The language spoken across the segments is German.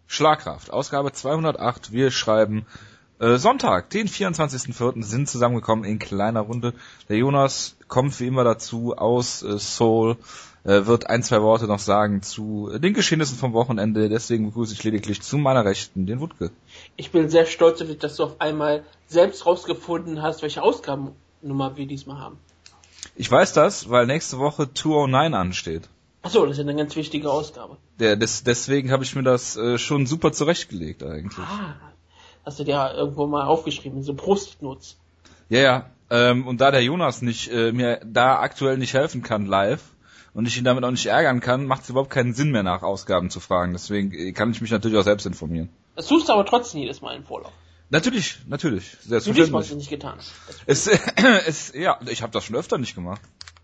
Schlagkraft, Ausgabe 208. Wir schreiben Sonntag, den 24.04. sind zusammengekommen in kleiner Runde. Der Jonas kommt wie immer dazu aus Seoul, wird 1-2 Worte noch sagen zu den Geschehnissen vom Wochenende. Deswegen begrüße ich lediglich zu meiner Rechten den Wutke. Ich bin sehr stolz auf dich, dass du auf einmal selbst rausgefunden hast, welche Ausgabennummer wir diesmal haben. Ich weiß das, weil nächste Woche 209 ansteht. Achso, das ist eine ganz wichtige Ausgabe. Deswegen habe ich mir das schon super zurechtgelegt eigentlich. Hast du dir irgendwo mal aufgeschrieben, so Post-it-Notes. Ja. Und da der Jonas mir da aktuell nicht helfen kann live und ich ihn damit auch nicht ärgern kann, macht es überhaupt keinen Sinn mehr, nach Ausgaben zu fragen. Deswegen kann ich mich natürlich auch selbst informieren. Das tust du aber trotzdem jedes Mal im Vorlauf. Natürlich. Du hast es nicht getan. Ich habe das schon öfter nicht gemacht.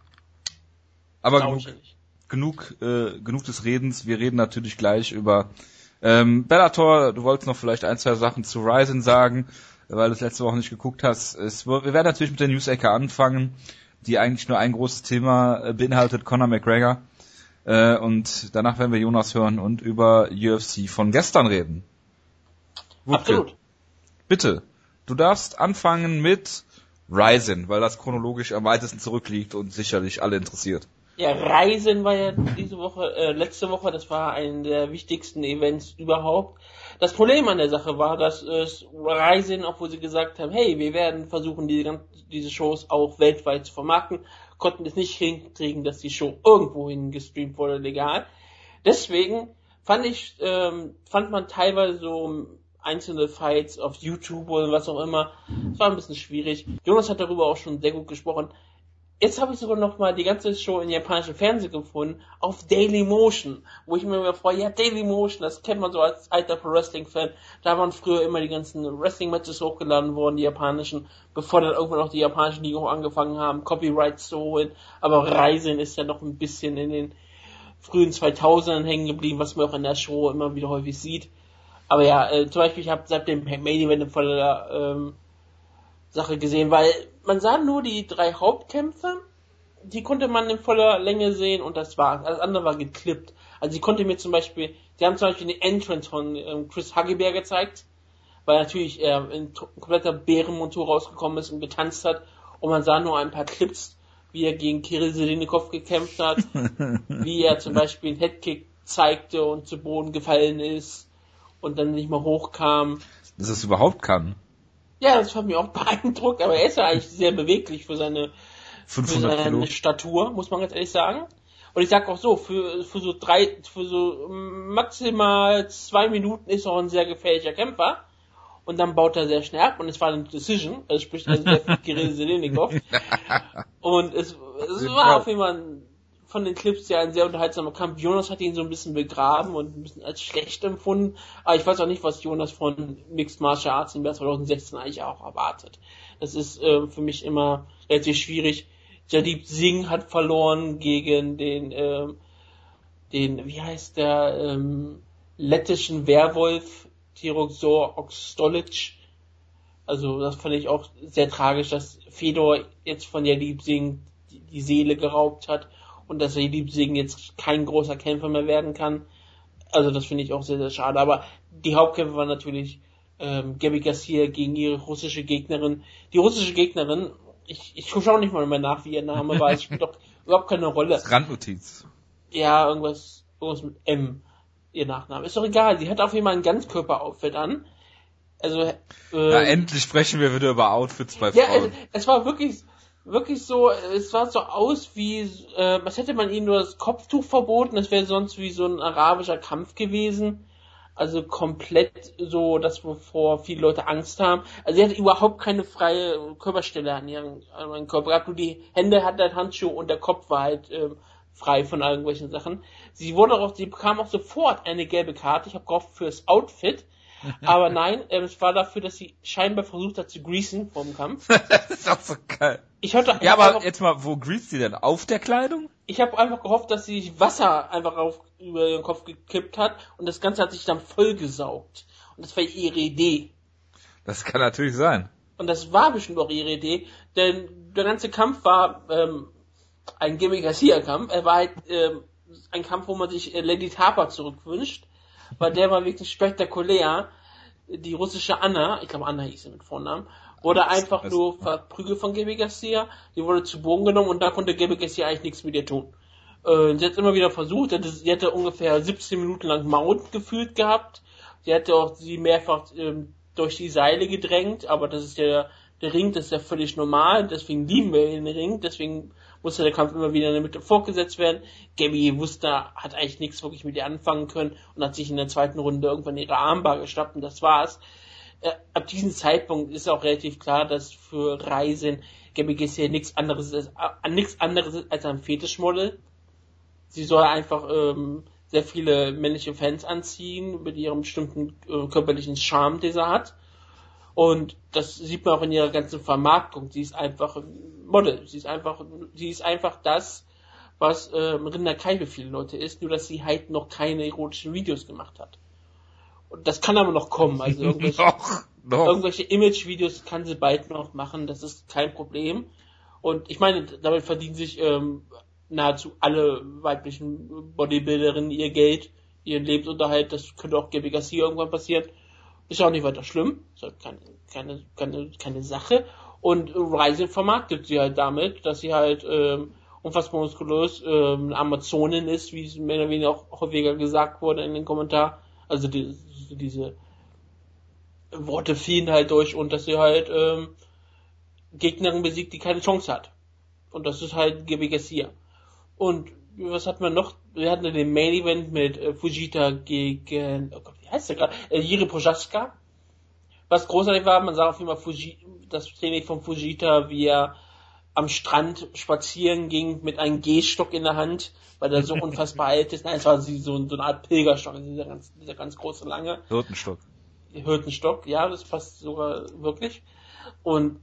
Aber genug des Redens. Wir reden natürlich gleich über Bellator. Du wolltest noch vielleicht 1-2 Sachen zu Ryzen sagen, weil du es letzte Woche nicht geguckt hast. Wir werden natürlich mit der News-Ecke anfangen, die eigentlich nur ein großes Thema beinhaltet, Conor McGregor. Und danach werden wir Jonas hören und über UFC von gestern reden. Wutke, absolut. Bitte, du darfst anfangen mit Ryzen, weil das chronologisch am weitesten zurückliegt und sicherlich alle interessiert. Ja, Ryzen war ja letzte Woche, das war ein der wichtigsten Events überhaupt. Das Problem an der Sache war, dass Ryzen, obwohl sie gesagt haben, hey, wir werden versuchen, diese Shows auch weltweit zu vermarkten, konnten es nicht hinkriegen, dass die Show irgendwohin gestreamt wurde, legal. Deswegen fand man teilweise so einzelne Fights auf YouTube oder was auch immer. Es war ein bisschen schwierig. Jonas hat darüber auch schon sehr gut gesprochen. Jetzt habe ich sogar noch mal die ganze Show in japanischen Fernsehen gefunden, auf Dailymotion, wo ich mir immer freue, ja, Dailymotion, das kennt man so als alter Pro-Wrestling-Fan, da waren früher immer die ganzen Wrestling-Matches hochgeladen worden, die japanischen, bevor dann irgendwann auch die japanischen Ligen auch angefangen haben, Copyrights zu holen, aber Ryzen ist ja noch ein bisschen in den frühen 2000ern hängen geblieben, was man auch in der Show immer wieder häufig sieht. Aber ja, zum Beispiel, ich habe seit dem Main Event eine volle Sache gesehen, weil man sah nur die 3 Hauptkämpfe, die konnte man in voller Länge sehen und das war's. Alles andere war geklippt. Also die haben zum Beispiel den Entrance von Chris Hagibert gezeigt, weil natürlich er in kompletter Bärenmontur rausgekommen ist und getanzt hat und man sah nur ein paar Clips, wie er gegen Kirill Serenikov gekämpft hat, wie er zum Beispiel einen Headkick zeigte und zu Boden gefallen ist und dann nicht mehr hochkam. Dass es überhaupt kann. Ja, das hat mich auch beeindruckt, aber er ist ja eigentlich sehr beweglich für seine Statur, muss man ganz ehrlich sagen. Und ich sag auch so, für so maximal 2 Minuten ist er auch ein sehr gefährlicher Kämpfer. Und dann baut er sehr schnell ab und es war eine Decision, also sprich also der für Kirill Serenikov. Und es war auf jeden Fall von den Clips ja ein sehr unterhaltsamer Kampf. Jonas hat ihn so ein bisschen begraben und ein bisschen als schlecht empfunden. Aber ich weiß auch nicht, was Jonas von Mixed Martial Arts im Jahr 2016 eigentlich auch erwartet. Das ist für mich immer relativ schwierig. Jadip Singh hat verloren gegen den wie heißt der, lettischen Werwolf, Tirogzor Okstolic. Also das fand ich auch sehr tragisch, dass Fedor jetzt von Jadip Singh die Seele geraubt hat. Und dass Jadip Singh jetzt kein großer Kämpfer mehr werden kann. Also das finde ich auch sehr, sehr schade. Aber die Hauptkämpfe waren natürlich Gabi Garcia gegen ihre russische Gegnerin. Die russische Gegnerin, ich schaue nicht mal mehr nach, wie ihr Name war. Es spielt doch überhaupt keine Rolle. Randnotiz. Ja, irgendwas mit M, ihr Nachname. Ist doch egal, sie hat auf jeden Fall ein Ganzkörper-Outfit an. Also endlich sprechen wir wieder über Outfits bei Frauen. Ja, es war wirklich so, es sah so aus wie, was hätte man ihnen nur das Kopftuch verboten, das wäre sonst wie so ein arabischer Kampf gewesen. Also komplett so, das wovor viele Leute Angst haben. Also sie hatte überhaupt keine freie Körperstelle an ihrem Körper gehabt. Nur die Hände hatte halt Handschuhe und der Kopf war halt frei von irgendwelchen Sachen. Sie bekam auch sofort eine gelbe Karte. Ich habe gehofft fürs Outfit. Aber nein, es war dafür, dass sie scheinbar versucht hat zu greasen vor dem Kampf. Das ist auch so geil. Aber jetzt mal, wo greast sie denn? Auf der Kleidung? Ich habe einfach gehofft, dass sie Wasser einfach über ihren Kopf gekippt hat und das Ganze hat sich dann vollgesaugt. Und das war ihre Idee. Das kann natürlich sein. Und das war bestimmt auch ihre Idee, denn der ganze Kampf war ein Gabi Garcia-Kampf. Er war halt ein Kampf, wo man sich Lady Tapa zurückwünscht. weil der war wirklich spektakulär. Die russische Anna, ich glaube Anna hieß sie mit Vornamen, wurde einfach nur verprügelt von Gabi Garcia, die wurde zu Boden genommen und da konnte Gabi Garcia eigentlich nichts mit ihr tun. Sie hat immer wieder versucht, sie hatte ungefähr 17 Minuten lang Mount gefühlt gehabt, sie hatte auch sie mehrfach durch die Seile gedrängt, aber das ist der Ring, das ist ja völlig normal, deswegen lieben wir den Ring, deswegen musste der Kampf immer wieder in der Mitte fortgesetzt werden. Gabi wusste, hat eigentlich nichts wirklich mit ihr anfangen können und hat sich in der zweiten Runde irgendwann ihre Armbar geschnappt und das war's. Ab diesem Zeitpunkt ist auch relativ klar, dass für Rizin Gabi Garcia nichts anderes ist als ein Fetischmodel. Sie soll einfach sehr viele männliche Fans anziehen mit ihrem bestimmten körperlichen Charme, den sie hat. Und das sieht man auch in ihrer ganzen Vermarktung. Sie ist einfach ein Model. Sie ist einfach das, was Rinda Kai für viele Leute ist, nur dass sie halt noch keine erotischen Videos gemacht hat. Und das kann aber noch kommen. Also irgendwelche Image-Videos kann sie bald noch machen. Das ist kein Problem. Und ich meine, damit verdienen sich nahezu alle weiblichen Bodybuilderinnen ihr Geld, ihren Lebensunterhalt. Das könnte auch Gabi Garcia irgendwann passieren. Ist auch nicht weiter schlimm. Ist halt keine Sache. Und Rizin vermarktet sie halt damit, dass sie halt unfassbar muskulös eine Amazonin ist, wie es mehr oder weniger auch häufiger gesagt wurde in den Kommentaren. Also diese Worte fielen halt durch und dass sie halt Gegnerin besiegt, die keine Chance hat. Und das ist halt Gabi Garcia. Und was hatten wir noch? Wir hatten den Main Event mit Fujita gegen, oh Gott, wie heißt der gerade? Jiri Prochaska. Was großartig war, man sah auf jeden Fall das Training von Fujita, wie er am Strand spazieren ging mit einem Gehstock in der Hand, weil er so unfassbar alt ist. Nein, es war so eine Art Pilgerstock, dieser ganz große, lange. Hirtenstock, ja, das passt sogar wirklich. Und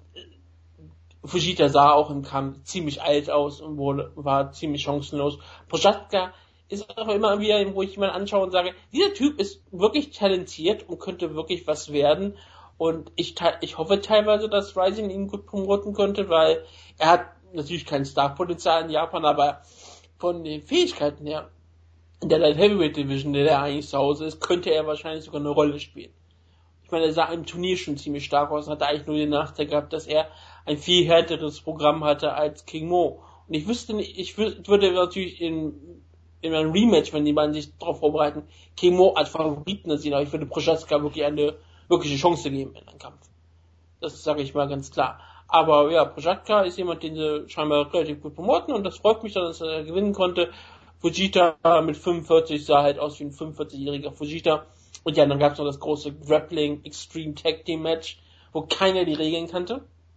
Fujita sah auch im Kampf ziemlich alt aus und war ziemlich chancenlos. Prochaska ist auch immer wieder, wo ich jemanden anschaue und sage, dieser Typ ist wirklich talentiert und könnte wirklich was werden. Und ich hoffe teilweise, dass Rizin ihn gut promoten könnte, weil er hat natürlich kein Star-Potenzial in Japan, aber von den Fähigkeiten her, in der Light Heavyweight Division, in der er eigentlich zu Hause ist, könnte er wahrscheinlich sogar eine Rolle spielen. Ich meine, er sah im Turnier schon ziemlich stark aus und hatte eigentlich nur den Nachteil gehabt, dass er ein viel härteres Programm hatte als King Mo. Und ich wüsste nicht, ich würde natürlich in einem Rematch, wenn die beiden sich darauf vorbereiten, King Mo als Favoriten sehen, aber ich würde Prochaska wirklich eine wirkliche Chance geben in einem Kampf. Das sage ich mal ganz klar. Aber ja, Prochaska ist jemand, den sie scheinbar relativ gut promoten und das freut mich, dass er gewinnen konnte. Fujita mit 45 sah halt aus wie ein 45-jähriger Fujita. Und ja, dann gab es noch das große Grappling Extreme Tag Team Match, wo keiner die Regeln kannte.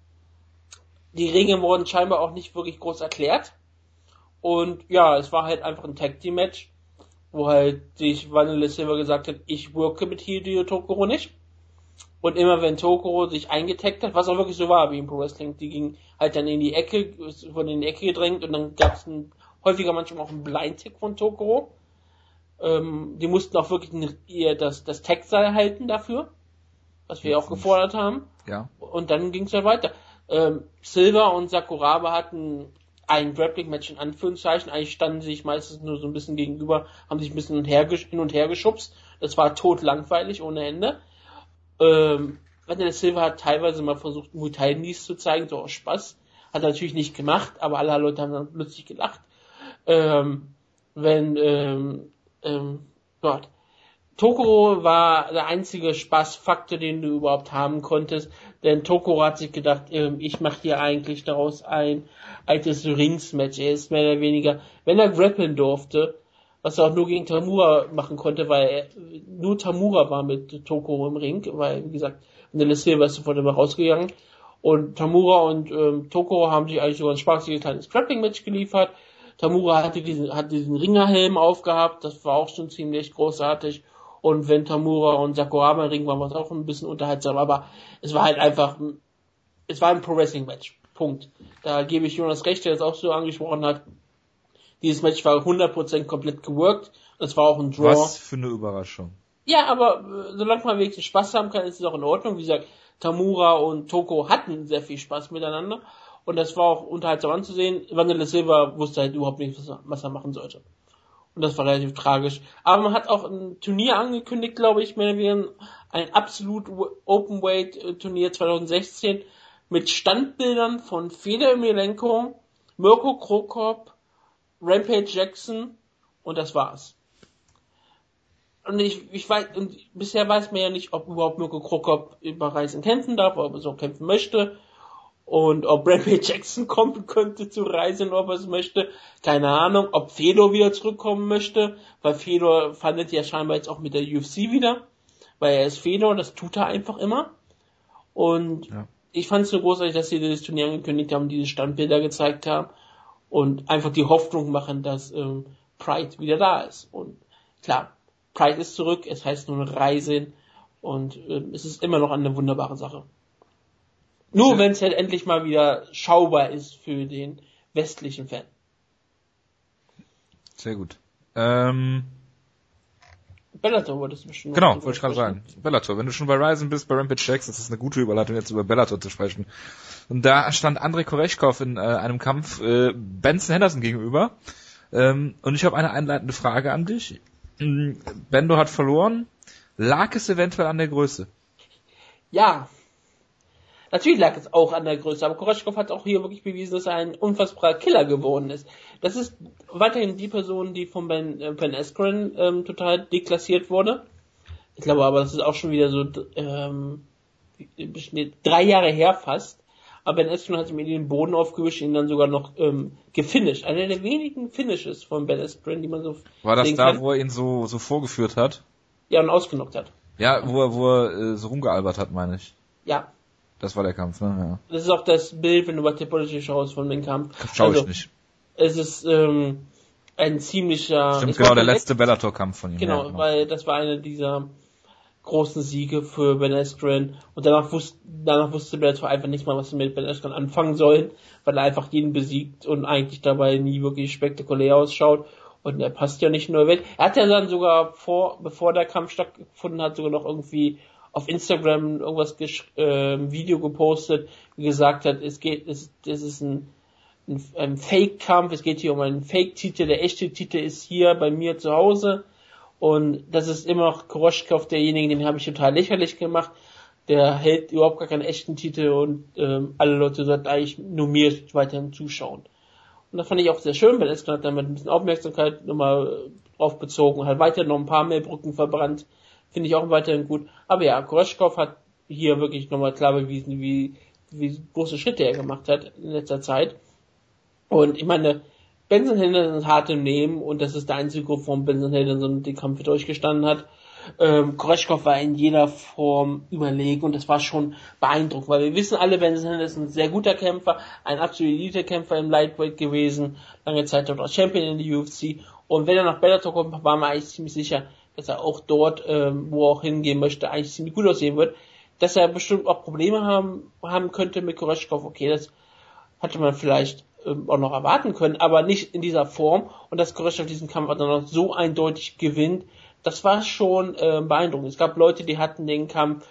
Die Regeln wurden scheinbar auch nicht wirklich groß erklärt. Und ja, es war halt einfach ein Tag Team Match, wo halt sich Vanilla Silver gesagt hat, ich worke mit Hideo Tokoro nicht. Und immer wenn Tokoro sich eingetaggt hat, was auch wirklich so war wie im Pro Wrestling, die ging halt dann in die Ecke, wurden in die Ecke gedrängt und dann gab es häufiger manchmal auch einen Blind-Tag von Tokoro. Die mussten auch wirklich das Tag-Seil halten dafür, was wir auch gefordert haben. Ja. Und dann ging es ja weiter. Silver und Sakuraba hatten ein Grappling-Match in Anführungszeichen. Eigentlich standen sie sich meistens nur so ein bisschen gegenüber, haben sich ein bisschen hin und her geschubst. Das war totlangweilig ohne Ende. Vanilla Silver hat teilweise mal versucht, Muay Thai Knees zu zeigen, so aus Spaß. Hat er natürlich nicht gemacht, aber alle Leute haben dann plötzlich gelacht. Tokoro war der einzige Spaßfaktor, den du überhaupt haben konntest, denn Tokoro hat sich gedacht, ich mache hier eigentlich daraus ein altes Rings-Match. Er ist mehr oder weniger, wenn er grappeln durfte, was er auch nur gegen Tamura machen konnte, weil nur Tamura war mit Tokoro im Ring, weil, wie gesagt, Vanilla Silver ist sofort immer rausgegangen. Und Tamura und Tokoro haben sich eigentlich sogar ein spaßiges kleines Grappling-Match geliefert. Tamura hatte diesen Ringerhelm aufgehabt, das war auch schon ziemlich großartig. Und wenn Tamura und Sakuraba im Ring waren, war es auch ein bisschen unterhaltsam, aber es war halt einfach, es war ein Pro-Wrestling-Match. Punkt. Da gebe ich Jonas recht, der das auch so angesprochen hat. Dieses Match war 100% komplett geworkt. Es war auch ein Draw. Was für eine Überraschung. Ja, aber solange man wenigstens Spaß haben kann, ist es auch in Ordnung. Wie gesagt, Tamura und Toko hatten sehr viel Spaß miteinander. Und das war auch unterhaltsam anzusehen. Vanilla Silver wusste halt überhaupt nicht, was er machen sollte. Und das war relativ tragisch. Aber man hat auch ein Turnier angekündigt, glaube ich, ein absolut Openweight-Turnier 2016 mit Standbildern von Fedor Emelianenko, Mirko Krokop, Rampage Jackson und das war's. Und ich weiß, und bisher weiß man ja nicht, ob überhaupt Mirko Krokop über Ryzen kämpfen darf, ob er so kämpfen möchte. Und ob Rampage Jackson kommen könnte zu Ryzen, ob er es möchte. Keine Ahnung. Ob Fedor wieder zurückkommen möchte, weil Fedor fandet ja scheinbar jetzt auch mit der UFC wieder. Weil er ist Fedor, das tut er einfach immer. Und ich fand es so großartig, dass sie das Turnier angekündigt haben, diese Standbilder gezeigt haben und einfach die Hoffnung machen, dass Pride wieder da ist. Und klar, Pride ist zurück, es heißt nur Ryzen und es ist immer noch eine wunderbare Sache. Nur wenn es halt endlich mal wieder schaubar ist für den westlichen Fan. Sehr gut. Bellator wolltest du bestimmt. Genau, wollte ich gerade sagen. Bellator, wenn du schon bei Ryzen bist, bei Rampage Jackson, das ist eine gute Überleitung, jetzt über Bellator zu sprechen. Und da stand Andrei Koreshkov in einem Kampf Benson Henderson gegenüber. Und ich habe eine einleitende Frage an dich. Bendo hat verloren. Lag es eventuell an der Größe? Ja. Natürlich lag es auch an der Größe, aber Koreshkov hat auch hier wirklich bewiesen, dass er ein unfassbarer Killer geworden ist. Das ist weiterhin die Person, die von Ben Askren total deklassiert wurde. Ich glaube aber, das ist auch schon wieder so 3 Jahre her fast. Aber Ben Askren hat ihm den Boden aufgewischt und ihn dann sogar noch gefinisht. Einer der wenigen Finishes von Ben Askren, die man so war das da, wo er ihn so vorgeführt hat? Ja, und ausgenockt hat. Ja, wo er so rumgealbert hat, meine ich. Ja. Das war der Kampf, ne? Ja. Das ist auch das Bild, wenn du bei Topology schaust von dem Kampf. Schau ich nicht. Es ist ein ziemlicher... Stimmt, genau, der letzte Bellator-Kampf von ihm. Genau, ja, weil das war einer dieser großen Siege für Ben Askren und danach wusste Bellator einfach nicht mal, was sie mit Ben Askren anfangen sollen, weil er einfach jeden besiegt und eigentlich dabei nie wirklich spektakulär ausschaut. Und er passt ja nicht nur weg. Er hat ja dann sogar bevor der Kampf stattgefunden hat, sogar noch irgendwie auf Instagram irgendwas Video gepostet, wie gesagt hat, es ist ein Fake-Kampf, es geht hier um einen Fake-Titel, der echte Titel ist hier bei mir zu Hause und das ist immer noch Koreshkov, derjenige, den habe ich total lächerlich gemacht, der hält überhaupt gar keinen echten Titel und alle Leute sollten eigentlich nur mir weiterhin zuschauen. Und das fand ich auch sehr schön, weil Askren hat damit ein bisschen Aufmerksamkeit nochmal drauf bezogen und hat weiter noch ein paar mehr Brücken verbrannt. Finde ich auch weiterhin gut. Aber ja, Koreshkov hat hier wirklich nochmal klar bewiesen, wie große Schritte er gemacht hat in letzter Zeit. Und ich meine, Benson Henderson ist hart im Nehmen und das ist der einzige Grund, warum Benson Henderson den Kampf durchgestanden hat. Koreshkov war in jeder Form überlegen und das war schon beeindruckend, weil wir wissen alle, Benson Henderson ist ein sehr guter Kämpfer, ein absoluter Elite-Kämpfer im Lightweight gewesen, lange Zeit dort als Champion in der UFC und wenn er nach Bellator kommt, war man eigentlich ziemlich sicher, dass er auch dort, wo er auch hingehen möchte, eigentlich ziemlich gut aussehen wird. Dass er bestimmt auch Probleme haben könnte mit Koreshkov, okay, das hatte man vielleicht auch noch erwarten können, aber nicht in dieser Form. Und dass Koreshkov diesen Kampf dann noch so eindeutig gewinnt, das war schon beeindruckend. Es gab Leute, die hatten den Kampf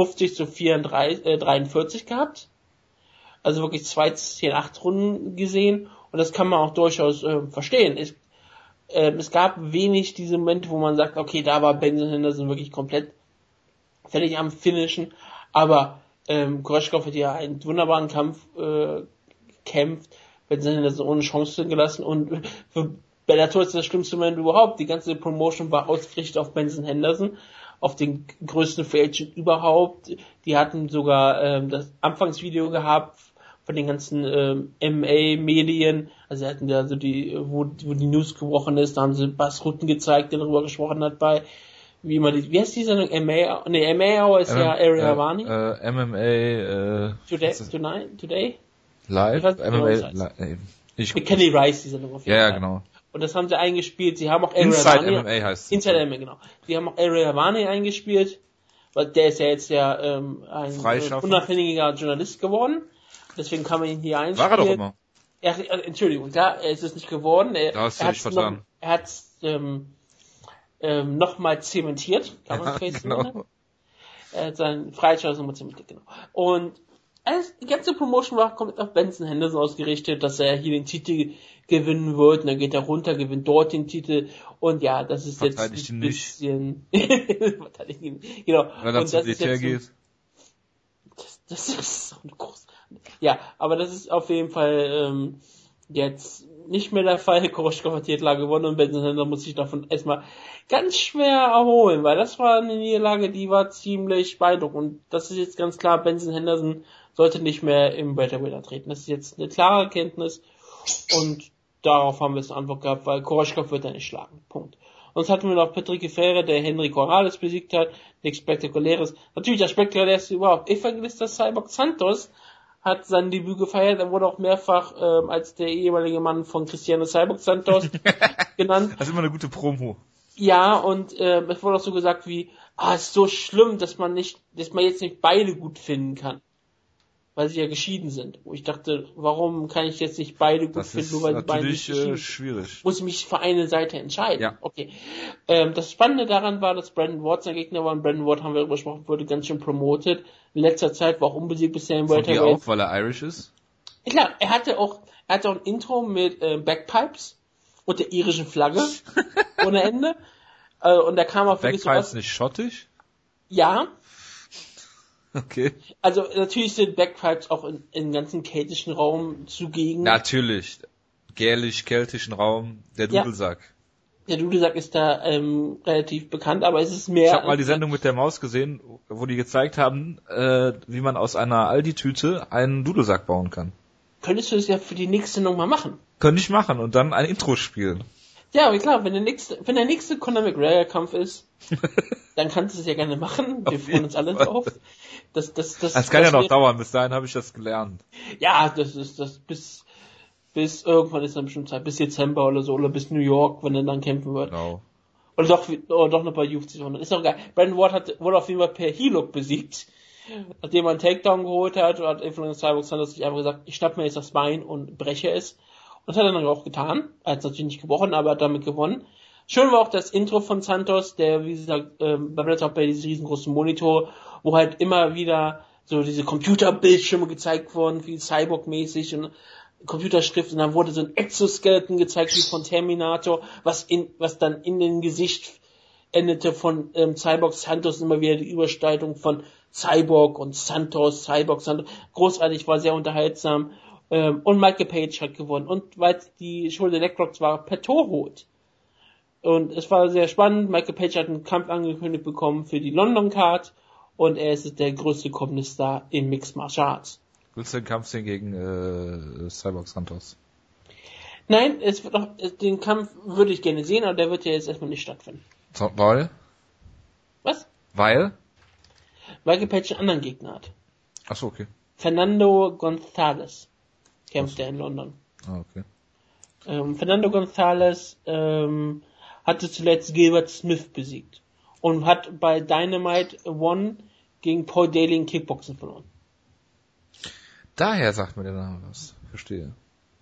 50-43 gehabt. Also wirklich 2-10-8 Runden gesehen. Und das kann man auch durchaus verstehen. Es gab wenig diese Momente, wo man sagt, okay, da war Benson Henderson wirklich komplett fertig am Finishen, aber Koreshkov hat ja einen wunderbaren Kampf gekämpft, Benson Henderson ohne Chance gelassen und für Bellator ist das schlimmste Moment überhaupt. Die ganze Promotion war ausgerichtet auf Benson Henderson, auf den größten Free Agent überhaupt. Die hatten sogar das Anfangsvideo gehabt von den ganzen MMA-Medien, also hatten ja so wo die News gebrochen ist, da haben sie Bas Rutten gezeigt, der darüber gesprochen hat wie heißt die Sendung? MMA Hour ist ja Ariel Havani. MMA Today? Live? MMA Live. Mit Kenny Rice, die Sendung auf jeden Fall. Ja, genau. Und das haben sie eingespielt, sie haben auch Ariel Inside Havani. MMA heißt es. Inside MMA, genau. Sie haben auch Ariel Havani eingespielt, weil der ist ja jetzt ein unabhängiger Journalist geworden. Deswegen kann man ihn hier einspielen. War er doch immer. Entschuldigung, er ist es nicht geworden. Er hat es nochmal zementiert, kann man genau. Er hat seinen Freistoß nochmal zementiert, genau. Und Die ganze Promotion war komplett auf Benson Henderson ausgerichtet, dass er hier den Titel gewinnen wird, und dann geht er runter, gewinnt dort den Titel, und ja, das ist jetzt ein bisschen... Verteidigt ihn nicht. Genau. Weil er zu DT geht. Das ist so eine große... Ja, aber das ist auf jeden Fall jetzt nicht mehr der Fall. Koroschkov hat die Niederlage gewonnen und Benson Henderson muss sich davon erstmal ganz schwer erholen, weil das war eine Niederlage, die war ziemlich beeindruckend. Und das ist jetzt ganz klar, Benson Henderson sollte nicht mehr im Welterweight antreten. Das ist jetzt eine klare Erkenntnis und darauf haben wir jetzt eine Antwort gehabt, weil Koroschkov wird er nicht schlagen. Punkt. Und jetzt hatten wir noch Patrick Ferreira, der Henry Corrales besiegt hat. Nichts Spektakuläres. Natürlich das Spektakulärste überhaupt. Evangelista Cyborg Santos hat sein Debüt gefeiert. Er wurde auch mehrfach als der ehemalige Mann von Cristiano Cyborg Santos genannt. Das ist immer eine gute Promo. Ja, und es wurde auch so gesagt wie, es ist so schlimm, dass man jetzt nicht beide gut finden kann. Weil sie ja geschieden sind. Wo ich dachte, warum kann ich jetzt nicht beide gut finden, nur weil die beiden nicht geschieden sind? Das ist schwierig. Muss ich mich für eine Seite entscheiden. Ja. Okay. Das Spannende daran war, dass Brandon Ward sein Gegner war. Und Brandon Ward, haben wir darüber gesprochen, wurde ganz schön promoted. In letzter Zeit war auch unbesiegt bisher im Welterweight. Auch, weil er Irish ist? Klar, er hatte auch ein Intro mit Bagpipes und der irischen Flagge ohne Ende. Und da kam auch wirklich Bagpipes so nicht schottisch? Ja. Okay. Also natürlich sind Bagpipes auch im ganzen keltischen Raum zugegen. Natürlich. Gälisch-keltischen Raum, der Dudelsack. Ja. Der Dudelsack ist da relativ bekannt, aber es ist mehr... Ich habe mal die Sendung mit der Maus gesehen, wo die gezeigt haben, wie man aus einer Aldi-Tüte einen Dudelsack bauen kann. Könntest du das ja für die nächste Sendung mal machen? Könnte ich machen und dann ein Intro spielen. Ja, aber klar, wenn der nächste Conor McGregor-Kampf ist, dann kannst du es ja gerne machen. Wir freuen uns alle drauf. Das kann ja noch dauern, bis dahin habe ich das gelernt. Ja, bis irgendwann ist dann bestimmt Zeit, bis Dezember oder so, oder bis New York, wenn er dann kämpfen wird. Genau. Oder doch noch bei UFC 100. Ist doch geil. Brandon Ward wurde auf jeden Fall per Heel-Hook besiegt. Nachdem er einen Takedown geholt hat, hat Evangelista Cyborg Santos sich einfach gesagt, ich schnapp mir jetzt das Bein und breche es. Und das hat er dann auch getan. Er hat es natürlich nicht gebrochen, aber hat damit gewonnen. Schön war auch das Intro von Santos, der, wie gesagt, bei diesem riesengroßen Monitor, wo halt immer wieder so diese Computerbildschirme gezeigt wurden, wie Cyborg-mäßig und Computerschrift, und dann wurde so ein Exoskeleton gezeigt wie von Terminator, was dann in den Gesicht endete von Cyborg Santos, immer wieder die Übersteigung von Cyborg und Santos, Cyborg Santos. Großartig, war sehr unterhaltsam. Und Michael Page hat gewonnen. Und weil die Show der Neckrocks war per Torhut. Und es war sehr spannend. Michael Page hat einen Kampf angekündigt bekommen für die London Card. Und er ist der größte kommende Star im Mixed Martial Arts. Willst du den Kampf sehen gegen Cyborg Santos? Nein, den Kampf würde ich gerne sehen, aber der wird ja jetzt erstmal nicht stattfinden. Weil? Was? Weil? Michael Page einen anderen Gegner hat. Achso, okay. Fernando González kämpft er in London. Ah, okay. Fernando González hatte zuletzt Gilbert Smith besiegt und hat bei Dynamite One gegen Paul Daly in Kickboxen verloren. Daher sagt mir der Name was. Verstehe.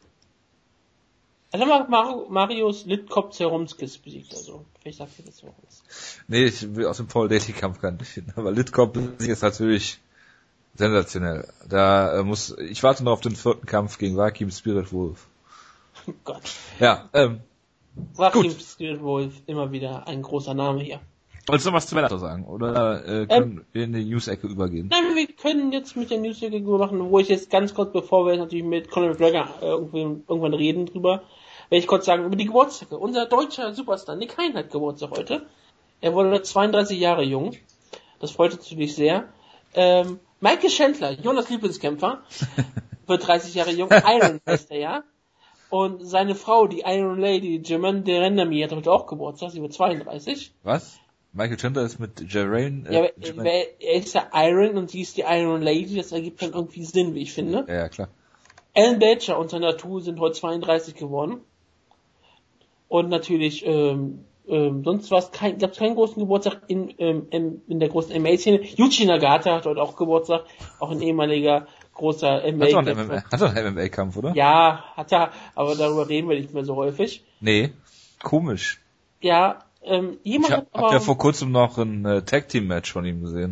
Also Marius Litkop-Zeromskis besiegt, also vielleicht sagt ihr das auch was. Nee, ich will aus dem Paul Daly-Kampf gar nicht finden, aber Litkop ist natürlich sensationell. Ich warte noch auf den 4. Kampf gegen Joachim Spirit Wolf. Oh Gott. Ja, Joachim Spirit Wolf, immer wieder ein großer Name hier. Wolltest du noch was zu Bellator sagen? Oder können wir in die News-Ecke übergehen? Nein, wir können jetzt mit der News-Ecke übermachen, wo ich jetzt ganz kurz, bevor wir natürlich mit Conor McGregor irgendwann reden drüber, werde ich kurz sagen, über die Geburtstage. Unser deutscher Superstar Nick Hein hat Geburtstag heute. Er wurde 32 Jahre jung. Das freut uns natürlich sehr. Michael Chandler, Jonas Lieblingskämpfer, wird 30 Jahre jung. Iron heißt er, ja. Und seine Frau, die Iron Lady, Jermaine de Rendami, hat heute auch Geburtstag. Sie wird 32. Was? Michael Chandler ist mit Jermaine? Ja, er ist der Iron und sie ist die Iron Lady. Das ergibt dann irgendwie Sinn, wie ich finde. Ja, klar. Alan Belcher und seine Natur sind heute 32 geworden. Und natürlich, sonst gab es keinen großen Geburtstag in der großen MMA-Szene. Yuji Nagata hat heute auch Geburtstag. Auch ein ehemaliger großer MMA-Kampf. Hat doch einen MMA-Kampf, oder? Ja, hat er, aber darüber reden wir nicht mehr so häufig. Nee, komisch. Ja, ich hab ja vor kurzem noch ein Tag-Team-Match von ihm gesehen.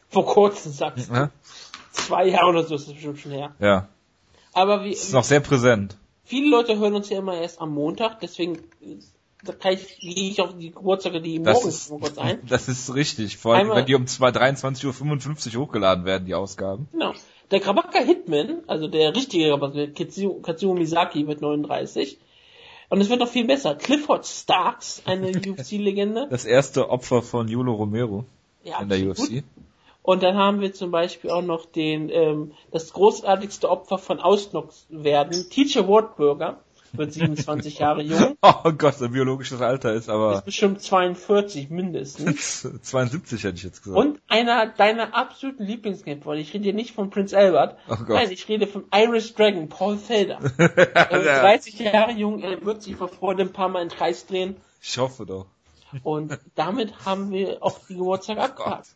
Vor kurzem, sagst du. Ja? 2 Jahre oder so ist das bestimmt schon her. Ja. Aber ist noch sehr präsent. Viele Leute hören uns ja immer erst am Montag, deswegen gehe ich auf die Geburtstage, die morgens mal kurz ein. Das ist richtig, vor allem wenn die um 23:55 Uhr hochgeladen werden, die Ausgaben. Genau. Der Kabaka Hitman, also der richtige Kabaka, Katsuo Misaki, wird 39. Und es wird noch viel besser. Clifford Starks, eine UFC-Legende. Das erste Opfer von Yolo Romero in der UFC. Gut. Und dann haben wir zum Beispiel auch noch das großartigste Opfer von Ausnox werden. Teacher Wartburger wird 27 Jahre jung. Oh Gott, sein biologisches Alter ist aber... Ist bestimmt 42 mindestens. 72 hätte ich jetzt gesagt. Und einer deiner absoluten Lieblingskämpfer. Ich rede hier nicht von Prince Albert. Oh Gott. Nein, ich rede von Irish Dragon, Paul Felder. 30 Jahre jung, er wird sich vor Freude ein paar Mal in den Kreis drehen. Ich hoffe doch. Und damit haben wir auch die Geburtstag abgehakt.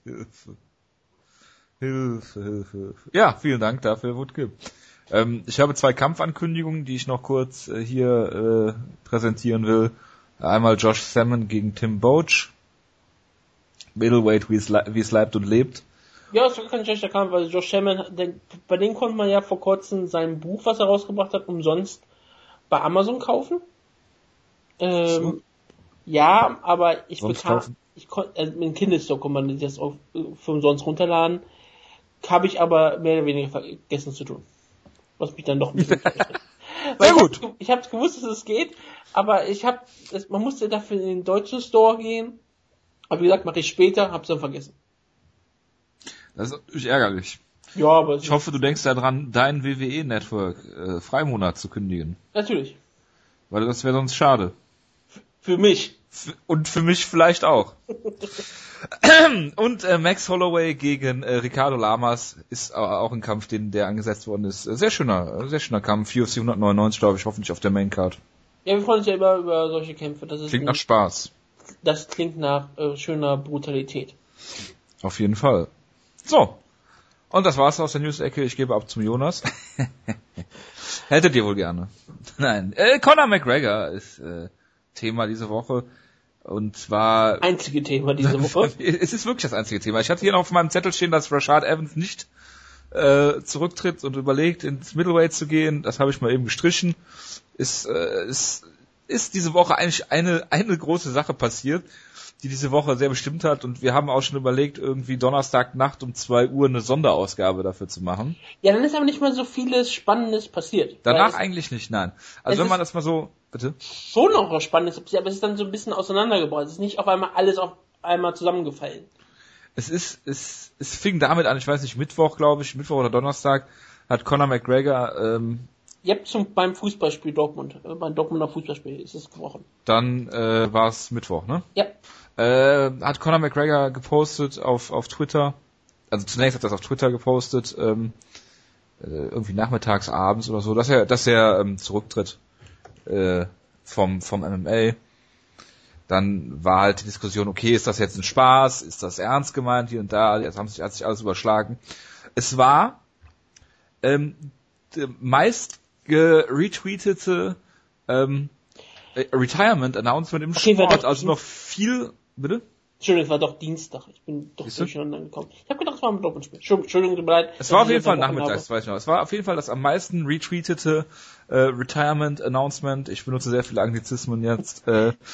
Hilfe. Ja, vielen Dank dafür, Wutke. Ich habe 2 Kampfankündigungen, die ich noch kurz hier präsentieren will. Einmal Josh Salmon gegen Tim Boetsch. Middleweight, wie es leibt und lebt. Ja, das war kein schlechter Kampf, weil Josh Salmon, bei dem konnte man ja vor kurzem sein Buch, was er rausgebracht hat, umsonst bei Amazon kaufen. So. Ja, aber ich Sonst bekam, kaufen? in Kindle-Store kann man das auch für umsonst runterladen. Habe ich aber mehr oder weniger vergessen zu tun. Was mich dann doch ein bisschen Sehr gut. Ich habe gewusst, dass es geht, aber man musste dafür in den deutschen Store gehen. Aber wie gesagt, mache ich später, hab's dann vergessen. Das ist natürlich ärgerlich. Ja, aber Ich hoffe, du denkst daran, dein WWE-Network Freimonat zu kündigen. natürlich. Weil das wäre sonst schade. Für mich. Und für mich vielleicht auch. Und Max Holloway gegen Ricardo Lamas ist auch ein Kampf, der angesetzt worden ist. Sehr schöner Kampf. UFC 199, glaube ich, hoffentlich auf der Maincard. Ja, wir freuen uns ja immer über solche Kämpfe. Klingt nach Spaß. Das klingt nach schöner Brutalität. Auf jeden Fall. So. Und das war's aus der News-Ecke. Ich gebe ab zum Jonas. Hättet ihr wohl gerne. Nein. Conor McGregor ist Thema diese Woche. Und zwar... Einzige Thema diese Woche. Es ist wirklich das einzige Thema. Ich hatte hier noch auf meinem Zettel stehen, dass Rashad Evans nicht zurücktritt und überlegt, ins Middleweight zu gehen. Das habe ich mal eben gestrichen. Ist diese Woche eigentlich eine große Sache passiert, die diese Woche sehr bestimmt hat. Und wir haben auch schon überlegt, irgendwie Donnerstagnacht um 2 Uhr eine Sonderausgabe dafür zu machen. Ja, dann ist aber nicht mal so vieles Spannendes passiert. Danach eigentlich nicht, nein. Also wenn man das mal so... Bitte? Schon noch was Spannendes passiert, aber es ist dann so ein bisschen auseinandergebracht. Es ist nicht auf einmal alles auf einmal zusammengefallen. Es fing damit an, ich weiß nicht, Mittwoch oder Donnerstag, hat Conor McGregor... beim Fußballspiel Dortmund, beim Dortmunder Fußballspiel ist es gebrochen. Dann war es Mittwoch, ne? Ja. Hat Conor McGregor gepostet auf Twitter, also zunächst hat er das auf Twitter gepostet, irgendwie nachmittags, abends oder so, dass er zurücktritt vom MMA. Dann war halt die Diskussion, okay, ist das jetzt ein Spaß, ist das ernst gemeint, hier und da, jetzt hat sich alles überschlagen. Es war meist retweetete Retirement Announcement im Sport, also noch viel, bitte? Entschuldigung, es war doch Dienstag. Ich bin doch durcheinander gekommen. Ich habe gedacht, es war ein Doppelspiel. Entschuldigung, tut mir leid. Es war auf jeden Fall nachmittags, weiß ich noch. Es war auf jeden Fall das am meisten retweetete Retirement Announcement. Ich benutze sehr viele Anglizismen jetzt.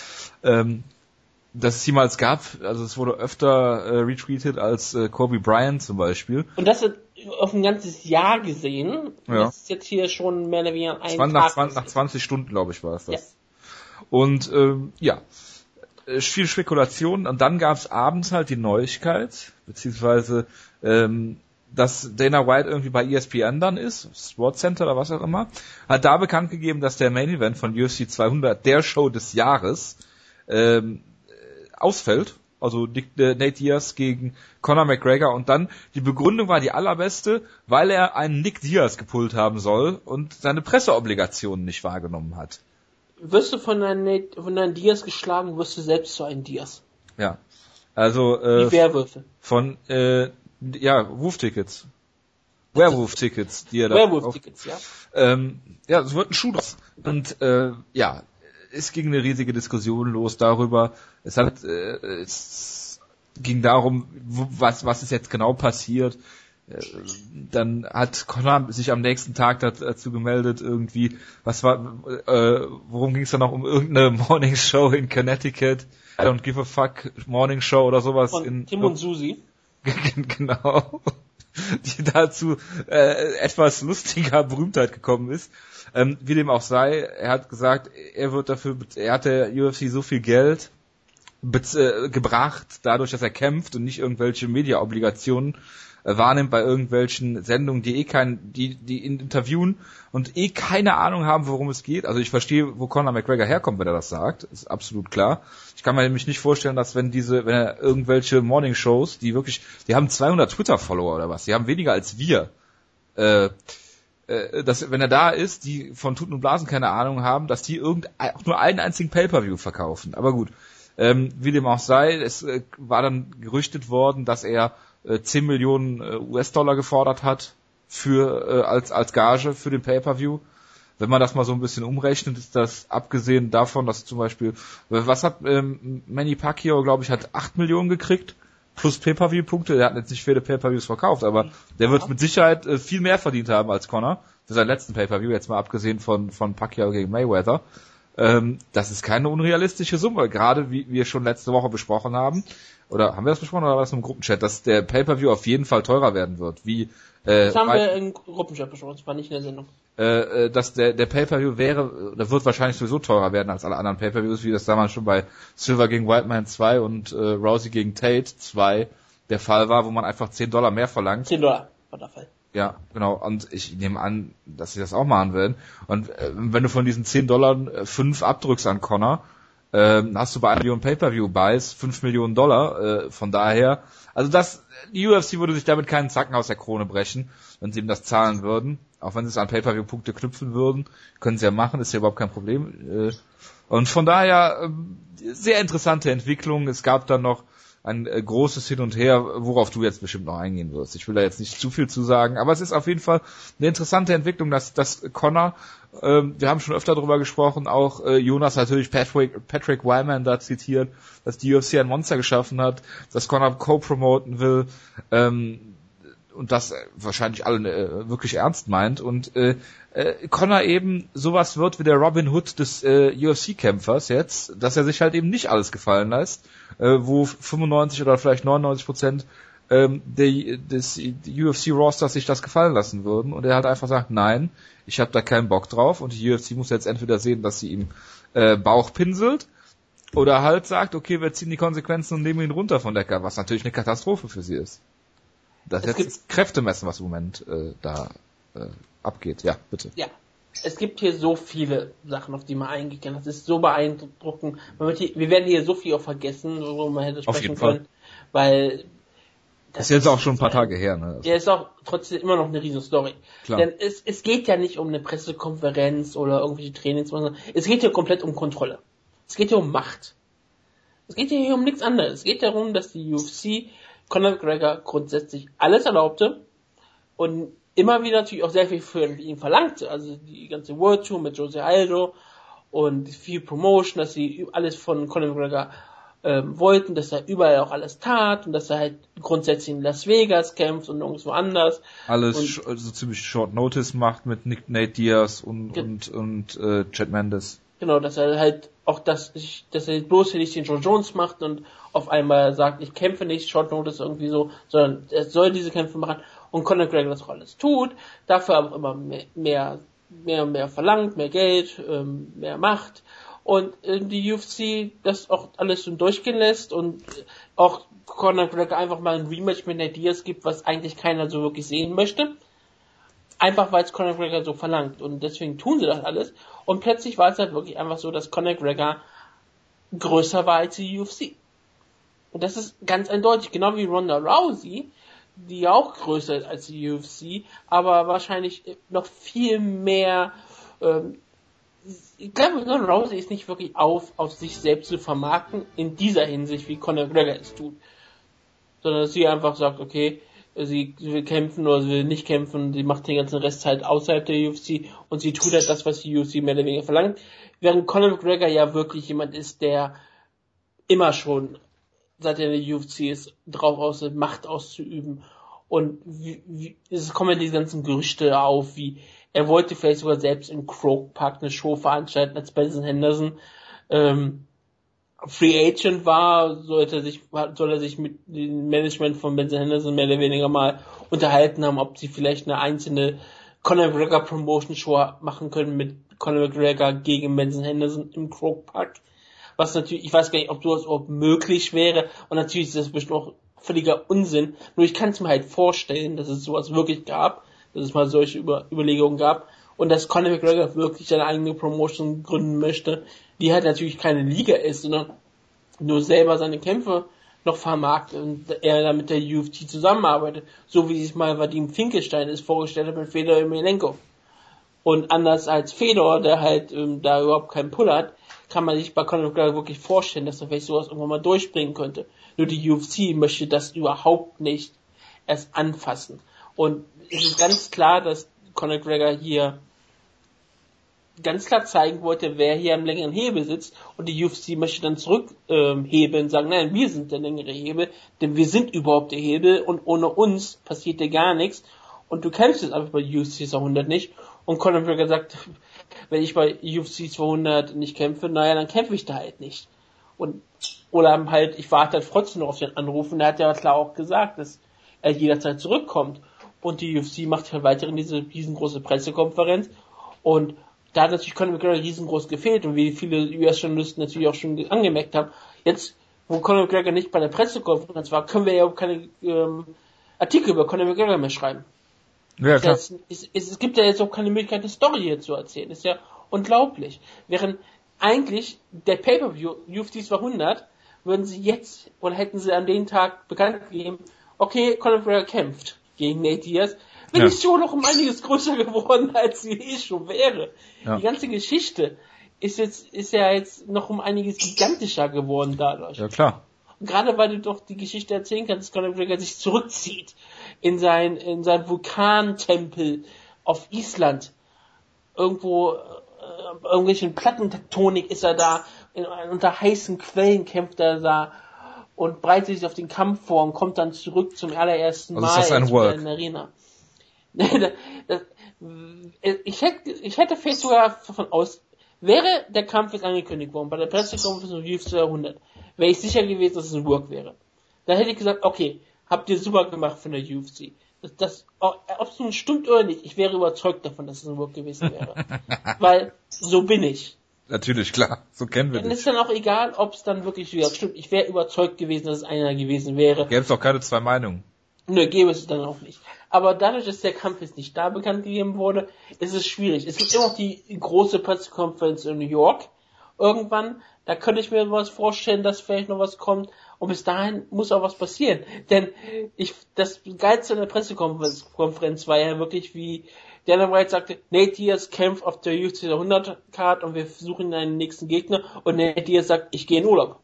Das es jemals gab. Also es wurde öfter retweetet als Kobe Bryant zum Beispiel. Und das wird auf ein ganzes Jahr gesehen. Ja. Das ist jetzt hier schon mehr oder weniger ein Tag. Nach 20 Stunden, glaube ich, war es das. Ja. Und viel Spekulation. Und dann gab es abends halt die Neuigkeit, beziehungsweise dass Dana White irgendwie bei ESPN dann ist, Sportscenter oder was auch immer, hat da bekannt gegeben, dass der Main Event von UFC 200, der Show des Jahres, ausfällt. Also Nate Diaz gegen Conor McGregor. Und dann, die Begründung war die allerbeste, weil er einen Nick Diaz gepullt haben soll und seine Presseobligationen nicht wahrgenommen hat. Wirst du von einem Diaz geschlagen, wirst du selbst zu einem Diaz. Ja. Also wie Werwölfe. Von Wurftickets. Werewolf-Tickets, die er da Werewolf-Tickets, ja. Es wird ein Schuh draus. Und es ging eine riesige Diskussion los darüber. Der ging darum, was ist jetzt genau passiert. Dann hat Conor sich am nächsten Tag dazu gemeldet, irgendwie, worum ging es dann noch, um irgendeine Morning Show in Connecticut, I don't give a fuck Morning Show oder sowas. Von Tim und Susi. Genau. Die dazu etwas lustiger Berühmtheit gekommen ist. Wie dem auch sei, er hat gesagt, er hat der UFC so viel Geld gebracht, dadurch, dass er kämpft und nicht irgendwelche Media-Obligationen wahrnimmt bei irgendwelchen Sendungen, die ihn interviewen und keine Ahnung haben, worum es geht. Also ich verstehe, wo Conor McGregor herkommt, wenn er das sagt. Ist absolut klar. Ich kann mir nämlich nicht vorstellen, dass wenn er irgendwelche Morning-Shows, die haben 200 Twitter-Follower oder was, die haben weniger als wir, dass wenn er da ist, die von Tuten und Blasen keine Ahnung haben, dass die auch nur einen einzigen Pay-Per-View verkaufen. Aber gut, wie dem auch sei, es war dann gerüchtet worden, dass er 10 Millionen US-Dollar gefordert hat als Gage für den Pay-Per-View. Wenn man das mal so ein bisschen umrechnet, ist das abgesehen davon, dass zum Beispiel, was hat Manny Pacquiao, glaube ich, hat 8 Millionen gekriegt, plus Pay-Per-View-Punkte. Der hat jetzt nicht viele Pay-Per-Views verkauft, aber der wird mit Sicherheit viel mehr verdient haben als Conor für seinen letzten Pay-Per-View, jetzt mal abgesehen von Pacquiao gegen Mayweather. Das ist keine unrealistische Summe, gerade wie wir schon letzte Woche besprochen haben. Oder haben wir das besprochen oder war das nur im Gruppenchat, dass der Pay-Per-View auf jeden Fall teurer werden wird? Das haben wir im Gruppenchat besprochen, das war nicht in der Sendung. Dass der Pay-Per-View wird wahrscheinlich sowieso teurer werden als alle anderen Pay-Per-Views, wie das damals schon bei Silver gegen Whiteman 2 und Rousey gegen Tate 2 der Fall war, wo man einfach $10 mehr verlangt. $10 war der Fall. Ja, genau. Und ich nehme an, dass sie das auch machen werden. Und wenn du von diesen $10 5 abdrückst an Conor, hast du bei 1 Million Pay-Per-View-Buys $5 Millionen. Von daher, also die UFC würde sich damit keinen Zacken aus der Krone brechen, wenn sie ihm das zahlen würden. Auch wenn sie es an Pay-Per-View-Punkte knüpfen würden, können sie ja machen, ist ja überhaupt kein Problem. Und von daher, sehr interessante Entwicklung. Es gab dann noch ein großes Hin und Her, worauf du jetzt bestimmt noch eingehen wirst. Ich will da jetzt nicht zu viel zu sagen, aber es ist auf jeden Fall eine interessante Entwicklung, dass Conor, wir haben schon öfter darüber gesprochen, auch Jonas natürlich Patrick Wyman da zitiert, dass die UFC ein Monster geschaffen hat, dass Conor co-promoten will und das wahrscheinlich alle wirklich ernst meint und Conor eben sowas wird wie der Robin Hood des UFC-Kämpfers jetzt, dass er sich halt eben nicht alles gefallen lässt, wo 95 oder vielleicht 99% des UFC-Rosters sich das gefallen lassen würden und er halt einfach sagt, nein, ich habe da keinen Bock drauf und die UFC muss jetzt entweder sehen, dass sie ihm Bauch pinselt oder halt sagt, okay, wir ziehen die Konsequenzen und nehmen ihn runter von Decker, was natürlich eine Katastrophe für sie ist. Das ist jetzt das Kräftemessen, was im Moment abgeht. Ja, bitte. Ja, es gibt hier so viele Sachen, auf die man eingehen kann. Das ist so beeindruckend. Wir werden hier so viel auch vergessen, worüber man hätte sprechen können, weil das ist jetzt auch schon ein paar Tage her. Ne? Ja, ist auch trotzdem immer noch eine riesen Story. Klar. Denn es geht ja nicht um eine Pressekonferenz oder irgendwelche Trainings, sondern es geht hier komplett um Kontrolle. Es geht hier um Macht. Es geht hier um nichts anderes. Es geht darum, dass die UFC Conor McGregor grundsätzlich alles erlaubte und immer wieder natürlich auch sehr viel für ihn verlangte. Also die ganze World Tour mit Jose Aldo und viel Promotion, dass sie alles von Conor McGregor wollten, dass er überall auch alles tat und dass er halt grundsätzlich in Las Vegas kämpft und nirgendwo anders. Alles also ziemlich Short Notice macht mit Nate Diaz und Chad Mendes. Genau, dass er halt auch dass er bloß nicht den John Jones macht und auf einmal sagt, ich kämpfe nicht, Short Notice irgendwie so, sondern er soll diese Kämpfe machen und Conor McGregor das auch alles tut, dafür aber immer mehr und mehr verlangt, mehr Geld, mehr Macht und die UFC das auch alles so durchgehen lässt und auch Conor McGregor einfach mal ein Rematch mit Nate Diaz gibt, was eigentlich keiner so wirklich sehen möchte. Einfach weil es Conor McGregor so verlangt und deswegen tun sie das alles und plötzlich war es halt wirklich einfach so, dass Conor McGregor größer war als die UFC. Und das ist ganz eindeutig, genau wie Ronda Rousey, die ja auch größer ist als die UFC, aber wahrscheinlich noch viel mehr, ich glaube, Ronda Rousey ist nicht wirklich auf sich selbst zu vermarkten, in dieser Hinsicht, wie Conor McGregor es tut. Sondern dass sie einfach sagt, okay, sie will kämpfen oder sie will nicht kämpfen, sie macht den ganzen Rest halt außerhalb der UFC und sie tut halt das, was die UFC mehr oder weniger verlangt. Während Conor McGregor ja wirklich jemand ist, der immer schon seit er in der UFC ist, drauf aus, Macht auszuüben. Und es kommen ja diese ganzen Gerüchte auf, wie er wollte vielleicht sogar selbst in Croke Park eine Show veranstalten als Benson Henderson. Free Agent war, soll er sich mit dem Management von Benson Henderson mehr oder weniger mal unterhalten haben, ob sie vielleicht eine einzelne Conor McGregor Promotion Show machen können mit Conor McGregor gegen Benson Henderson im Croke Park. Was natürlich, ich weiß gar nicht, ob sowas überhaupt möglich wäre, und natürlich ist das bestimmt auch völliger Unsinn, nur ich kann es mir halt vorstellen, dass es sowas wirklich gab, dass es mal solche Überlegungen gab, und dass Conor McGregor wirklich seine eigene Promotion gründen möchte, die halt natürlich keine Liga ist, sondern nur selber seine Kämpfe noch vermarktet und er da mit der UFC zusammenarbeitet, so wie sich mal Vadim Finkelstein es vorgestellt hat mit Fedor Emelianenko. Und anders als Fedor, der halt da überhaupt keinen Pull hat, kann man sich bei Conor McGregor wirklich vorstellen, dass er vielleicht sowas irgendwann mal durchbringen könnte. Nur die UFC möchte das überhaupt nicht erst anfassen. Und es ist ganz klar, dass Conor McGregor hier ganz klar zeigen wollte, wer hier am längeren Hebel sitzt, und die UFC möchte dann zurückhebeln und sagen, nein, wir sind der längere Hebel, denn wir sind überhaupt der Hebel und ohne uns passiert dir gar nichts und du kämpfst jetzt einfach bei UFC 200 nicht. Und Conor McGregor sagt, wenn ich bei UFC 200 nicht kämpfe, naja, dann kämpfe ich da halt nicht. Oder halt, ich warte halt trotzdem noch auf den Anruf, und er hat ja klar auch gesagt, dass er jederzeit zurückkommt. Und die UFC macht halt weiterhin diese riesengroße Pressekonferenz, und da hat natürlich Conor McGregor riesengroß gefehlt, und wie viele US-Journalisten natürlich auch schon angemerkt haben, jetzt, wo Conor McGregor nicht bei der Pressekonferenz war, können wir ja auch keine Artikel über Conor McGregor mehr schreiben. Ja, klar. Es gibt ja jetzt auch keine Möglichkeit, eine Story hier zu erzählen. Das ist ja unglaublich. Während eigentlich der Pay-Per-View UFC 200 würden sie jetzt, oder hätten sie an dem Tag bekannt gegeben, okay, Conor McGregor kämpft gegen Nate Diaz, wäre die Show noch um einiges größer geworden, als sie schon wäre. Ja. Die ganze Geschichte ist ja jetzt noch um einiges gigantischer geworden dadurch. Ja, klar. Und gerade weil du doch die Geschichte erzählen kannst, dass Conor McGregor sich zurückzieht in sein Vulkantempel auf Island. Irgendwo, irgendwelchen Plattentektonik ist er da, unter heißen Quellen kämpft er da und bereitet sich auf den Kampf vor und kommt dann zurück zum allerersten Mal ist das ein Work? In der Arena. Ich hätte vielleicht sogar davon aus, wäre der Kampf jetzt angekündigt worden bei der Pressekonferenz von UFC 200, wäre ich sicher gewesen, dass es ein Work wäre. Dann hätte ich gesagt, okay, habt ihr super gemacht von der UFC. Ob es nun stimmt oder nicht, ich wäre überzeugt davon, dass es ein Work gewesen wäre. Weil, so bin ich. Natürlich, klar, so kennen wir das. Dann ist dann auch egal, ob es dann wirklich wieder stimmt. Ich wäre überzeugt gewesen, dass es einer gewesen wäre. Gäbe es auch keine zwei Meinungen. Nö, gäbe es dann auch nicht. Aber dadurch, dass der Kampf jetzt nicht da bekannt gegeben wurde, ist es schwierig. Es gibt immer noch die große Pressekonferenz in New York. Irgendwann, da könnte ich mir was vorstellen, dass vielleicht noch was kommt. Und bis dahin muss auch was passieren. Denn das Geilste in der Pressekonferenz war ja wirklich, wie Dana White sagte, Nate Diaz kämpft auf der UFC 100 Card und wir suchen einen nächsten Gegner. Und Nate Diaz sagt, ich gehe in Urlaub.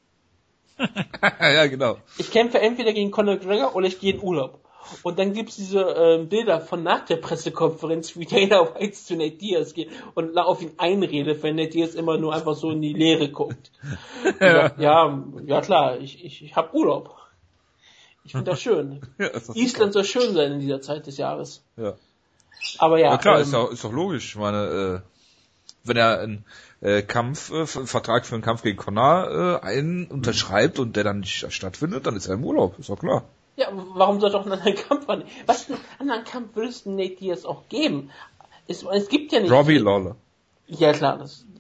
Ja, genau. Ich kämpfe entweder gegen Conor McGregor oder ich gehe in Urlaub. Und dann gibt's diese Bilder von nach der Pressekonferenz, wie Dana White zu Nate Diaz geht und auf ihn einredet, wenn Nate Diaz immer nur einfach so in die Leere guckt. Sagt, ja klar, ich hab Urlaub. Ich finde das schön. Ja, Island soll schön sein in dieser Zeit des Jahres. Ja. Aber ja. Ja klar, ist doch logisch. Ich meine, wenn er einen Vertrag für einen Kampf gegen Conor unterschreibt und der dann nicht stattfindet, dann ist er im Urlaub, ist doch klar. Ja, warum soll doch einen anderen Kampf annehmen? Was für einen anderen Kampf würdest du Nate Diaz auch geben? Es gibt ja nicht... Robbie Lawler. Ja klar,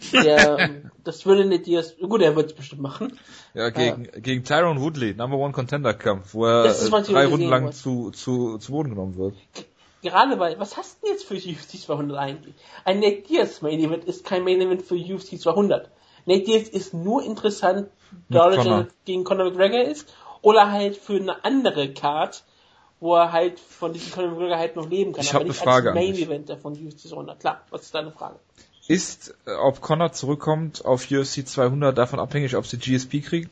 das würde Nate Diaz... Gut, er wird es bestimmt machen. Ja, gegen Tyron Woodley, Number One Contender Kampf, wo er 3 Runden lang zu Boden genommen wird. Gerade weil, was hast du denn jetzt für UFC 200 eigentlich? Ein Nate Diaz Main Event ist kein Main Event für UFC 200. Nate Diaz ist nur interessant, dadurch, dass er gegen Conor McGregor ist, oder halt für eine andere Card, wo er halt von diesem Conor McGregor halt noch leben kann. Ich habe eine Frage als Main Event von UFC 200. Klar, was ist deine Frage? Ist, ob Conor zurückkommt auf UFC 200 davon abhängig, ob sie GSP kriegen?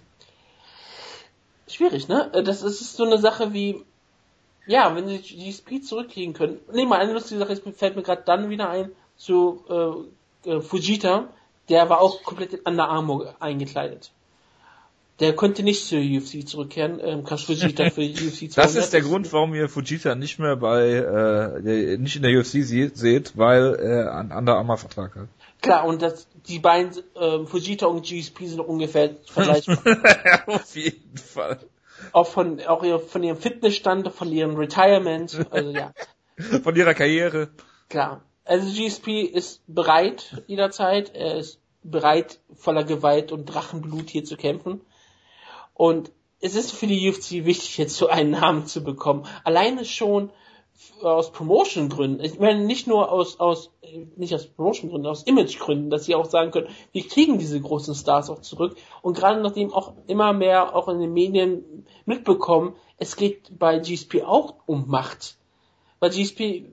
Schwierig, ne? Das ist so eine Sache wie, ja, wenn sie GSP zurückkriegen können. Mal eine lustige Sache, fällt mir gerade dann wieder ein, zu Fujita, der war auch komplett in Under Armour eingekleidet. Der konnte nicht zur UFC zurückkehren, Cash Fujita für die UFC 200. Das ist der Grund, warum ihr Fujita nicht mehr nicht in der UFC seht, weil er einen Under Armour Vertrag hat. Klar, und die beiden, Fujita und GSP sind ungefähr vergleichbar. Auf jeden Fall. Auch von ihrem Fitnessstand, von ihrem Retirement, also ja. Von ihrer Karriere. Klar. Also GSP ist bereit jederzeit, er ist bereit, voller Gewalt und Drachenblut hier zu kämpfen. Und es ist für die UFC wichtig, jetzt so einen Namen zu bekommen. Alleine schon aus Promotion-Gründen. Ich meine, nicht nur aus Promotion-Gründen, aus Image-Gründen, dass sie auch sagen können, wir kriegen diese großen Stars auch zurück. Und gerade nachdem auch immer mehr auch in den Medien mitbekommen, es geht bei GSP auch um Macht. Bei GSP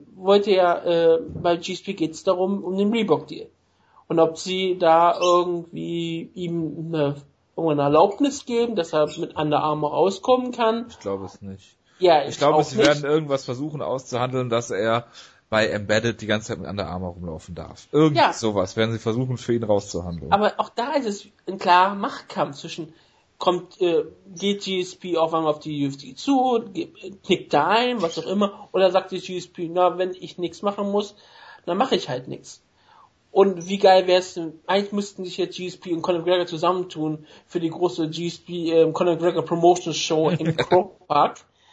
geht es darum, um den Reebok-Deal. Und ob sie da irgendwie ihm eine Erlaubnis geben, dass er mit Under Armour auskommen kann. Ich glaube es nicht. Ja, ich glaube, sie werden irgendwas versuchen auszuhandeln, dass er bei Embedded die ganze Zeit mit Under Armour rumlaufen darf. Sowas werden sie versuchen, für ihn rauszuhandeln. Aber auch da ist es ein klarer Machtkampf zwischen, geht GSP auf einmal auf die UFC zu, knickt da ein, was auch immer, oder sagt die GSP, na, wenn ich nichts machen muss, dann mache ich halt nichts. Und wie geil wäre es denn, eigentlich müssten sich jetzt GSP und Conor McGregor zusammentun für die große GSP Conor McGregor Promotions Show im Croke Park.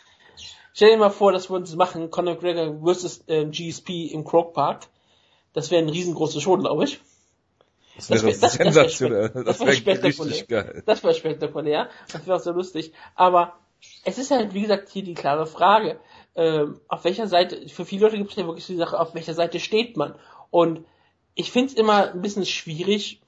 Stell dir mal vor, dass wir uns machen, Conor McGregor versus GSP im Croke Park. Das wäre eine riesengroße Show, glaube ich. Das wäre sensationell. Das wäre richtig geil. Das wäre spektakulär. Das wäre auch so lustig. Aber es ist halt, wie gesagt, hier die klare Frage. Auf welcher Seite, für viele Leute gibt es ja wirklich die Sache, auf welcher Seite steht man? Und ich finde es immer ein bisschen schwierig.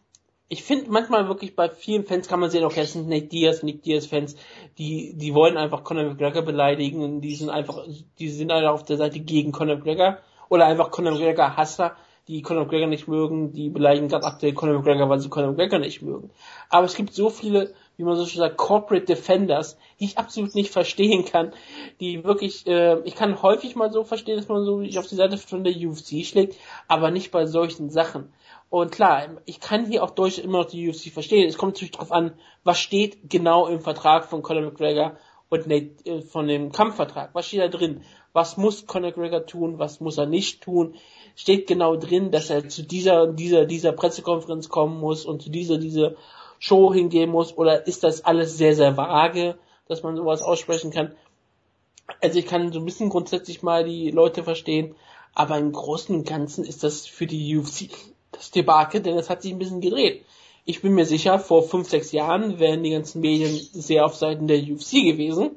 Ich finde manchmal wirklich bei vielen Fans kann man sehen, okay, das sind Nick Diaz Fans, die wollen einfach Conor McGregor beleidigen und die sind einfach auf der Seite gegen Conor McGregor oder einfach Conor McGregor Hasser, die Conor McGregor nicht mögen, die beleidigen gerade aktuell Conor McGregor, weil sie Conor McGregor nicht mögen. Aber es gibt so viele, wie man so schön sagt, Corporate Defenders, die ich absolut nicht verstehen kann, die wirklich, ich kann häufig mal so verstehen, dass man so sich auf die Seite von der UFC schlägt, aber nicht bei solchen Sachen. Und klar, ich kann hier auf Deutsch immer noch die UFC verstehen. Es kommt natürlich drauf an, was steht genau im Vertrag von Conor McGregor und von dem Kampfvertrag. Was steht da drin? Was muss Conor McGregor tun? Was muss er nicht tun? Steht genau drin, dass er zu dieser Pressekonferenz kommen muss und zu dieser Show hingehen muss? Oder ist das alles sehr, sehr vage, dass man sowas aussprechen kann? Also ich kann so ein bisschen grundsätzlich mal die Leute verstehen, aber im Großen und Ganzen ist das für die UFC das Debakel, denn es hat sich ein bisschen gedreht. Ich bin mir sicher, vor 5-6 Jahren wären die ganzen Medien sehr auf Seiten der UFC gewesen,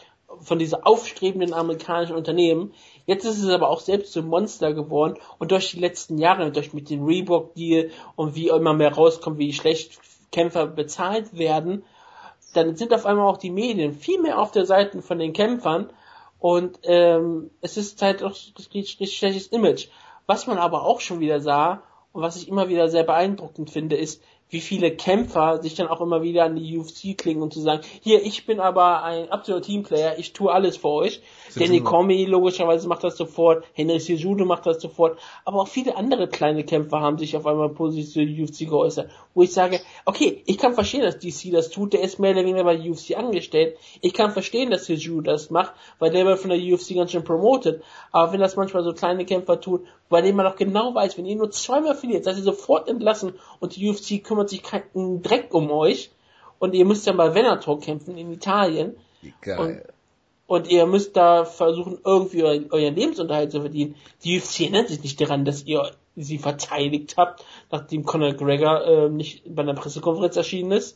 von dieser aufstrebenden amerikanischen Unternehmen. Jetzt ist es aber auch selbst zum Monster geworden und durch die letzten Jahre, durch mit dem Reebok-Deal und wie immer mehr rauskommt, wie schlecht Kämpfer bezahlt werden, dann sind auf einmal auch die Medien viel mehr auf der Seite von den Kämpfern und es ist halt auch richtig schlechtes Image. Was man aber auch schon wieder sah, und was ich immer wieder sehr beeindruckend finde, ist, wie viele Kämpfer sich dann auch immer wieder an die UFC klingen und zu sagen, hier, ich bin aber ein absoluter Teamplayer, ich tue alles für euch. Danny Cormier logischerweise macht das sofort, Henry Cejudo macht das sofort, aber auch viele andere kleine Kämpfer haben sich auf einmal positiv zu der UFC geäußert, wo ich sage, okay, ich kann verstehen, dass DC das tut, der ist mehr oder weniger bei der UFC angestellt, ich kann verstehen, dass Cejudo das macht, weil der wird von der UFC ganz schön promotet, aber wenn das manchmal so kleine Kämpfer tun, bei denen man auch genau weiß, wenn ihr nur zweimal verliert, seid ihr sofort entlassen und die UFC kümmert sich keinen Dreck um euch und ihr müsst ja bei Venator kämpfen in Italien. Geil. Und ihr müsst da versuchen, irgendwie euren Lebensunterhalt zu verdienen. Die UFC erinnert sich nicht daran, dass ihr sie verteidigt habt, nachdem Conor McGregor nicht bei einer Pressekonferenz erschienen ist.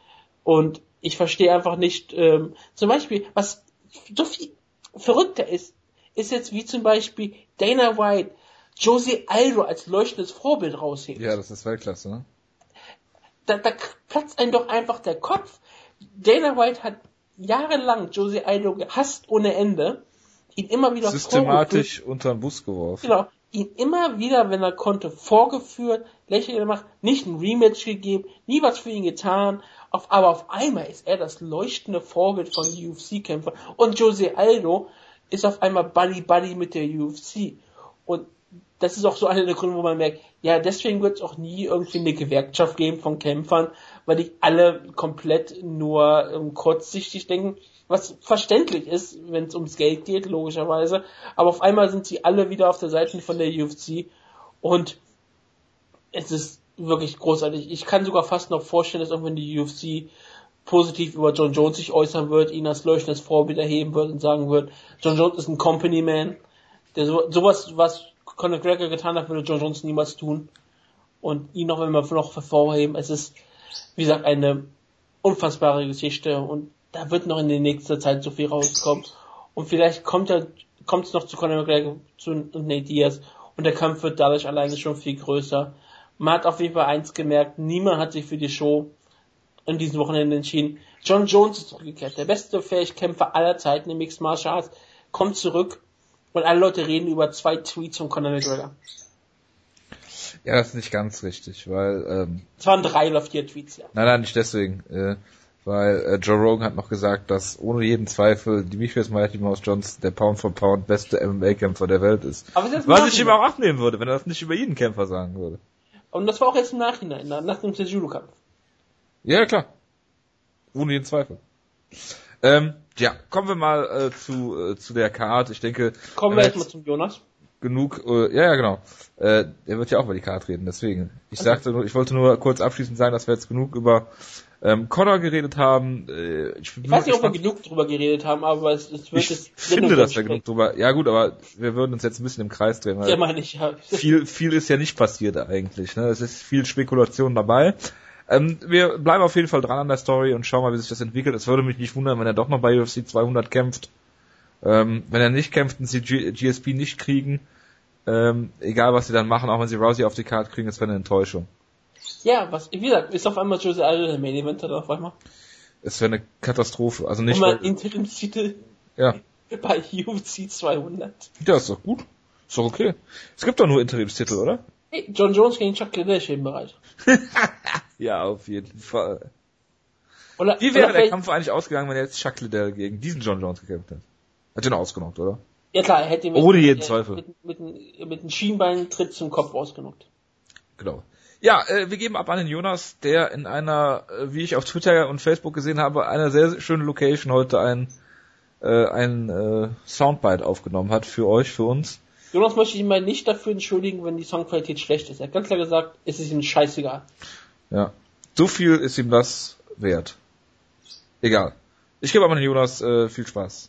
Und ich verstehe einfach nicht, zum Beispiel, was so viel verrückter ist jetzt wie zum Beispiel Dana White Jose Aldo als leuchtendes Vorbild raushebt. Ja, das ist Weltklasse, ne? Da platzt einem doch einfach der Kopf. Dana White hat jahrelang Jose Aldo gehasst ohne Ende, ihn immer wieder systematisch unter den Bus geworfen. Genau, ihn immer wieder, wenn er konnte, vorgeführt, lächerlich gemacht, nicht ein Rematch gegeben, nie was für ihn getan, aber auf einmal ist er das leuchtende Vorbild von UFC-Kämpfern und Jose Aldo ist auf einmal Buddy mit der UFC und das ist auch so einer der Gründe, wo man merkt, ja, deswegen wird es auch nie irgendwie eine Gewerkschaft geben von Kämpfern, weil die alle komplett nur kurzsichtig denken, was verständlich ist, wenn es ums Geld geht, logischerweise. Aber auf einmal sind sie alle wieder auf der Seite von der UFC und es ist wirklich großartig. Ich kann sogar fast noch vorstellen, dass irgendwann die UFC positiv über Jon Jones sich äußern wird, ihn als leuchtendes Vorbild erheben wird und sagen wird, Jon Jones ist ein Company Man, der sowas, was Conor McGregor getan hat, würde Jon Jones niemals tun. Und ihn noch, wenn wir noch hervorheben, es ist, wie gesagt, eine unfassbare Geschichte und da wird noch in der nächsten Zeit so viel rauskommen. Und vielleicht kommt es noch zu Conor McGregor und Nate Diaz und der Kampf wird dadurch alleine schon viel größer. Man hat auf jeden Fall eins gemerkt, niemand hat sich für die Show in diesem Wochenende entschieden. Jon Jones ist zurückgekehrt, der beste Fähigkämpfer aller Zeiten im Mixed Martial Arts, kommt zurück und alle Leute reden über 2 Tweets von Conor McGregor. Ja, das ist nicht ganz richtig, weil... Es waren 3 oder 4 Tweets, ja. Nein, nicht deswegen. Weil Joe Rogan hat noch gesagt, dass ohne jeden Zweifel Demetrius Mighty Mouse Johnson der Pound for Pound beste MMA-Kämpfer der Welt ist. Was ich ihm auch abnehmen würde, wenn er das nicht über jeden Kämpfer sagen würde. Und das war auch jetzt im Nachhinein, nach dem Cejudo-Kampf. Ja, klar. Ohne jeden Zweifel. Ja, kommen wir mal zu der Card. Ich denke... Kommen wir erstmal zum Jonas. Genug, ja, genau. Er wird ja auch über die Card reden, deswegen. Ich wollte nur kurz abschließend sagen, dass wir jetzt genug über Conor geredet haben. Ich weiß nicht, ob wir genug drüber geredet haben, aber es wird ich finde, dass wir genug drüber... Ja gut, aber wir würden uns jetzt ein bisschen im Kreis drehen. Weil ja, meine ich, ja. Viel ist ja nicht passiert eigentlich. Ne? Es ist viel Spekulation dabei. Wir bleiben auf jeden Fall dran an der Story und schauen mal, wie sich das entwickelt. Es würde mich nicht wundern, wenn er doch noch bei UFC 200 kämpft. Wenn er nicht kämpft und sie GSP nicht kriegen, egal was sie dann machen, auch wenn sie Rousey auf die Karte kriegen, das wäre eine Enttäuschung. Ja, wie gesagt, ist auf einmal Jose Aldo der Main Event auf einmal. Es wäre eine Katastrophe. Also nicht mal Interimstitel bei UFC 200. Ja, ist doch gut. Ist doch okay. Es gibt doch nur Interimstitel, oder? Hey, Jon Jones gegen Chuck Liddell stehen bereit. Ja, auf jeden Fall. Wie wäre der Kampf eigentlich ausgegangen, wenn er jetzt Chuck Liddell gegen diesen Jon Jones gekämpft hätte? Hat ihn ausgenockt, oder? Ja klar, er hätte ihn ohne jeden Zweifel. Mit einem Schienbeintritt zum Kopf ausgenockt. Genau. Ja, wir geben ab an den Jonas, der in einer, wie ich auf Twitter und Facebook gesehen habe, einer sehr schönen Location heute ein Soundbite aufgenommen hat für euch, für uns. Jonas möchte ich mal nicht dafür entschuldigen, wenn die Soundqualität schlecht ist. Er hat ganz klar gesagt, es ist ihm scheißegal. Ja, so viel ist ihm das wert. Egal. Ich gebe aber an den Jonas viel Spaß.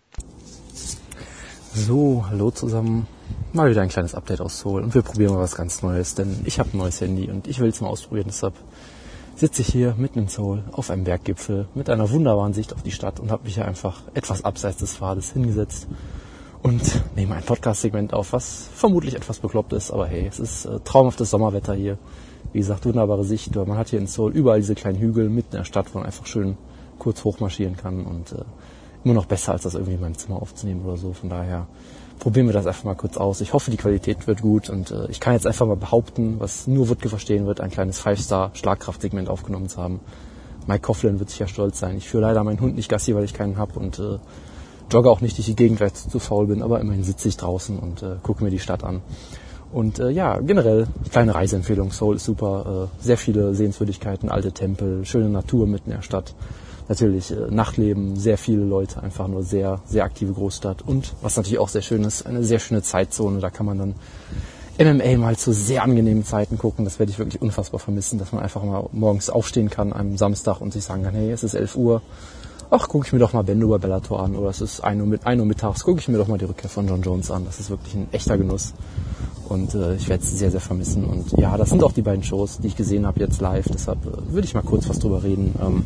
So, hallo zusammen. Mal wieder ein kleines Update aus Seoul und wir probieren mal was ganz Neues, denn ich habe ein neues Handy und ich will es mal ausprobieren. Deshalb sitze ich hier mitten in Seoul auf einem Berggipfel mit einer wunderbaren Sicht auf die Stadt und habe mich hier einfach etwas abseits des Pfades hingesetzt und nehme ein Podcast-Segment auf, was vermutlich etwas bekloppt ist, aber hey, es ist traumhaftes Sommerwetter hier. Wie gesagt, wunderbare Sicht. Man hat hier in Seoul überall diese kleinen Hügel mitten in der Stadt, wo man einfach schön kurz hochmarschieren kann und immer noch besser, als das irgendwie in meinem Zimmer aufzunehmen oder so. Von daher probieren wir das einfach mal kurz aus. Ich hoffe, die Qualität wird gut und ich kann jetzt einfach mal behaupten, was nur Wutke verstehen wird, ein kleines 5-Star-Schlagkraftsegment aufgenommen zu haben. Mike Coughlin wird sicher stolz sein. Ich führe leider meinen Hund nicht Gassi, weil ich keinen habe und jogge auch nicht durch die Gegend, weil ich zu faul bin, aber immerhin sitze ich draußen und gucke mir die Stadt an. Und ja, generell kleine Reiseempfehlung. Seoul ist super, sehr viele Sehenswürdigkeiten, alte Tempel, schöne Natur mitten in der Stadt. Natürlich Nachtleben, sehr viele Leute, einfach nur sehr, sehr aktive Großstadt. Und was natürlich auch sehr schön ist, eine sehr schöne Zeitzone. Da kann man dann MMA mal zu sehr angenehmen Zeiten gucken. Das werde ich wirklich unfassbar vermissen, dass man einfach mal morgens aufstehen kann am Samstag und sich sagen kann, hey, es ist 11 Uhr. Ach, gucke ich mir doch mal Bendo bei Bellator an. Oder es ist 1 Uhr mittags, gucke ich mir doch mal die Rückkehr von Jon Jones an. Das ist wirklich ein echter Genuss. Und ich werde es sehr, sehr vermissen. Und ja, das sind auch die beiden Shows, die ich gesehen habe jetzt live. Deshalb würde ich mal kurz was drüber reden.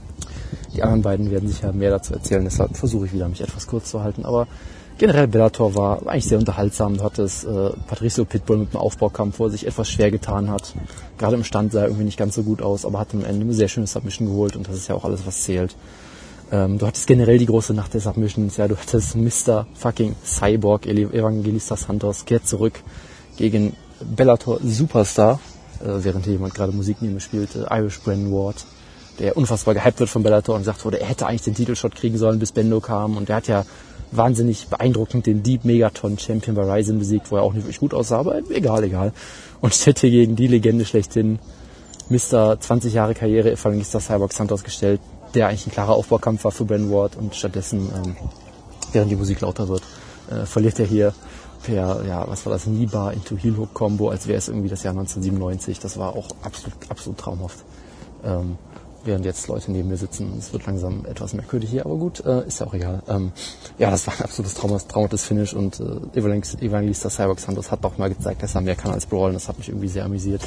Die anderen beiden werden sicher mehr dazu erzählen, deshalb versuche ich wieder, mich etwas kurz zu halten. Aber generell Bellator war eigentlich sehr unterhaltsam. Du hattest Patricio Pitbull mit dem Aufbaukampf, wo er sich etwas schwer getan hat. Gerade im Stand sah er irgendwie nicht ganz so gut aus, aber hat am Ende eine sehr schöne Submission geholt und das ist ja auch alles, was zählt. Du hattest generell die große Nacht der Submissions. Ja, du hattest Mr. fucking Cyborg, Evangelistas Santos, kehrt zurück gegen Bellator Superstar, während hier jemand gerade Musik neben mir spielt, Irish Bren Ward, der unfassbar gehypt wird von Bellator und gesagt wurde, er hätte eigentlich den Titelshot kriegen sollen, bis Bendo kam. Und der hat ja wahnsinnig beeindruckend den Deep Megaton Champion bei Ryzen besiegt, wo er auch nicht wirklich gut aussah, aber egal. Und steht hier gegen die Legende schlechthin, Mr. 20 Jahre Karriere, Evangelista Cyborg Santos gestellt, der eigentlich ein klarer Aufbaukampf war für Ben Ward und stattdessen, während die Musik lauter wird, verliert er hier per, was war das, Knee-Bar into Heel-Hook-Combo, als wäre es irgendwie das Jahr 1997. Das war auch absolut traumhaft. Während jetzt Leute neben mir sitzen. Es wird langsam etwas merkwürdig hier, aber gut, ist ja auch egal. Das war ein absolutes traumhaftes Finish und Evangelista Cyborg Santos hat auch mal gezeigt, dass er mehr kann als brawlen. Das hat mich irgendwie sehr amüsiert.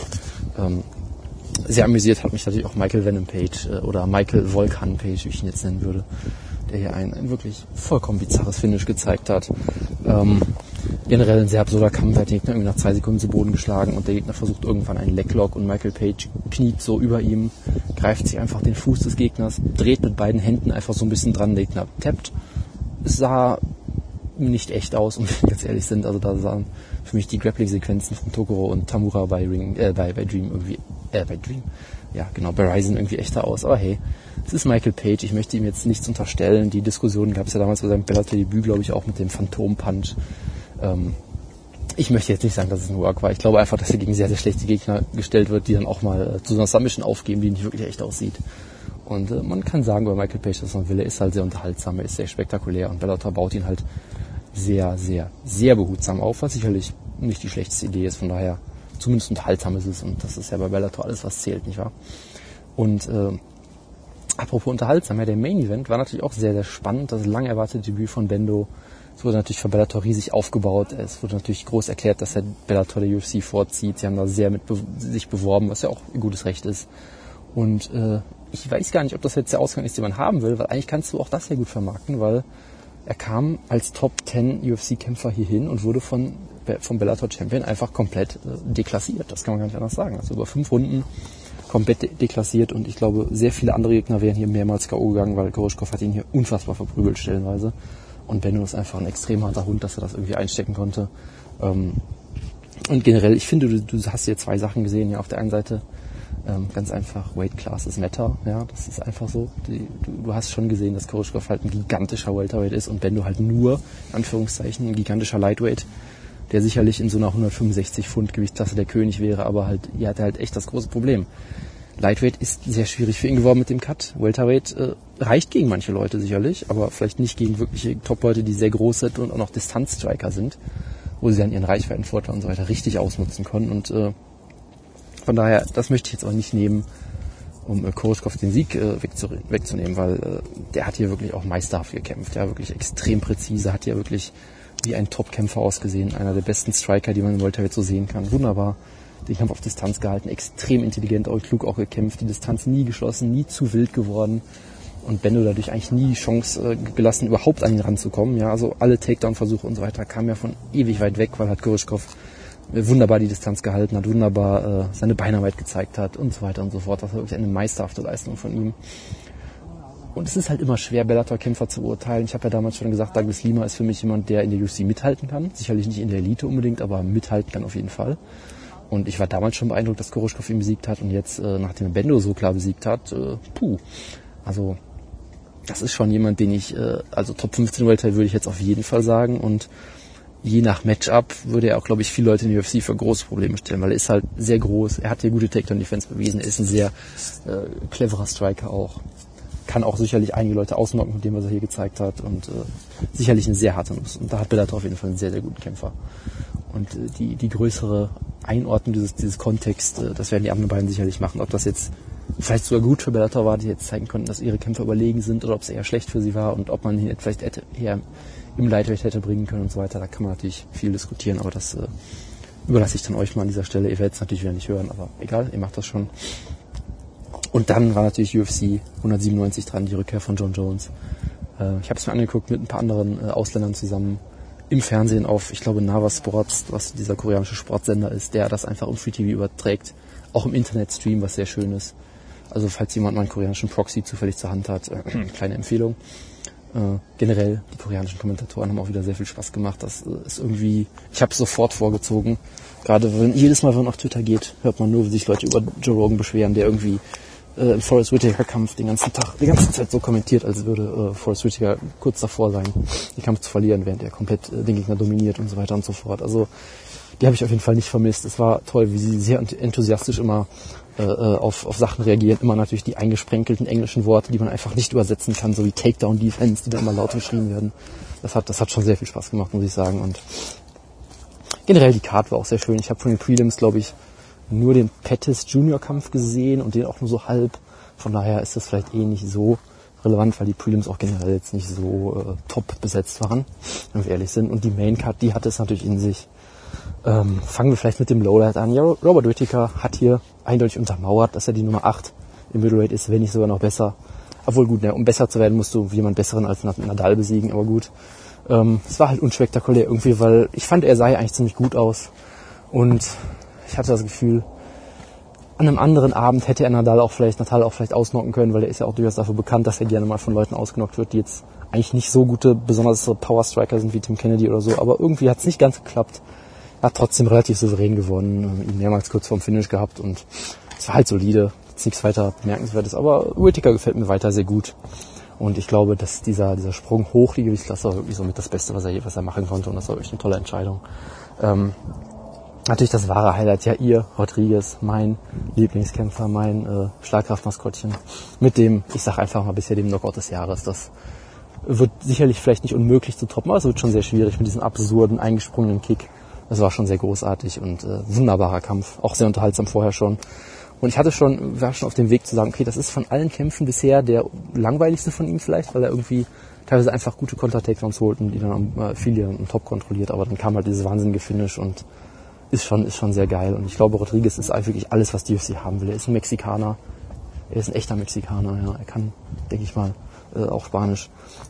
Sehr amüsiert hat mich natürlich auch Michael Venom Page oder Michael Volkan Page, wie ich ihn jetzt nennen würde, der hier ein wirklich vollkommen bizarres Finish gezeigt hat. Generell ein sehr absurder Kampf, er hat den Gegner irgendwie nach 2 Sekunden zu Boden geschlagen und der Gegner versucht irgendwann einen Leglock und Michael Page kniet so über ihm, greift sich einfach den Fuß des Gegners, dreht mit beiden Händen einfach so ein bisschen dran, der Gegner tappt. Es sah nicht echt aus, um wir ganz ehrlich sind, also da sahen für mich die Grappling-Sequenzen von Tokoro und Tamura bei Dream irgendwie, bei Ryzen irgendwie echter aus, aber hey, es ist Michael Page, ich möchte ihm jetzt nichts unterstellen, die Diskussion gab es ja damals bei seinem Bellator-Debüt, glaube ich, auch mit dem Phantom-Punch. Ich möchte jetzt nicht sagen, dass es ein Work war. Ich glaube einfach, dass er gegen sehr, sehr schlechte Gegner gestellt wird, die dann auch mal zu so einer Submission aufgeben, die nicht wirklich echt aussieht. Und man kann sagen über Michael Page, was man will. Er ist halt sehr unterhaltsam, er ist sehr spektakulär und Bellator baut ihn halt sehr, sehr, sehr behutsam auf, was sicherlich nicht die schlechteste Idee ist. Von daher, zumindest unterhaltsam ist es und das ist ja bei Bellator alles, was zählt, nicht wahr? Und apropos unterhaltsam, der Main Event war natürlich auch sehr, sehr spannend. Das lang erwartete Debüt von Bendo. Es wurde natürlich von Bellator riesig aufgebaut. Es wurde natürlich groß erklärt, dass er Bellator der UFC vorzieht. Sie haben da sehr mit sich beworben, was ja auch ein gutes Recht ist. Und ich weiß gar nicht, ob das jetzt der Ausgang ist, den man haben will, weil eigentlich kannst du auch das sehr gut vermarkten, weil er kam als Top 10 UFC-Kämpfer hier hin und wurde vom Bellator Champion einfach komplett deklassiert. Das kann man gar nicht anders sagen. Also über 5 Runden komplett deklassiert und ich glaube, sehr viele andere Gegner wären hier mehrmals K.O. gegangen, weil Goroschkov hat ihn hier unfassbar verprügelt stellenweise. Und Benno ist einfach ein extrem harter Hund, dass er das irgendwie einstecken konnte. Und generell, ich finde, du hast hier 2 Sachen gesehen. Ja, auf der einen Seite ganz einfach, Weight Classes matter. Ja, das ist einfach so. Du hast schon gesehen, dass Goroschkov halt ein gigantischer Welterweight ist und Benno halt nur, in Anführungszeichen, ein gigantischer Lightweight, der sicherlich in so einer 165 Pfund Gewichtsklasse der König wäre, aber halt, hier hat er halt echt das große Problem. Lightweight ist sehr schwierig für ihn geworden mit dem Cut. Welterweight reicht gegen manche Leute sicherlich, aber vielleicht nicht gegen wirkliche Top-Leute, die sehr groß sind und auch noch Distanzstriker sind, wo sie dann ihren Reichweitenvorteil und so weiter richtig ausnutzen können. Und von daher, das möchte ich jetzt auch nicht nehmen, um Goroschkov den Sieg wegzunehmen, weil der hat hier wirklich auch meisterhaft gekämpft. Ja, wirklich extrem präzise, hat hier wirklich wie ein Top-Kämpfer ausgesehen. Einer der besten Striker, die man im Welterweight so sehen kann. Wunderbar. Den Kampf auf Distanz gehalten, extrem intelligent, auch klug auch gekämpft, die Distanz nie geschlossen, nie zu wild geworden und Benno dadurch eigentlich nie die Chance gelassen, überhaupt an ihn ranzukommen. Ja, also alle Takedown-Versuche und so weiter kamen ja von ewig weit weg, weil halt Goroschkov wunderbar die Distanz gehalten hat, wunderbar seine Beinarbeit gezeigt hat und so weiter und so fort. Das war wirklich eine meisterhafte Leistung von ihm. Und es ist halt immer schwer, Bellator-Kämpfer zu beurteilen. Ich habe ja damals schon gesagt, Douglas Lima ist für mich jemand, der in der UFC mithalten kann. Sicherlich nicht in der Elite unbedingt, aber mithalten kann auf jeden Fall. Und ich war damals schon beeindruckt, dass Goroschkov ihn besiegt hat und jetzt, nachdem er Bendo so klar besiegt hat, also das ist schon jemand, den ich, also Top 15 Welterweight würde ich jetzt auf jeden Fall sagen und je nach Matchup würde er auch, glaube ich, viele Leute in der UFC für große Probleme stellen, weil er ist halt sehr groß, er hat hier gute Takedown-Defense bewiesen, er ist ein sehr cleverer Striker auch, kann auch sicherlich einige Leute ausnocken mit dem, was er hier gezeigt hat und sicherlich eine sehr harte Nuss und da hat Bellator auf jeden Fall einen sehr, sehr guten Kämpfer. Und die größere Einordnung dieses Kontext, das werden die anderen beiden sicherlich machen. Ob das jetzt vielleicht sogar gut für Bellator war, die jetzt zeigen konnten, dass ihre Kämpfer überlegen sind, oder ob es eher schlecht für sie war und ob man ihn vielleicht eher im Lightweight hätte bringen können und so weiter. Da kann man natürlich viel diskutieren, aber das überlasse ich dann euch mal an dieser Stelle. Ihr werdet es natürlich wieder nicht hören, aber egal, ihr macht das schon. Und dann war natürlich UFC 197 dran, die Rückkehr von Jon Jones. Ich habe es mir angeguckt mit ein paar anderen Ausländern zusammen. Im Fernsehen auf, ich glaube, Nava Sports, was dieser koreanische Sportsender ist, der das einfach im Free TV überträgt. Auch im Internet-Stream, was sehr schön ist. Also falls jemand mal einen koreanischen Proxy zufällig zur Hand hat, kleine Empfehlung. Generell, die koreanischen Kommentatoren haben auch wieder sehr viel Spaß gemacht. Das ist irgendwie, ich habe es sofort vorgezogen. Gerade jedes Mal, wenn man auf Twitter geht, hört man nur, wie sich Leute über Joe Rogan beschweren, der irgendwie Forrest Whitaker-Kampf die ganze Zeit so kommentiert, als würde Forrest Whitaker kurz davor sein, den Kampf zu verlieren, während er komplett den Gegner dominiert und so weiter und so fort. Also die habe ich auf jeden Fall nicht vermisst. Es war toll, wie sie sehr enthusiastisch immer auf Sachen reagieren. Immer natürlich die eingesprenkelten englischen Worte, die man einfach nicht übersetzen kann, so wie Takedown-Defense, die dann immer laut geschrien werden. Das hat schon sehr viel Spaß gemacht, muss ich sagen. Und generell die Card war auch sehr schön. Ich habe von den Prelims, glaube ich, nur den Pettis Junior Kampf gesehen und den auch nur so halb. Von daher ist das vielleicht nicht so relevant, weil die Prelims auch generell jetzt nicht so top besetzt waren, wenn wir ehrlich sind. Und die Main Card, die hatte es natürlich in sich. Fangen wir vielleicht mit dem Lowlight an. Ja, Robert Whitaker hat hier eindeutig untermauert, dass er die Nummer 8 im Middleweight ist, wenn nicht sogar noch besser. Obwohl gut, um besser zu werden, musst du jemand Besseren als Nadal besiegen, aber gut. Es war halt unspektakulär irgendwie, weil ich fand, er sah ja eigentlich ziemlich gut aus. Und ich hatte das Gefühl, an einem anderen Abend hätte er Nadal auch vielleicht ausnocken können, weil er ist ja auch durchaus dafür bekannt, dass er gerne mal von Leuten ausgenockt wird, die jetzt eigentlich nicht so gute, besonders so Power-Striker sind wie Tim Kennedy oder so. Aber irgendwie hat es nicht ganz geklappt. Er hat trotzdem relativ souverän gewonnen, ihn mehrmals kurz vorm Finish gehabt und es war halt solide. Jetzt nichts weiter Bemerkenswertes, aber Whitaker gefällt mir weiter sehr gut. Und ich glaube, dass dieser Sprung hoch, die Gewichtsklasse, war wirklich so mit das Beste, was er machen konnte. Und das war wirklich eine tolle Entscheidung. Natürlich das wahre Highlight, ja, ihr, Rodriguez, mein Lieblingskämpfer, mein Schlagkraftmaskottchen. Mit dem, ich sag einfach mal bisher dem Knockout des Jahres. Das wird sicherlich vielleicht nicht unmöglich zu toppen, aber es wird schon sehr schwierig mit diesem absurden, eingesprungenen Kick. Das war schon sehr großartig und wunderbarer Kampf. Auch sehr unterhaltsam vorher schon. Und ich war schon auf dem Weg zu sagen, okay, das ist von allen Kämpfen bisher der langweiligste von ihm vielleicht, weil er irgendwie teilweise einfach gute Konter-Takedowns holt und die dann viele am Top kontrolliert. Aber dann kam halt dieses wahnsinnige Finish und ist schon sehr geil. Und ich glaube, Rodriguez ist wirklich alles, was die UFC haben will. Er ist ein Mexikaner. Er ist ein echter Mexikaner, ja. Er kann, denke ich mal, auch Spanisch.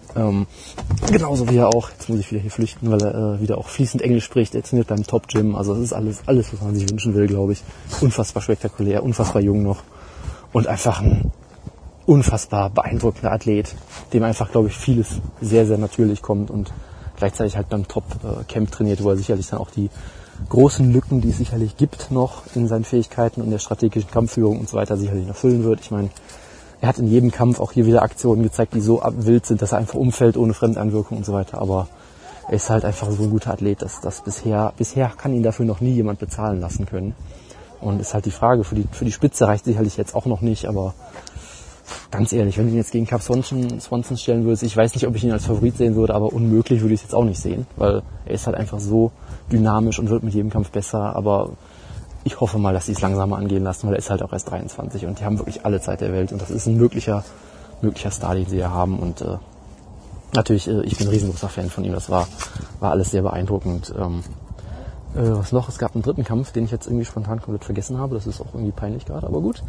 Genauso wie er auch, jetzt muss ich wieder hier flüchten, weil er wieder auch fließend Englisch spricht. Er trainiert beim Top Gym. Also es ist alles, was man sich wünschen will, glaube ich. Unfassbar spektakulär, unfassbar jung noch. Und einfach ein unfassbar beeindruckender Athlet, dem einfach, glaube ich, vieles sehr, sehr natürlich kommt und gleichzeitig halt beim Top Camp trainiert, wo er sicherlich dann auch die großen Lücken, die es sicherlich gibt noch in seinen Fähigkeiten und der strategischen Kampfführung und so weiter, sicherlich erfüllen wird. Ich meine, er hat in jedem Kampf auch hier wieder Aktionen gezeigt, die so wild sind, dass er einfach umfällt ohne Fremdeinwirkung und so weiter. Aber er ist halt einfach so ein guter Athlet, dass das bisher kann ihn dafür noch nie jemand bezahlen lassen können. Und ist halt die Frage, für die Spitze reicht sicherlich jetzt auch noch nicht, aber ganz ehrlich, wenn du ihn jetzt gegen Cub Swanson stellen würdest, ich weiß nicht, ob ich ihn als Favorit sehen würde, aber unmöglich würde ich es jetzt auch nicht sehen, weil er ist halt einfach so dynamisch und wird mit jedem Kampf besser, aber ich hoffe mal, dass sie es langsamer angehen lassen, weil er ist halt auch erst 23 und die haben wirklich alle Zeit der Welt und das ist ein möglicher Star, den sie hier haben und natürlich, ich bin ein riesengroßer Fan von ihm, das war alles sehr beeindruckend. Was noch? Es gab einen dritten Kampf, den ich jetzt irgendwie spontan komplett vergessen habe, das ist auch irgendwie peinlich gerade, aber gut.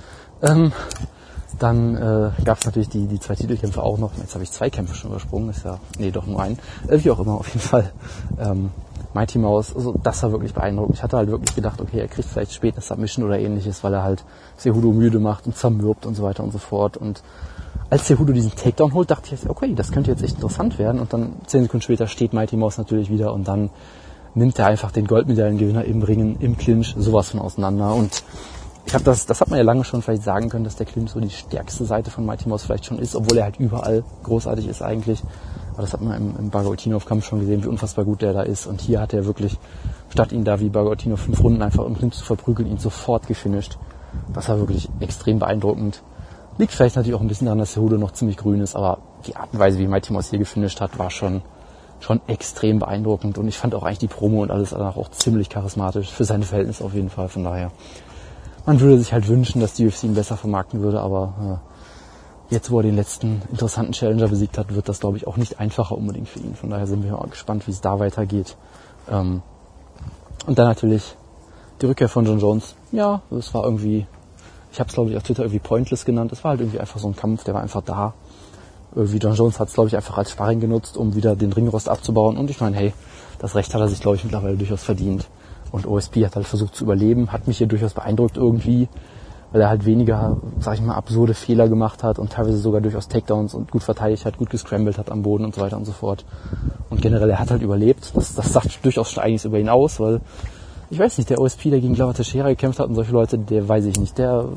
Dann gab es natürlich die zwei Titelkämpfe auch noch. Jetzt habe ich 2 Kämpfe schon übersprungen. Ist ja, doch nur einen. Wie auch immer, auf jeden Fall. Mighty Mouse, also das war wirklich beeindruckend. Ich hatte halt wirklich gedacht, okay, er kriegt vielleicht später Submission oder ähnliches, weil er halt Cejudo müde macht und zermürbt und so weiter und so fort. Und als Cejudo diesen Takedown holt, dachte ich jetzt, okay, das könnte jetzt echt interessant werden. Und dann 10 Sekunden später steht Mighty Mouse natürlich wieder und dann nimmt er einfach den Goldmedaillengewinner im Ringen, im Clinch, sowas von auseinander. Und das hat man ja lange schon vielleicht sagen können, dass der Clinch so die stärkste Seite von Mighty Mouse vielleicht schon ist, obwohl er halt überall großartig ist eigentlich. Aber das hat man im Bagotinov-Kampf schon gesehen, wie unfassbar gut der da ist. Und hier hat er wirklich, statt ihn da wie Bagotinov 5 Runden einfach im Clinch zu verprügeln, ihn sofort gefinisht. Das war wirklich extrem beeindruckend. Liegt vielleicht natürlich auch ein bisschen daran, dass Cejudo noch ziemlich grün ist, aber die Art und Weise, wie Mighty Mouse hier gefinisht hat, war schon extrem beeindruckend. Und ich fand auch eigentlich die Promo und alles danach auch ziemlich charismatisch, für seine Verhältnisse auf jeden Fall, von daher. Man würde sich halt wünschen, dass die UFC ihn besser vermarkten würde, aber jetzt, wo er den letzten interessanten Challenger besiegt hat, wird das, glaube ich, auch nicht einfacher unbedingt für ihn. Von daher sind wir auch gespannt, wie es da weitergeht. Und dann natürlich die Rückkehr von Jon Jones. Ja, das war irgendwie, ich habe es, glaube ich, auf Twitter irgendwie pointless genannt. Es war halt irgendwie einfach so ein Kampf, der war einfach da. Irgendwie Jon Jones hat es, glaube ich, einfach als Sparring genutzt, um wieder den Ringrost abzubauen. Und ich meine, hey, das Recht hat er sich, glaube ich, mittlerweile durchaus verdient. Und OSP hat halt versucht zu überleben, hat mich hier durchaus beeindruckt irgendwie, weil er halt weniger, sag ich mal, absurde Fehler gemacht hat und teilweise sogar durchaus Takedowns und gut verteidigt hat, gut gescrambled hat am Boden und so weiter und so fort. Und generell, er hat halt überlebt. Das sagt durchaus schon einiges über ihn aus, weil, ich weiß nicht, der OSP, der gegen Glover Teixeira gekämpft hat und solche Leute, der weiß ich nicht, der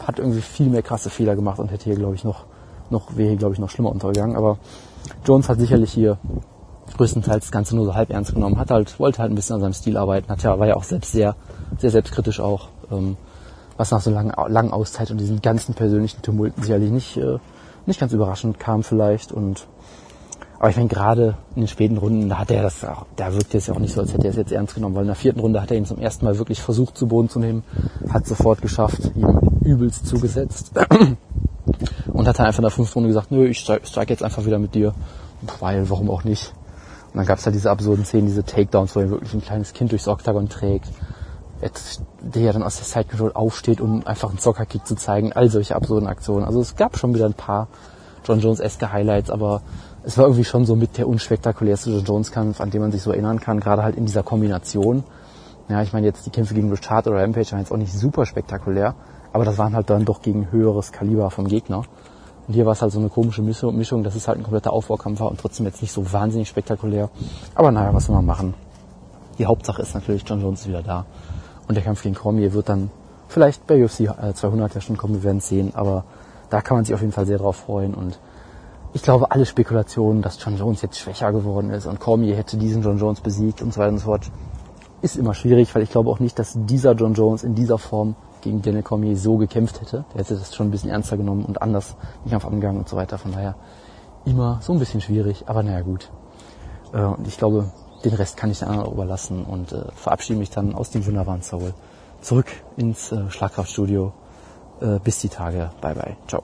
hat irgendwie viel mehr krasse Fehler gemacht und hätte hier, glaube ich, wäre hier, glaube ich, noch schlimmer untergegangen. Aber Jones hat sicherlich hier größtenteils das Ganze nur so halb ernst genommen, wollte halt ein bisschen an seinem Stil arbeiten, war ja auch selbst sehr, sehr selbstkritisch auch, was nach so langen Auszeit und diesen ganzen persönlichen Tumulten sicherlich nicht ganz überraschend kam vielleicht. Aber ich meine, gerade in den späten Runden, da wirkt es ja auch nicht so, als hätte er es jetzt ernst genommen, weil in der 4. Runde hat er ihn zum ersten Mal wirklich versucht, zu Boden zu nehmen, hat sofort geschafft, ihm übelst zugesetzt und hat dann einfach in der 5. Runde gesagt, nö, ich strike jetzt einfach wieder mit dir, weil, warum auch nicht. Und dann gab es halt diese absurden Szenen, diese Takedowns, wo er wirklich ein kleines Kind durchs Oktagon trägt, der ja dann aus der Side Control aufsteht, um einfach einen Soccer-Kick zu zeigen, all solche absurden Aktionen. Also es gab schon wieder ein paar Jon Jones-eske Highlights, aber es war irgendwie schon so mit der unspektakulärste Jon Jones-Kampf, an den man sich so erinnern kann, gerade halt in dieser Kombination. Ja, ich meine jetzt die Kämpfe gegen Rashad oder Rampage waren jetzt auch nicht super spektakulär, aber das waren halt dann doch gegen höheres Kaliber vom Gegner. Und hier war es halt so eine komische Mischung, dass es halt ein kompletter Aufbaukampf war und trotzdem jetzt nicht so wahnsinnig spektakulär. Aber naja, was soll man machen? Die Hauptsache ist natürlich, Jon Jones ist wieder da. Und der Kampf gegen Cormier wird dann vielleicht bei UFC 200 ja schon kommen, wir werden es sehen. Aber da kann man sich auf jeden Fall sehr drauf freuen. Und ich glaube, alle Spekulationen, dass Jon Jones jetzt schwächer geworden ist und Cormier hätte diesen Jon Jones besiegt und so weiter und so fort, ist immer schwierig, weil ich glaube auch nicht, dass dieser Jon Jones in dieser Form gegen Daniel Cormier so gekämpft hätte. Der hätte das schon ein bisschen ernster genommen und anders nicht auf angegangen und so weiter. Von daher immer so ein bisschen schwierig, aber naja gut. Und ich glaube, den Rest kann ich den anderen auch überlassen und verabschiede mich dann aus dem wunderbaren Soul zurück ins Schlagkraftstudio. Bis die Tage. Bye bye. Ciao.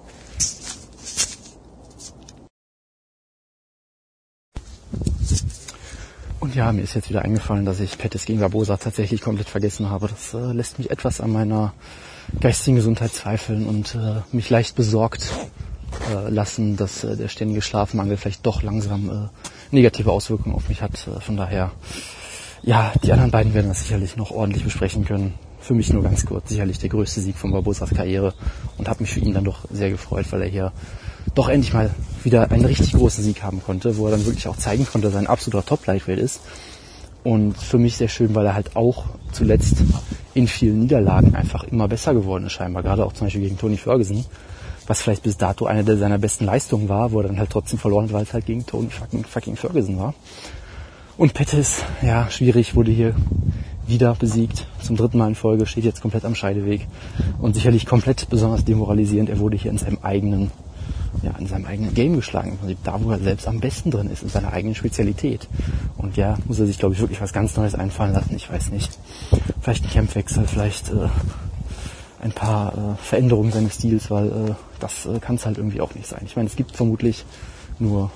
Und ja, mir ist jetzt wieder eingefallen, dass ich Pettis gegen Barbosa tatsächlich komplett vergessen habe. Das lässt mich etwas an meiner geistigen Gesundheit zweifeln und mich leicht besorgt lassen, dass der ständige Schlafmangel vielleicht doch langsam negative Auswirkungen auf mich hat. Von daher, ja, die anderen beiden werden das sicherlich noch ordentlich besprechen können. Für mich nur ganz kurz, sicherlich der größte Sieg von Barbosas Karriere und habe mich für ihn dann doch sehr gefreut, weil er hier doch endlich mal wieder einen richtig großen Sieg haben konnte, wo er dann wirklich auch zeigen konnte, dass er ein absoluter Top-Lightweight ist. Und für mich sehr schön, weil er halt auch zuletzt in vielen Niederlagen einfach immer besser geworden ist scheinbar, gerade auch zum Beispiel gegen Tony Ferguson, was vielleicht bis dato eine seiner besten Leistungen war, wo er dann halt trotzdem verloren hat, weil es halt gegen Tony fucking Ferguson war. Und Pettis, ja, schwierig, wurde hier wieder besiegt, zum 3. Mal in Folge, steht jetzt komplett am Scheideweg und sicherlich komplett besonders demoralisierend. Er wurde hier in seinem eigenen Game geschlagen, im Prinzip da, wo er selbst am besten drin ist, in seiner eigenen Spezialität. Und ja, muss er sich, glaube ich, wirklich was ganz Neues einfallen lassen, ich weiß nicht. Vielleicht ein Kampfwechsel, vielleicht ein paar Veränderungen seines Stils, weil das kann es halt irgendwie auch nicht sein. Ich meine, es gibt vermutlich nur,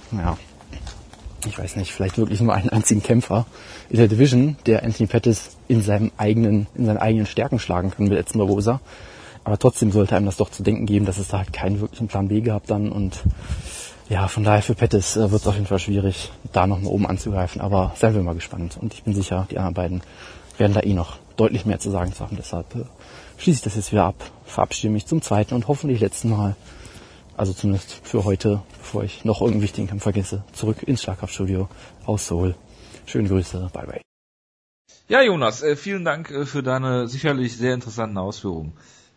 ich weiß nicht, vielleicht wirklich nur einen einzigen Kämpfer in der Division, der Anthony Pettis in seinen eigenen Stärken schlagen kann mit Edson Barbosa. Aber trotzdem sollte einem das doch zu denken geben, dass es da halt keinen wirklichen Plan B gab dann. Und ja, von daher für Pettis wird es auf jeden Fall schwierig, da noch mal oben anzugreifen. Aber seien wir mal gespannt. Und ich bin sicher, die anderen beiden werden da noch deutlich mehr zu sagen haben. Deshalb schließe ich das jetzt wieder ab, verabschiede mich zum 2. und hoffentlich letzten Mal, also zumindest für heute, bevor ich noch irgendeinen wichtigen Kampf vergesse, zurück ins Schlagkraftstudio aus Seoul. Schöne Grüße, bye bye. Ja, Jonas, vielen Dank für deine sicherlich sehr interessanten Ausführungen.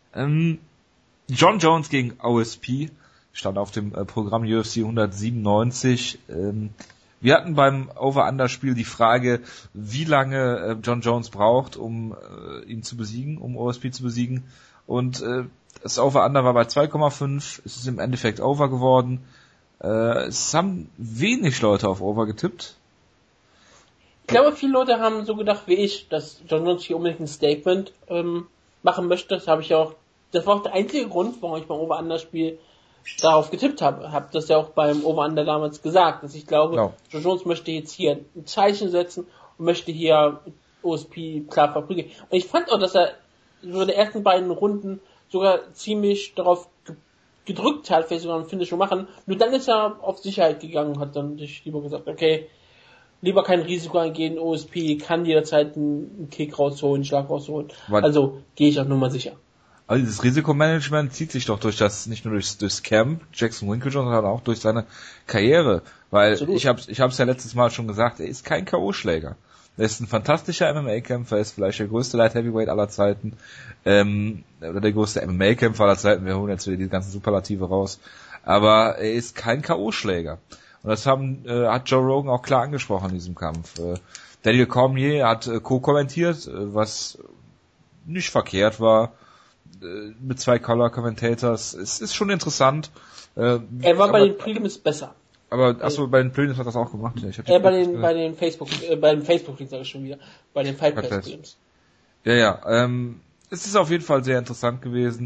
Jon Jones gegen OSP stand auf dem Programm UFC 197. Wir hatten beim Over-Under-Spiel die Frage, wie lange Jon Jones braucht, um ihn zu besiegen, um OSP zu besiegen. Und das Over-Under war bei 2,5. Es ist im Endeffekt Over geworden. Es haben wenig Leute auf Over getippt. Ich glaube, viele Leute haben so gedacht wie ich, dass Jon Jones hier unbedingt ein Statement machen möchte. Das war auch der einzige Grund, warum ich beim Over-Under-Spiel darauf getippt habe. Hab das ja auch beim Over-Under damals gesagt, dass ich glaube, Jon Jones möchte jetzt hier ein Zeichen setzen und möchte hier OSP klar verprügeln. Und ich fand auch, dass er so in den ersten beiden Runden sogar ziemlich darauf gedrückt hat, vielleicht sogar ein Finish zu machen. Nur dann ist er auf Sicherheit gegangen und hat dann sich lieber gesagt, okay, lieber kein Risiko eingehen, OSP kann jederzeit einen Kick rausholen, einen Schlag rausholen. Also gehe ich auch nur mal sicher. Also dieses Risikomanagement zieht sich doch nicht nur durchs Camp, Jackson Winklejohn, sondern auch durch seine Karriere. Weil ich hab's ja letztes Mal schon gesagt, er ist kein K.O.-Schläger. Er ist ein fantastischer MMA-Kämpfer, er ist vielleicht der größte Light Heavyweight aller Zeiten, oder der größte MMA-Kämpfer aller Zeiten, wir holen jetzt wieder die ganzen Superlative raus, aber er ist kein K.O.-Schläger. Und das hat Joe Rogan auch klar angesprochen in diesem Kampf. Daniel Cormier hat co-kommentiert, was nicht verkehrt war, mit 2 Color-Commentators. Es ist schon interessant. Er war bei den Prelims besser. Aber, bei den Prelims hat er das auch gemacht. Bei den Facebook-Links sage ich schon wieder. Bei den Fight Pass Prelims. Ja, es ist auf jeden Fall sehr interessant gewesen.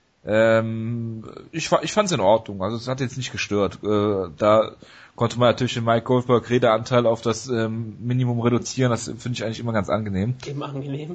Ich fand's in Ordnung. Also, es hat jetzt nicht gestört. Da konnte man natürlich den Mike Goldberg Redeanteil auf das Minimum reduzieren. Das finde ich eigentlich immer ganz angenehm. Immer angenehm.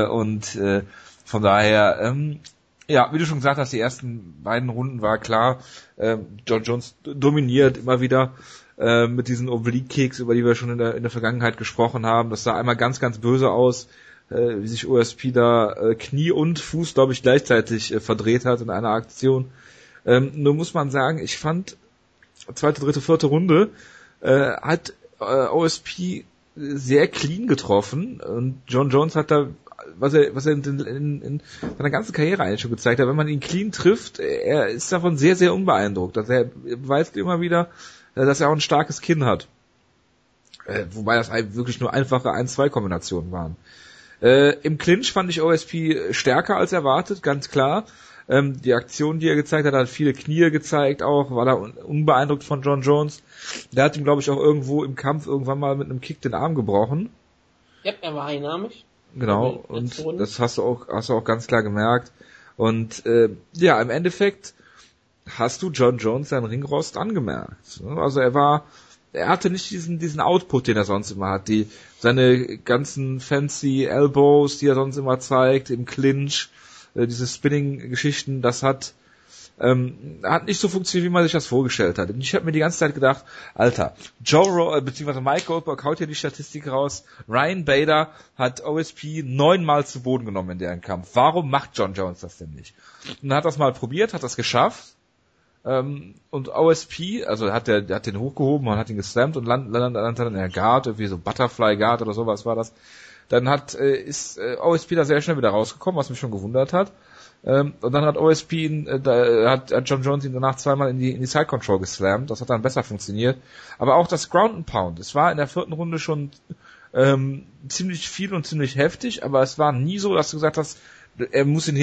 Von daher, ja, wie du schon gesagt hast, die ersten beiden Runden war klar, John Jones dominiert immer wieder mit diesen Oblique-Kicks, über die wir schon in der Vergangenheit gesprochen haben. Das sah einmal ganz, ganz böse aus, wie sich OSP da Knie und Fuß, glaube ich, gleichzeitig verdreht hat in einer Aktion. Nur muss man sagen, ich fand, 2., 3., 4. Runde hat OSP sehr clean getroffen und John Jones hat da was er in seiner ganzen Karriere eigentlich schon gezeigt hat, wenn man ihn clean trifft, er ist davon sehr, sehr unbeeindruckt. Also er beweist immer wieder, dass er auch ein starkes Kinn hat. Wobei das wirklich nur einfache 1-2-Kombinationen waren. Im Clinch fand ich OSP stärker als erwartet, ganz klar. Die Aktion, die er gezeigt hat viele Knie gezeigt auch, war da unbeeindruckt von John Jones. Der hat ihm, glaube ich, auch irgendwo im Kampf irgendwann mal mit einem Kick den Arm gebrochen. Ja, er war einnahmig. Genau, und das hast du auch ganz klar gemerkt. Und ja, im Endeffekt hast du John Jones seinen Ringrost angemerkt. Also er hatte nicht diesen Output, den er sonst immer hat. Seine ganzen fancy Elbows, die er sonst immer zeigt, im Clinch, diese Spinning-Geschichten, das hat nicht so funktioniert, wie man sich das vorgestellt hat. Und ich habe mir die ganze Zeit gedacht, Alter, beziehungsweise Mike Goldberg haut hier die Statistik raus, Ryan Bader hat OSP 9-mal zu Boden genommen in deren Kampf. Warum macht John Jones das denn nicht? Und hat das mal probiert, hat das geschafft, und OSP, also hat den hochgehoben und hat ihn geslammt und landet dann in der Guard, irgendwie so Butterfly Guard oder sowas war das. Dann ist OSP da sehr schnell wieder rausgekommen, was mich schon gewundert hat. Und dann hat hat John Jones ihn danach 2-mal in die Side Control geslammt. Das hat dann besser funktioniert. Aber auch das Ground and Pound. Es war in der 4. Runde schon ziemlich viel und ziemlich heftig, aber es war nie so, dass du gesagt hast, er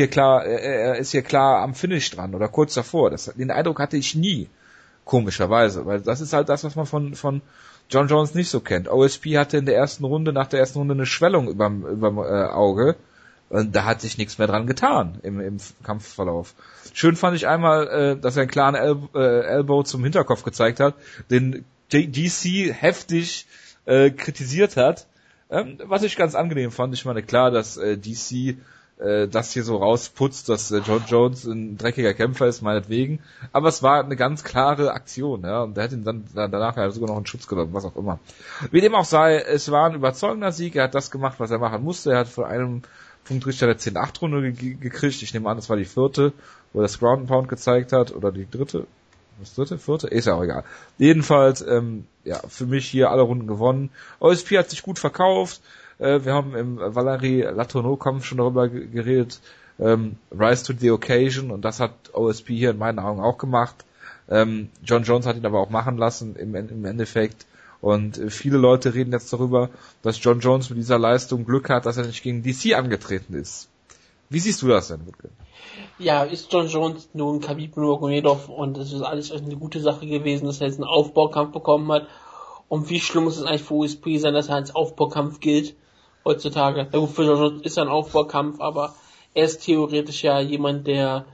ist hier klar am Finish dran oder kurz davor. Den Eindruck hatte ich nie, komischerweise, weil das ist halt das, was man von John Jones nicht so kennt. OSP hatte nach der ersten Runde eine Schwellung überm Auge. Und da hat sich nichts mehr dran getan im Kampfverlauf. Schön fand ich einmal, dass er einen klaren Elbow zum Hinterkopf gezeigt hat, den DC heftig kritisiert hat. Was ich ganz angenehm fand. Ich meine, klar, dass DC das hier so rausputzt, dass John Jones ein dreckiger Kämpfer ist, meinetwegen. Aber es war eine ganz klare Aktion, ja. Und der hat ihn dann danach sogar noch einen Schutz genommen, was auch immer. Wie dem auch sei, es war ein überzeugender Sieg. Er hat das gemacht, was er machen musste. Er hat von einem Punktrichter der 10-8-Runde gekriegt. Ich nehme an, das war die 4., wo er das Ground and Pound gezeigt hat. Oder die 3. Was 3., 4.? Ist ja auch egal. Jedenfalls, ja, für mich hier alle Runden gewonnen. OSP hat sich gut verkauft. Wir haben im Valerie Latourneau-Kampf schon darüber geredet. Rise to the Occasion. Und das hat OSP hier in meinen Augen auch gemacht. John Jones hat ihn aber auch machen lassen im Endeffekt. Und viele Leute reden jetzt darüber, dass John Jones mit dieser Leistung Glück hat, dass er nicht gegen DC angetreten ist. Wie siehst du das denn, Wutke? Ja, ist John Jones nun Khabib Nurmagomedov und es ist alles eine gute Sache gewesen, dass er jetzt einen Aufbaukampf bekommen hat. Und wie schlimm muss es eigentlich für USP sein, dass er als Aufbaukampf gilt heutzutage? Ja gut, für John Jones ist er ein Aufbaukampf, aber er ist theoretisch ja jemand, der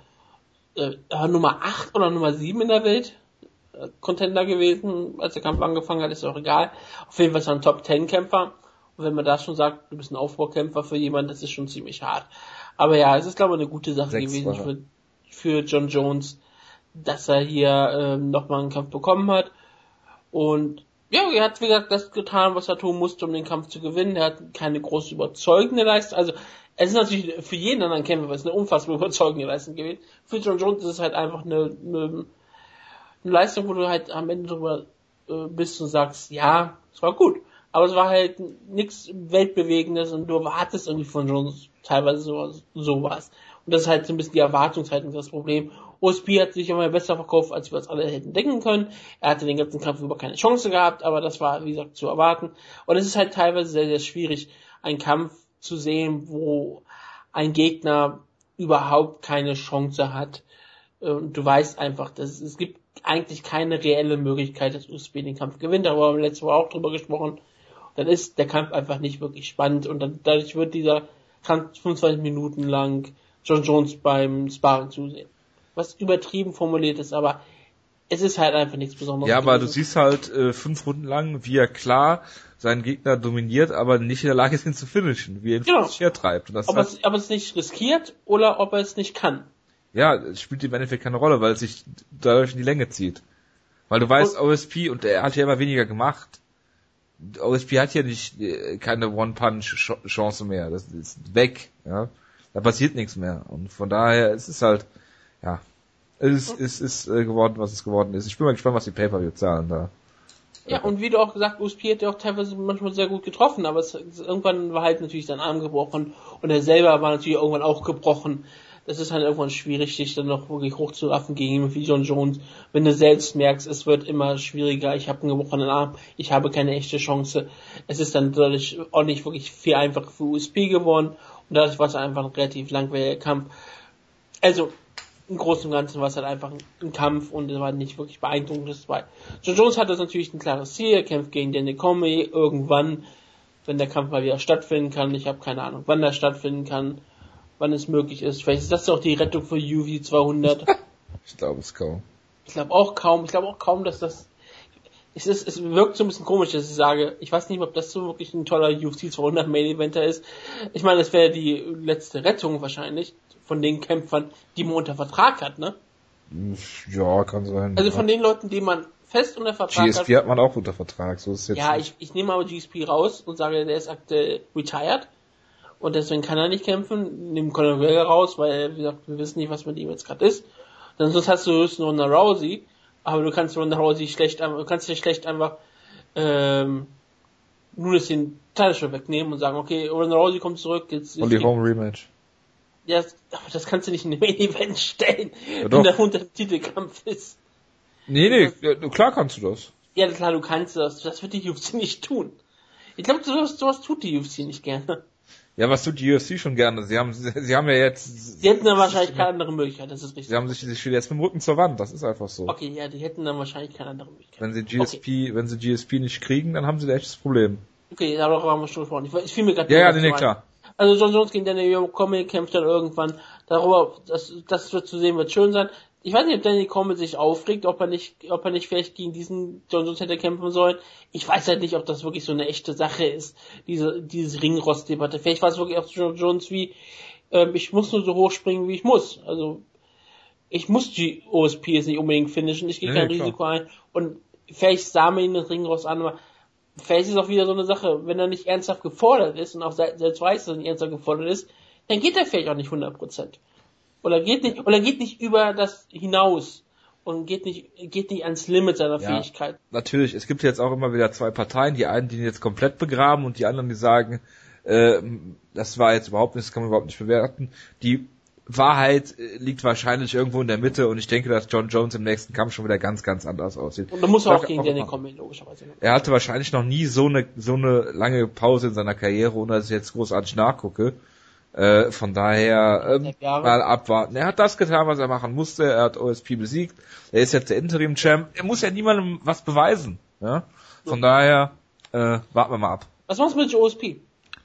Nummer 8 oder Nummer 7 in der Welt Contender gewesen, als der Kampf angefangen hat, ist auch egal. Auf jeden Fall ist er ein Top-10-Kämpfer. Und wenn man da schon sagt, du bist ein Aufbaukämpfer für jemanden, das ist schon ziemlich hart. Aber ja, es ist, glaube ich, eine gute Sache gewesen für John Jones, dass er hier nochmal einen Kampf bekommen hat. Und ja, er hat, wie gesagt, das getan, was er tun musste, um den Kampf zu gewinnen. Er hat keine groß überzeugende Leistung. Also, es ist natürlich für jeden anderen Kämpfer eine unfassbar überzeugende Leistung gewesen. Für John Jones ist es halt einfach eine Leistung, wo du halt am Ende drüber bist und sagst, ja, es war gut. Aber es war halt nichts Weltbewegendes und du erwartest irgendwie von Jones teilweise sowas. Und das ist halt so ein bisschen die Erwartungshaltung das Problem. OSP hat sich immer besser verkauft, als wir es alle hätten denken können. Er hatte den ganzen Kampf über keine Chance gehabt, aber das war, wie gesagt, zu erwarten. Und es ist halt teilweise sehr, sehr schwierig, einen Kampf zu sehen, wo ein Gegner überhaupt keine Chance hat. Und du weißt einfach, dass es gibt eigentlich keine reelle Möglichkeit, dass USP den Kampf gewinnt. Darüber haben wir letzte Woche auch drüber gesprochen. Dann ist der Kampf einfach nicht wirklich spannend und dann dadurch wird dieser Kampf 25 Minuten lang John Jones beim Sparring zusehen. Was übertrieben formuliert ist, aber es ist halt einfach nichts Besonderes. Ja, aber du siehst halt 5 Runden lang, wie er klar seinen Gegner dominiert, aber nicht in der Lage ist, ihn zu finishen, wie er ihn hertreibt. Und das ob er es nicht riskiert oder ob er es nicht kann. Ja, es spielt im Endeffekt keine Rolle, weil es sich dadurch in die Länge zieht. Weil du weißt, OSP, und er hat ja immer weniger gemacht, OSP hat ja nicht keine One-Punch-Chance mehr. Das ist weg. Ja, da passiert nichts mehr. Und von daher es ist halt, ja, es ist geworden, was es geworden ist. Ich bin mal gespannt, was die Pay-Per-View zahlen da. Ja, und wie du auch gesagt, USP hat ja auch teilweise manchmal sehr gut getroffen, aber irgendwann war halt natürlich sein Arm gebrochen und er selber war natürlich irgendwann auch gebrochen. Das ist halt irgendwann schwierig, dich dann noch wirklich hochzuraffen gegen jemanden wie John Jones, wenn du selbst merkst, es wird immer schwieriger, ich habe einen gebrochenen Arm, ich habe keine echte Chance. Es ist dann dadurch auch nicht wirklich viel einfacher für USP geworden und dadurch war es einfach ein relativ langweiliger Kampf. Also, im Großen und Ganzen war es halt einfach ein Kampf und es war nicht wirklich beeindruckend. John Jones hat das natürlich ein klares Ziel, er kämpft gegen Daniel Cormier irgendwann, wenn der Kampf mal wieder stattfinden kann. Ich habe keine Ahnung, wann der stattfinden kann, wann es möglich ist. Vielleicht ist das auch die Rettung für UFC 200. Ich glaube es kaum. Ich glaube auch kaum, dass das... Es wirkt so ein bisschen komisch, dass ich sage, ich weiß nicht, ob das so wirklich ein toller UFC 200 Main Eventer ist. Ich meine, das wäre die letzte Rettung wahrscheinlich von den Kämpfern, die man unter Vertrag hat, ne? Ja, kann sein. Also von den Leuten, die man fest unter Vertrag hat. GSP hat man auch unter Vertrag, so ist es jetzt. Ja, ich nehme aber GSP raus und sage, der ist aktuell retired und deswegen kann er nicht kämpfen. Nehme Conor McGregor raus, weil, wie gesagt, wir wissen nicht, was mit ihm jetzt gerade ist. Dann sonst hast du höchstens Ronda Rousey, aber du kannst Ronda Rousey schlecht einfach nur den Title wegnehmen und sagen, okay, Ronda Rousey kommt zurück, jetzt und die Home Rematch. Ja, aber das kannst du nicht in den Main Event stellen, ja, wenn der unter dem Titelkampf ist. Nee, klar kannst du das. Ja, klar, du kannst das. Das wird die UFC nicht tun. Ich glaube, sowas tut die UFC nicht gerne. Ja, was tut die UFC schon gerne? Sie haben ja jetzt... Sie hätten dann wahrscheinlich keine andere Möglichkeit, das ist richtig. Sie haben sich jetzt mit dem Rücken zur Wand, das ist einfach so. Okay, ja, die hätten dann wahrscheinlich keine andere Möglichkeit. Wenn sie GSP nicht kriegen, dann haben sie ein echtes Problem. Okay, darüber haben wir schon gesprochen. Ich fiel mir gerade klar. Also John Jones gegen Daniel Cormier kämpft dann irgendwann. Darüber, das wird zu sehen, wird schön sein. Ich weiß nicht, ob Daniel Cormier sich aufregt, ob er nicht vielleicht gegen diesen John Jones hätte kämpfen sollen. Ich weiß halt nicht, ob das wirklich so eine echte Sache ist, diese Ringrost-Debatte. Vielleicht war es wirklich auf John Jones wie, ich muss nur so hoch springen, wie ich muss. Also, ich muss die OSP jetzt nicht unbedingt finishen, ich gehe kein Risiko ein. Und vielleicht sah man ihn das Ringrost an, aber vielleicht ist es auch wieder so eine Sache, wenn er nicht ernsthaft gefordert ist und auch selbst weiß, dass er nicht ernsthaft gefordert ist, dann geht er vielleicht auch nicht 100%. Oder geht nicht über das hinaus und geht nicht ans Limit seiner Fähigkeit. Natürlich, es gibt jetzt auch immer wieder zwei Parteien, die einen, die ihn jetzt komplett begraben und die anderen, die sagen, das war jetzt überhaupt nicht, das kann man überhaupt nicht bewerten. Die Wahrheit liegt wahrscheinlich irgendwo in der Mitte und ich denke, dass John Jones im nächsten Kampf schon wieder ganz, ganz anders aussieht. Und da muss er auch gegen Daniel kommen, logischerweise. Er hatte wahrscheinlich noch nie so eine lange Pause in seiner Karriere, ohne dass ich jetzt großartig nachgucke. Von daher mal abwarten. Er hat das getan, was er machen musste. Er hat OSP besiegt. Er ist jetzt der Interim-Champ. Er muss ja niemandem was beweisen. Ja? Von daher warten wir mal ab. Was machst du mit OSP?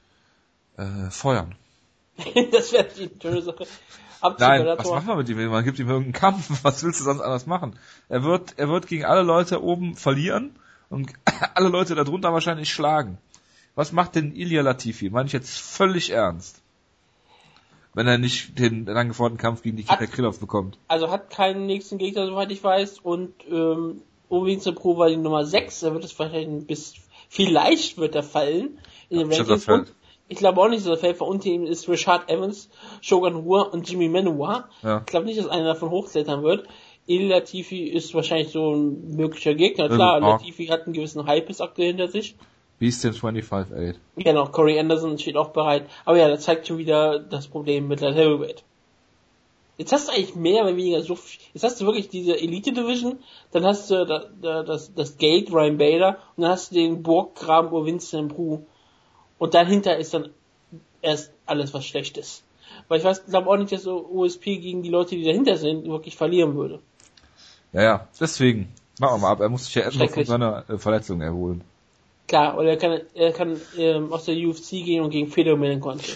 Feuern. Das wäre die schöne Sache. Nein, was machen wir mit ihm? Man gibt ihm irgendeinen Kampf. Was willst du sonst anders machen? Er wird gegen alle Leute oben verlieren und alle Leute darunter wahrscheinlich schlagen. Was macht denn Ilia Latifi? Meine ich jetzt völlig ernst. Wenn er nicht den lang geforderten Kampf gegen Nikita Krylov bekommt. Also hat keinen nächsten Gegner, soweit ich weiß, und Ovince Pro war die Nummer 6, da wird es wahrscheinlich vielleicht wird er fallen in den Rankings. Ich glaube auch nicht, dass er fällt, weil unter ihm ist Rashad Evans, Shogun Rua und Jimmy Manuwa. Ja. Ich glaube nicht, dass einer davon hochklettern wird. El Latifi ist wahrscheinlich so ein möglicher Gegner. Klar, Latifi hat einen gewissen Hype ist aktuell hinter sich. Beast in 25-8. Genau, Corey Anderson steht auch bereit. Aber ja, das zeigt schon wieder das Problem mit der Heavyweight. Jetzt hast du eigentlich mehr oder weniger so viel. Jetzt hast du wirklich diese Elite Division, dann hast du das Gate, Ryan Bader, und dann hast du den Burggraben Vincent Bru. Und dahinter ist dann erst alles, was schlecht ist. Weil ich glaube auch nicht, dass so OSP gegen die Leute, die dahinter sind, wirklich verlieren würde. Ja, deswegen. Machen wir mal ab. Er muss sich ja erstmal von seiner Verletzung erholen. Klar, oder er kann aus der UFC gehen und gegen Fedor Emelianenko.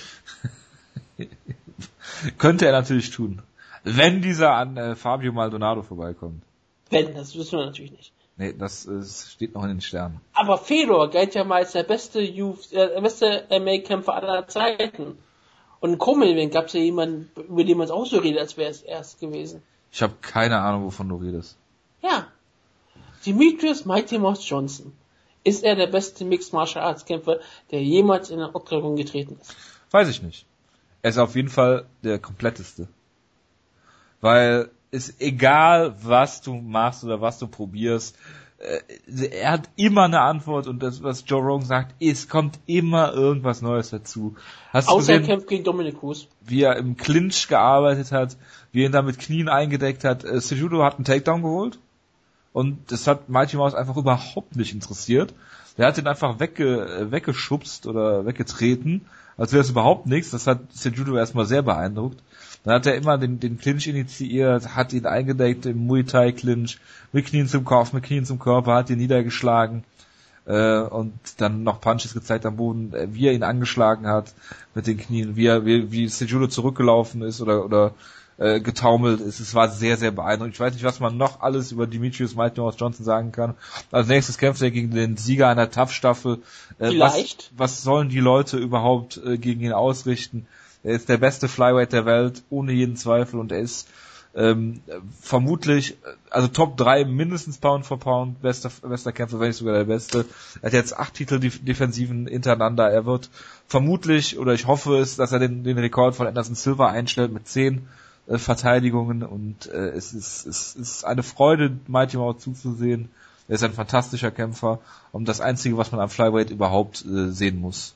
Könnte er natürlich tun. Wenn dieser an Fabio Maldonado vorbeikommt. Das wissen wir natürlich nicht. Nee, das steht noch in den Sternen. Aber Fedor galt ja mal als der beste MMA-Kämpfer aller Zeiten. Und in Co-Main gab es ja jemanden, über den man es auch so redet, als wäre es erst gewesen. Ich habe keine Ahnung, wovon du redest. Ja. Demetrius Mighty Mouse Johnson. Ist er der beste Mixed Martial Arts Kämpfer, der jemals in der Oktagon getreten ist? Weiß ich nicht. Er ist auf jeden Fall der kompletteste. Weil ist egal, was du machst oder was du probierst, er hat immer eine Antwort und das, was Joe Rogan sagt, es kommt immer irgendwas Neues dazu. Außer er kämpft gegen Dominic Cruz. Wie er im Clinch gearbeitet hat, wie er ihn da mit Knien eingedeckt hat. Cejudo hat einen Takedown geholt und das hat Mighty Mouse einfach überhaupt nicht interessiert. Der hat ihn einfach weggeschubst oder weggetreten, als wäre es überhaupt nichts. Das hat Cejudo erstmal sehr beeindruckt. Dann hat er immer den Clinch initiiert, hat ihn eingedeckt im Muay Thai Clinch, mit Knien zum Kopf, mit Knien zum Körper, hat ihn niedergeschlagen und dann noch Punches gezeigt am Boden, wie er ihn angeschlagen hat mit den Knien, wie Cejudo zurückgelaufen ist oder getaumelt ist. Es war sehr, sehr beeindruckend. Ich weiß nicht, was man noch alles über Demetrius Mighty Mouse Johnson sagen kann. Als nächstes kämpft er gegen den Sieger einer TUF-Staffel. Vielleicht. Was sollen die Leute überhaupt gegen ihn ausrichten? Er ist der beste Flyweight der Welt, ohne jeden Zweifel, und er ist vermutlich, also Top 3 mindestens Pound for Pound, bester Kämpfer, wenn nicht sogar der beste. Er hat jetzt 8 Titel Defensiven hintereinander. Er wird vermutlich, oder ich hoffe es, dass er den Rekord von Anderson Silva einstellt mit 10 Verteidigungen, und es ist eine Freude, Mighty Mouse zuzusehen. Er ist ein fantastischer Kämpfer und das Einzige, was man am Flyweight überhaupt sehen muss.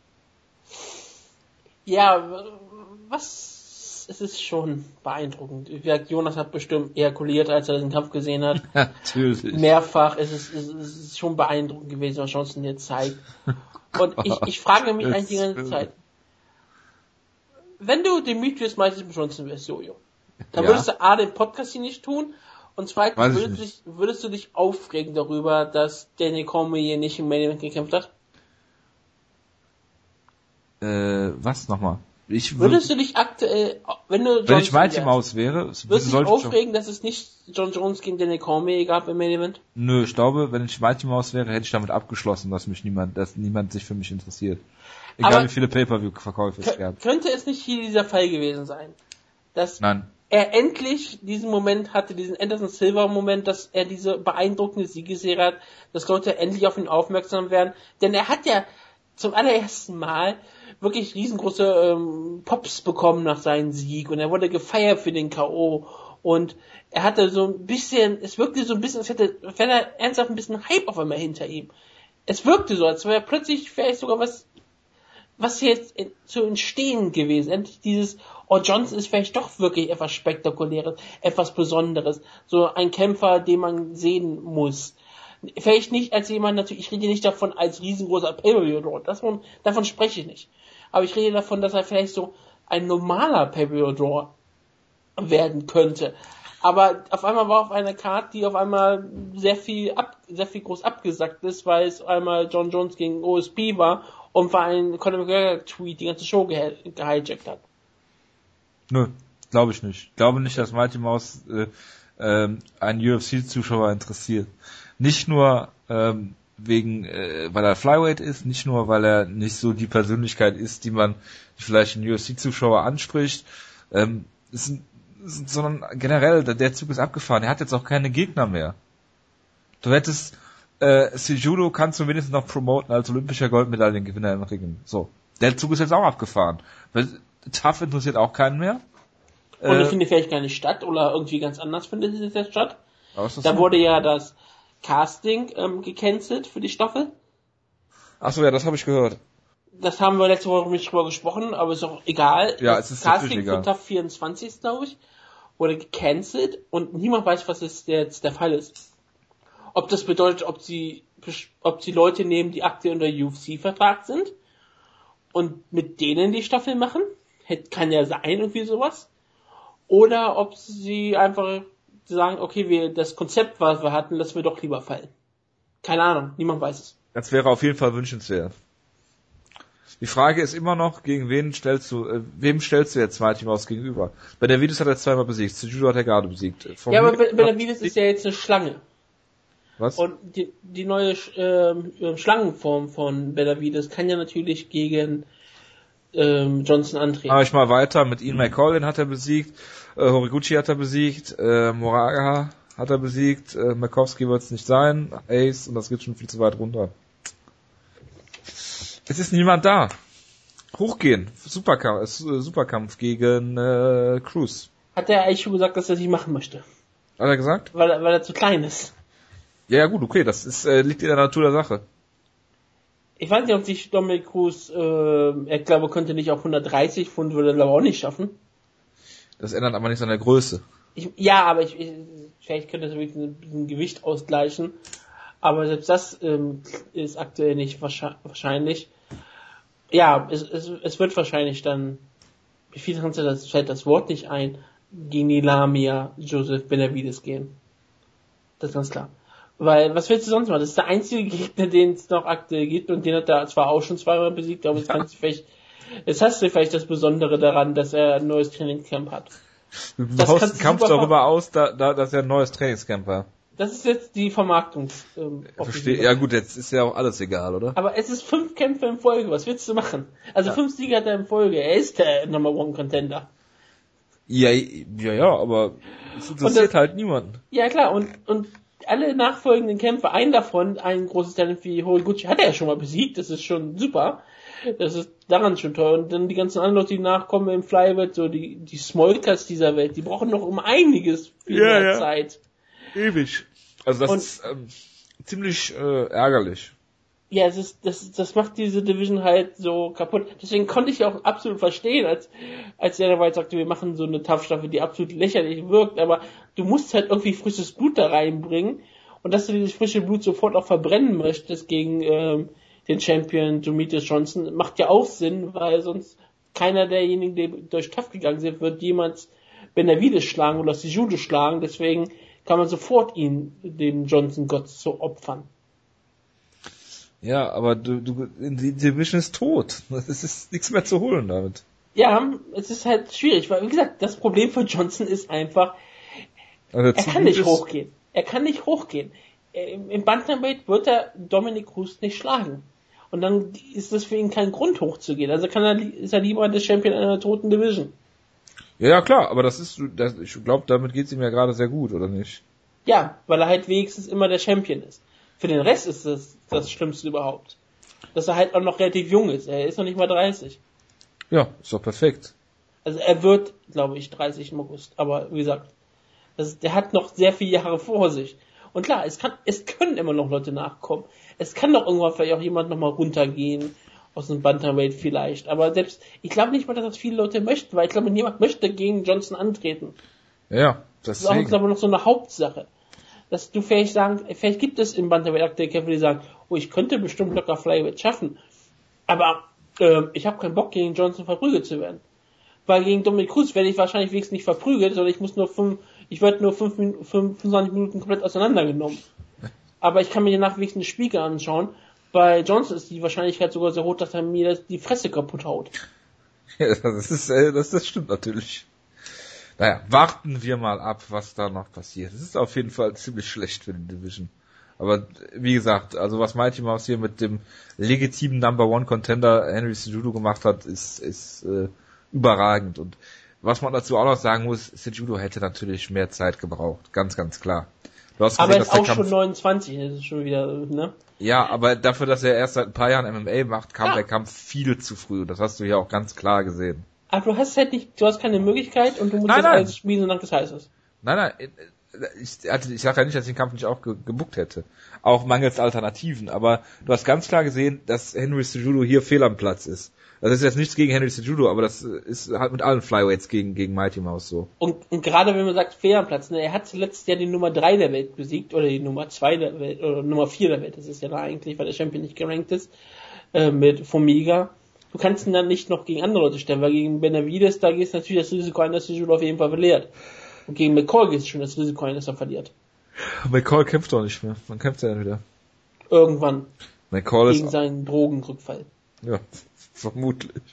Ja, es ist schon beeindruckend. Wie gesagt, Jonas hat bestimmt ejakuliert, als er den Kampf gesehen hat. Natürlich. Mehrfach. Es ist schon beeindruckend gewesen, was Johnson hier zeigt. Und ich frage mich eigentlich die ganze Zeit, wenn du Demetrius Mighty Johnson wärst, Jojo, dann würdest du A, den Podcast hier nicht tun, und zweitens würdest du dich aufregen darüber, dass Daniel Cormier nicht im Main Event gekämpft hat? Was nochmal? Würdest du dich aktuell, wenn ich Mighty Mouse wäre, würdest du dich aufregen, dass es nicht John Jones gegen Daniel Cormier gab im Main Event? Nö, ich glaube, wenn ich Mighty Mouse wäre, hätte ich damit abgeschlossen, dass niemand sich für mich interessiert. Egal aber wie viele Pay-Per-View-Verkäufe es gab. Könnte es nicht hier dieser Fall gewesen sein? Dass Nein. Er endlich diesen Moment hatte, diesen Anderson Silva Moment, dass er diese beeindruckende Siegesserie hat, dass Leute endlich auf ihn aufmerksam werden. Denn er hat ja zum allerersten Mal wirklich riesengroße Pops bekommen nach seinem Sieg, und er wurde gefeiert für den K.O. und er hatte so ein bisschen, es wirkte so ein bisschen, als hätte er ernsthaft ein bisschen Hype auf einmal hinter ihm. Es wirkte so, als wäre plötzlich vielleicht sogar was jetzt zu entstehen gewesen. Endlich dieses, Johnson ist vielleicht doch wirklich etwas Spektakuläres, etwas Besonderes. So ein Kämpfer, den man sehen muss. Vielleicht nicht als jemand, natürlich, ich rede nicht davon als riesengroßer Pay-Per-View-Draw. Davon spreche ich nicht. Aber ich rede davon, dass er vielleicht so ein normaler Pay-Per-View-Draw werden könnte. Aber auf einmal war auf einer Card, die auf einmal sehr viel groß abgesackt ist, weil es einmal John Jones gegen OSP war und weil ein Conor McGregor-Tweet die ganze Show gehijackt hat. Nö, glaube ich nicht. Ich glaube nicht, dass Mighty Mouse einen UFC-Zuschauer interessiert. Nicht nur weil er Flyweight ist, nicht nur, weil er nicht so die Persönlichkeit ist, die vielleicht ein UFC-Zuschauer anspricht, sondern generell, der Zug ist abgefahren. Er hat jetzt auch keine Gegner mehr. Du hättest Cejudo kannst du wenigstens noch promoten als olympischer Goldmedaillengewinner im Ringen. So, der Zug ist jetzt auch abgefahren. Weil TUF interessiert auch keinen mehr. Oder findet vielleicht gar nicht statt oder irgendwie ganz anders findet es jetzt statt. Da so? wurde ja das Casting gecancelt für die Staffel. Achso, ja, das habe ich gehört. Das haben wir letzte Woche nicht drüber gesprochen, aber ist auch egal. Ja, das es ist Casting egal. von TAF 24, glaube ich, wurde gecancelt und niemand weiß, was jetzt der Fall ist. Ob das bedeutet, ob sie Leute nehmen, die aktuell unter UFC-Vertrag sind und mit denen die Staffel machen. Kann ja sein, irgendwie sowas. Oder ob sie einfach sagen, okay, das Konzept, was wir hatten, lassen wir doch lieber fallen. Keine Ahnung, niemand weiß es. Das wäre auf jeden Fall wünschenswert. Die Frage ist immer noch, gegen wem stellst du jetzt zwei Team aus gegenüber? Benavidez hat er zweimal besiegt, Cejudo hat er gerade besiegt. Ja, aber Benavidez ist ja jetzt eine Schlange. Was? Und die neue Schlangenform von Benavidez kann ja natürlich gegen Johnson antreten. Mach ich mal weiter, mit Ian McCall hat er besiegt, Horiguchi hat er besiegt, Moraga hat er besiegt, Makowski wird es nicht sein, Ace, und das geht schon viel zu weit runter. Es ist niemand da. Hochgehen, Superkampf gegen Cruz. Hat er eigentlich schon gesagt, dass er sich machen möchte? Hat er gesagt? Weil er zu klein ist. Ja gut, okay, das ist liegt in der Natur der Sache. Ich weiß nicht, ob sich Dominic Cruz, er glaube, könnte nicht auf 130 Pfund, würde er aber auch nicht schaffen. Das ändert aber nichts an der Größe. Aber vielleicht könnte es wirklich ein bisschen Gewicht ausgleichen. Aber selbst das ist aktuell nicht wahrscheinlich. Ja, es wird wahrscheinlich dann, wie viel fällt das Wort nicht ein, gegen die Lamia Joseph Benavidez gehen. Das ist ganz klar. Weil, was willst du sonst machen? Das ist der einzige Gegner, den es noch aktuell gibt, und den hat er zwar auch schon zweimal besiegt, aber jetzt hast du vielleicht das Besondere daran, dass er ein neues Trainingscamp hat. Du baust einen Kampf darüber aus, dass er ein neues Trainingscamp war. Das ist jetzt die Vermarktung. Verstehe. Ja gut, jetzt ist ja auch alles egal, oder? Aber es ist 5 Kämpfe in Folge, was willst du machen? Also 5 Siege hat er in Folge, er ist der Number One Contender. Ja, aber es interessiert halt niemanden. Ja klar, und alle nachfolgenden Kämpfe, ein großes Talent wie Horiguchi, hat er ja schon mal besiegt, das ist schon super. Das ist daran schon toll. Und dann die ganzen anderen Leute, die nachkommen im Flyweight, so die Smolkas dieser Welt, die brauchen noch um einiges viel mehr Zeit. Ewig. Also das ist ziemlich ärgerlich. Ja, das macht diese Division halt so kaputt. Deswegen konnte ich auch absolut verstehen, als Dana White sagte, wir machen so eine Tough-Staffel, die absolut lächerlich wirkt, aber du musst halt irgendwie frisches Blut da reinbringen, und dass du dieses frische Blut sofort auch verbrennen möchtest gegen den Champion Demetrius Johnson, macht ja auch Sinn, weil sonst keiner derjenigen, die durch Tough gegangen sind, wird jemals Benavidez schlagen oder Cejudo schlagen, deswegen kann man sofort dem Johnson-Gott zu opfern. Ja, aber die Division ist tot. Es ist nichts mehr zu holen damit. Ja, es ist halt schwierig, weil, wie gesagt, das Problem für Johnson ist einfach, er kann nicht hochgehen. Er kann nicht hochgehen. Im Bantamweight wird er Dominic Cruz nicht schlagen. Und dann ist das für ihn kein Grund hochzugehen. Also ist er lieber der Champion einer toten Division. Ja, klar, aber ich glaube, damit geht's ihm ja gerade sehr gut, oder nicht? Ja, weil er halt wenigstens immer der Champion ist. Für den Rest ist das Schlimmste überhaupt. Dass er halt auch noch relativ jung ist. Er ist noch nicht mal 30. Ja, ist doch perfekt. Also er wird, glaube ich, 30 im August. Aber wie gesagt, der hat noch sehr viele Jahre vor sich. Und klar, es können immer noch Leute nachkommen. Es kann doch irgendwann vielleicht auch jemand nochmal runtergehen aus dem Bantamweight vielleicht. Aber selbst, ich glaube nicht mal, dass das viele Leute möchten, weil ich glaube, niemand möchte gegen Johnson antreten. Ja, das ist auch, glaube ich, noch so eine Hauptsache. Dass du vielleicht gibt es im Bantamweight aktuell Kämpfer, die sagen, oh, ich könnte bestimmt locker Flyweight schaffen. Aber ich habe keinen Bock, gegen Johnson verprügelt zu werden. Weil gegen Dominic Cruz werde ich wahrscheinlich wenigstens nicht verprügelt, sondern ich werde nur 25 Minuten komplett auseinandergenommen. Aber ich kann mir danach wenigstens den Spiegel anschauen. Bei Johnson ist die Wahrscheinlichkeit sogar so hoch, dass er mir die Fresse kaputt haut. Ja, das stimmt natürlich. Naja, warten wir mal ab, was da noch passiert. Es ist auf jeden Fall ziemlich schlecht für die Division. Aber wie gesagt, also was Mighty Mouse hier mit dem legitimen Number One Contender Henry Cejudo gemacht hat, ist überragend. Und was man dazu auch noch sagen muss, Cejudo hätte natürlich mehr Zeit gebraucht. Ganz, ganz klar. Du hast aber gesehen, er ist auch schon 29, das ist schon wieder, ne? Ja, aber dafür, dass er erst seit ein paar Jahren MMA macht, kam der Kampf viel zu früh. Das hast du hier auch ganz klar gesehen. Aber du hast halt nicht, du hast keine Möglichkeit und du musst das alles spielen, solange das heiß ist. Nein, ich sag ja nicht, dass ich den Kampf nicht auch gebuckt hätte. Auch mangels Alternativen, aber du hast ganz klar gesehen, dass Henry Cejudo hier fehl am Platz ist. Das ist jetzt nichts gegen Henry Cejudo, aber das ist halt mit allen Flyweights gegen Mighty Mouse so. Und gerade wenn man sagt, fehl am Platz, ne, er hat letztes Jahr die Nummer 3 der Welt besiegt, oder die Nummer 2 der Welt, oder Nummer 4 der Welt, das ist ja da eigentlich, weil der Champion nicht gerankt ist, mit Formiga. Du kannst ihn dann nicht noch gegen andere Leute stellen, weil gegen Benavides, da geht es natürlich das Risiko ein, dass Cejudo auf jeden Fall verliert. Und gegen McCall geht es schon das Risiko ein, dass er verliert. McCall kämpft doch nicht mehr. Wann kämpft er denn wieder? Irgendwann. McCall gegen seinen Drogenrückfall. Ja, vermutlich.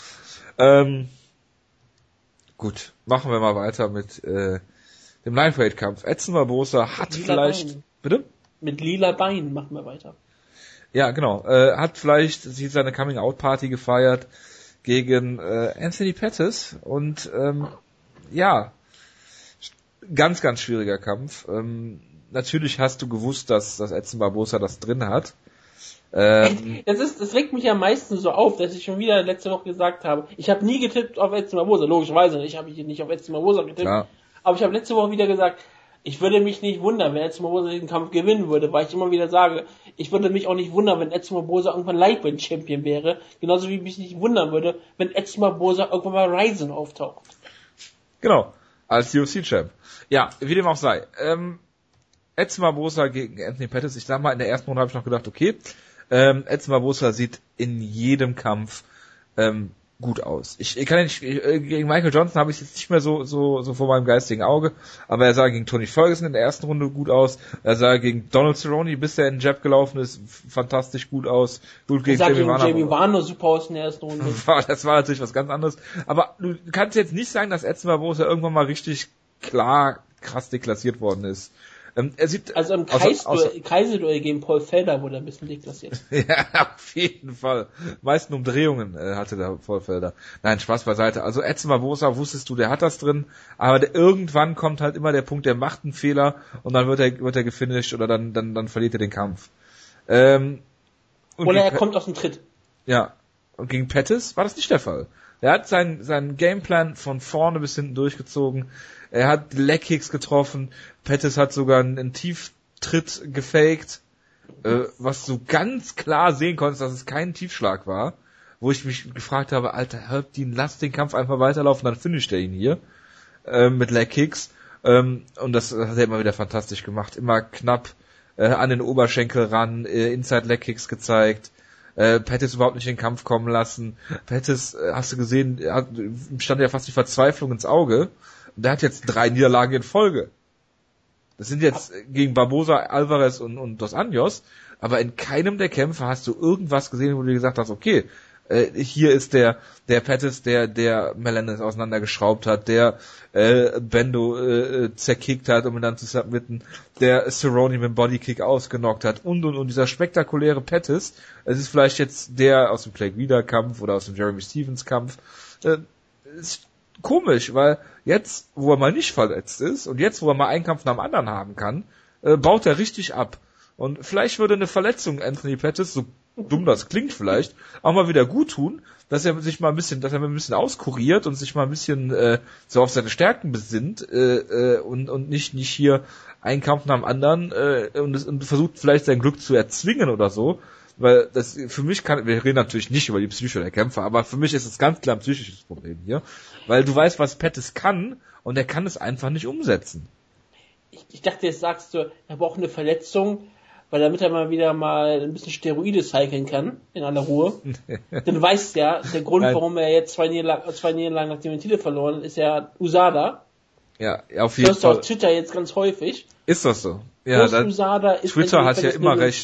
Gut, machen wir mal weiter mit dem Lightweight-Kampf. Edson Barbosa hat vielleicht... Bein. Bitte? Mit lila Beinen machen wir weiter. Ja, genau. Hat vielleicht seine Coming-out-Party gefeiert gegen Anthony Pettis und ja, ganz, ganz schwieriger Kampf. Natürlich hast du gewusst, dass Edson Barbosa das drin hat. Das regt mich am meisten so auf, dass ich schon wieder letzte Woche gesagt habe, ich habe nie getippt auf Edson Barbosa, logischerweise nicht, habe ich nicht auf Edson Barbosa getippt, klar. Aber ich habe letzte Woche wieder gesagt, ich würde mich nicht wundern, wenn Edson Barbosa den Kampf gewinnen würde, weil ich immer wieder sage, ich würde mich auch nicht wundern, wenn Edson Barbosa irgendwann Lightweight Champion wäre, genauso wie ich mich nicht wundern würde, wenn Edson Barbosa irgendwann mal Ryzen auftaucht. Genau, als UFC-Champ. Ja, wie dem auch sei. Edson Barbosa gegen Anthony Pettis, ich sag mal, in der ersten Runde habe ich noch gedacht, okay, Edson Barbosa sieht in jedem Kampf gut aus. Ich kann nicht, gegen Michael Johnson habe ich jetzt nicht mehr so vor meinem geistigen Auge, aber er sah gegen Tony Ferguson in der ersten Runde gut aus, er sah gegen Donald Cerrone, bis er in den Jab gelaufen ist, fantastisch gut aus. Gut gegen Jamie Warner super aus in der ersten Runde. Das war natürlich was ganz anderes, aber du kannst jetzt nicht sagen, dass Edson Barbosa irgendwann mal richtig krass deklassiert worden ist. Er sieht also im Kaiserduell gegen Paul Felder wurde er ein bisschen deklassiert. Ja, auf jeden Fall. Meisten Umdrehungen hatte der Paul Felder. Nein, Spaß beiseite. Also Edson Barbosa, wusstest du, der hat das drin, aber irgendwann kommt halt immer der Punkt, der macht einen Fehler und dann wird er gefinisht oder dann verliert er den Kampf. Oder er kommt aus dem Tritt. Ja. Und gegen Pettis war das nicht der Fall. Er hat seinen Gameplan von vorne bis hinten durchgezogen. Er hat Leg-Kicks getroffen. Pettis hat sogar einen Tieftritt gefaked, was du ganz klar sehen konntest, dass es kein Tiefschlag war. Wo ich mich gefragt habe, Alter, Herbdien, lass den Kampf einfach weiterlaufen, dann finisht er ihn hier mit Leg-Kicks. Und das hat er immer wieder fantastisch gemacht. Immer knapp an den Oberschenkel ran, Inside-Leg-Kicks gezeigt. Pettis überhaupt nicht in den Kampf kommen lassen. Pettis, hast du gesehen, stand ja fast die Verzweiflung ins Auge. Und der hat jetzt 3 Niederlagen in Folge. Das sind jetzt gegen Barbosa, Alvarez und Dos Anjos, aber in keinem der Kämpfe hast du irgendwas gesehen, wo du gesagt hast, okay, hier ist der Pettis, der Melendez auseinandergeschraubt hat, der Bendo zerkickt hat, um ihn dann zu submitten, der Cerrone mit dem Bodykick ausgenockt hat und dieser spektakuläre Pettis, es ist vielleicht jetzt der aus dem Clay Guida Kampf oder aus dem Jeremy Stevens Kampf, ist komisch, weil jetzt, wo er mal nicht verletzt ist und jetzt, wo er mal einen Kampf nach dem anderen haben kann, baut er richtig ab. Und vielleicht würde eine Verletzung Anthony Pettis, so dumm das klingt vielleicht, auch mal wieder gut tun, dass er mal ein bisschen auskuriert und sich mal ein bisschen so auf seine Stärken besinnt und nicht hier einen Kampf nach dem anderen und versucht vielleicht sein Glück zu erzwingen oder so. Weil das für mich wir reden natürlich nicht über die Psyche der Kämpfer, aber für mich ist es ganz klar ein psychisches Problem hier. Weil du weißt, was Pettis kann und er kann es einfach nicht umsetzen. Ich dachte, jetzt sagst du, er braucht eine Verletzung, weil damit er mal wieder ein bisschen Steroide cyclen kann, in aller Ruhe. Denn du weißt ja, der Grund, warum er jetzt 2 Niederlagen nach dem Titel verloren hat, ist ja USADA. Ja, auf jeden Fall. Das auf Twitter jetzt ganz häufig. Ist das so? Ja, USADA ist Twitter hat ja immer recht.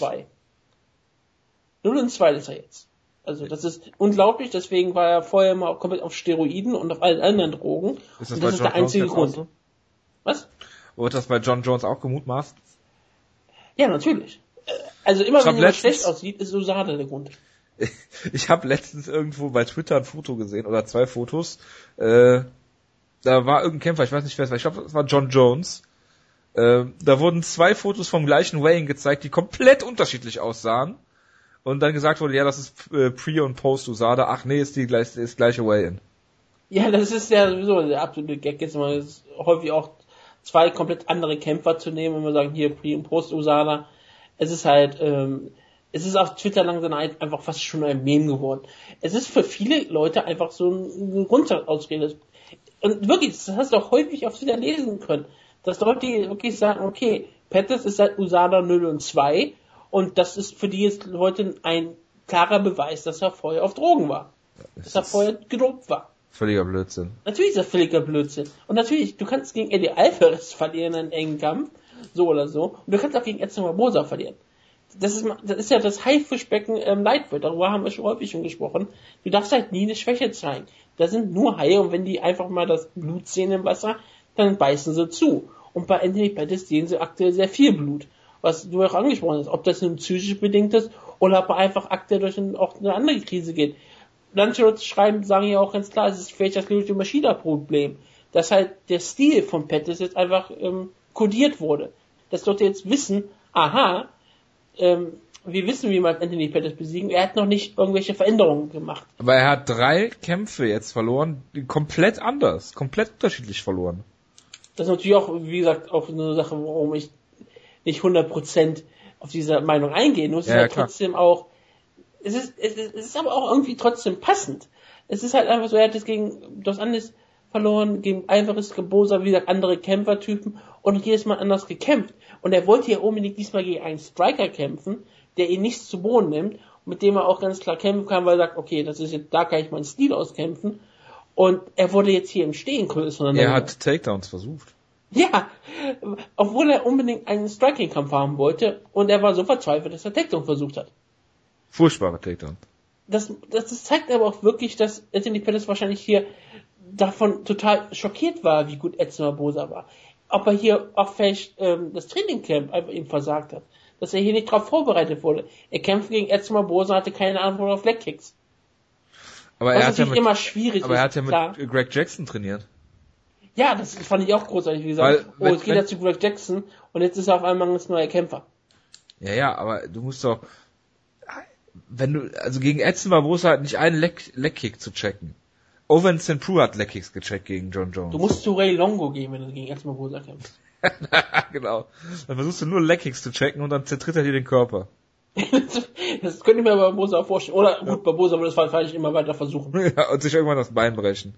0-2 ist er jetzt. Also das ist unglaublich, deswegen war er vorher immer komplett auf Steroiden und auf allen anderen Drogen. Ist das und das ist der einzige Grund. So? Was? Wurde das bei John Jones auch gemutmaßt? Ja, natürlich. Also immer wenn jemand schlecht aussieht, ist USADA der Grund. Ich habe letztens irgendwo bei Twitter ein Foto gesehen, oder 2 Fotos. Da war irgendein Kämpfer, ich weiß nicht wer es war, ich glaube, es war John Jones. Da wurden 2 Fotos vom gleichen Weigh-In gezeigt, die komplett unterschiedlich aussahen. Und dann gesagt wurde, ja, das ist Pre- und Post-USADA. Ach nee, ist gleiche Weigh-In. Ja, das ist ja sowieso der absolute Gag. Jetzt mal ist häufig auch 2 komplett andere Kämpfer zu nehmen, wenn wir sagen, hier Pre- und Post-USADA. Es ist halt, es ist auf Twitter langsam einfach fast schon ein Meme geworden. Es ist für viele Leute einfach so ein Grundsatzausrede. Und wirklich, das hast du auch häufig auf Twitter lesen können, dass Leute wirklich sagen, okay, Pettis ist seit USADA 0 und 2 und das ist für die jetzt heute ein klarer Beweis, dass er vorher auf Drogen war. Dass er vorher gedopt war. Völliger Blödsinn. Natürlich ist das völliger Blödsinn. Und natürlich, du kannst gegen Eddie Alvarez verlieren in einem engen Kampf, so oder so, und du kannst auch gegen Edson Barboza verlieren. Das ist ja das Haifischbecken Lightweight, darüber haben wir schon häufig gesprochen. Du darfst halt nie eine Schwäche zeigen. Da sind nur Haie und wenn die einfach mal das Blut sehen im Wasser, dann beißen sie zu. Und bei Anthony Pettis sehen sie aktuell sehr viel Blut. Was du auch angesprochen hast, ob das nun psychisch bedingt ist oder ob er einfach aktuell durch auch eine andere Krise geht. Landschutz sagen ja auch ganz klar, es ist vielleicht das Lyoto Machida-Problem, dass halt der Stil von Pettis jetzt einfach kodiert wurde. Dass Leute jetzt wissen, aha, wir wissen, wie man Anthony Pettis besiegen, er hat noch nicht irgendwelche Veränderungen gemacht. Aber er hat 3 Kämpfe jetzt verloren, die komplett anders, komplett unterschiedlich verloren. Das ist natürlich auch, wie gesagt, auch eine Sache, warum ich nicht 100% auf diese Meinung eingehen muss. Ja, es ist halt klar. Trotzdem auch, es ist aber auch irgendwie trotzdem passend. Es ist halt einfach so, er hat es gegen Dos Andes verloren, gegen Alvarez, Barboza, wie gesagt, andere Kämpfertypen und jedes Mal anders gekämpft. Und er wollte ja unbedingt diesmal gegen einen Striker kämpfen, der ihn nichts zu Boden nimmt, mit dem er auch ganz klar kämpfen kann, weil er sagt, okay, das ist jetzt, da kann ich meinen Stil auskämpfen. Und er wurde jetzt hier im Stehen größer. Er hat Takedowns versucht. Ja, obwohl er unbedingt einen Striking-Kampf haben wollte und er war so verzweifelt, dass er Takedown versucht hat. Furchtbare Takedown. Das zeigt aber auch wirklich, dass Anthony Pettis wahrscheinlich hier davon total schockiert war, wie gut Edson Barboza war. Ob er hier auch vielleicht das Trainingcamp einfach ihm versagt hat. Dass er hier nicht darauf vorbereitet wurde. Er kämpfte gegen Edson Barboza, hatte keine Antwort auf Legkicks. Aber er hat ja immer schwierig aber er hat ja mit Greg Jackson trainiert. Ja, das fand ich auch großartig, wie gesagt. Jetzt geht er zu Greg Jackson und jetzt ist er auf einmal ein neuer Kämpfer. Ja, aber du musst doch, also gegen Edson Barboza hat nicht einen Legkick zu checken. Owen St. Preux hat Legkicks gecheckt gegen John Jones. Du musst zu Ray Longo gehen, wenn du gegen Edson Barboza kämpfst. Genau. Dann versuchst du nur Legkicks zu checken und dann zertritt er dir den Körper. Das könnte ich mir bei Barboza auch vorstellen. Oder gut, Barboza würde das wahrscheinlich immer weiter versuchen. Ja, und sich irgendwann das Bein brechen.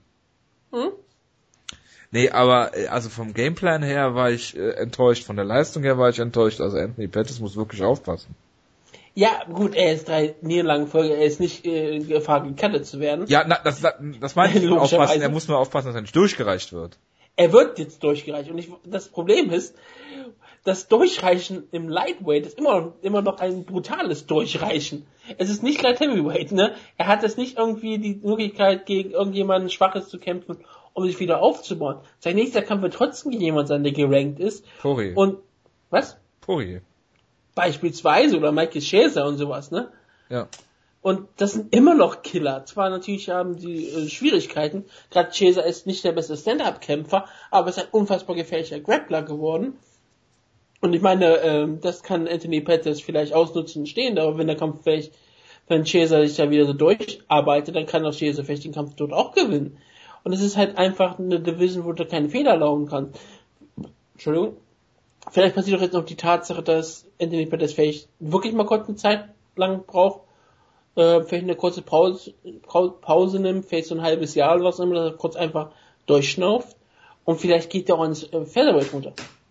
Nee, aber also vom Gameplan her war ich enttäuscht, von der Leistung her war ich enttäuscht. Also Anthony Pettis muss wirklich aufpassen. Ja, gut, er ist 3 Niederlagen Folge, er ist nicht in Gefahr, gecuttet zu werden. Ja, das meine ich, aufpassen. Er muss nur aufpassen, dass er nicht durchgereicht wird. Er wird jetzt durchgereicht. Und das Problem ist, das Durchreichen im Lightweight ist immer noch ein brutales Durchreichen. Es ist nicht Light Heavyweight, ne? Er hat jetzt nicht irgendwie die Möglichkeit, gegen irgendjemanden Schwaches zu kämpfen, um sich wieder aufzubauen. Sein nächster Kampf wird trotzdem gegen jemanden sein, der gerankt ist. Poirier. Und, was? Poirier. Beispielsweise, oder Michael Chiesa und sowas, ne? Ja. Und das sind immer noch Killer. Zwar natürlich haben die Schwierigkeiten. Gerade Chiesa ist nicht der beste Stand-Up-Kämpfer, aber ist ein unfassbar gefährlicher Grappler geworden. Und ich meine, das kann Anthony Pettis vielleicht ausnutzen stehend, aber wenn der Kampf vielleicht, wenn Chiesa sich da wieder so durcharbeitet, dann kann auch Chiesa vielleicht den Kampf dort auch gewinnen. Und es ist halt einfach eine Division, wo du keine Fehler erlauben kannst. Entschuldigung. Vielleicht passiert doch jetzt noch die Tatsache, dass Anthony Pettis vielleicht wirklich mal kurz eine Zeit lang braucht, vielleicht eine kurze Pause nimmt, vielleicht so ein halbes Jahr oder was immer, dass er kurz einfach durchschnauft und vielleicht geht er auch ins Featherweight runter.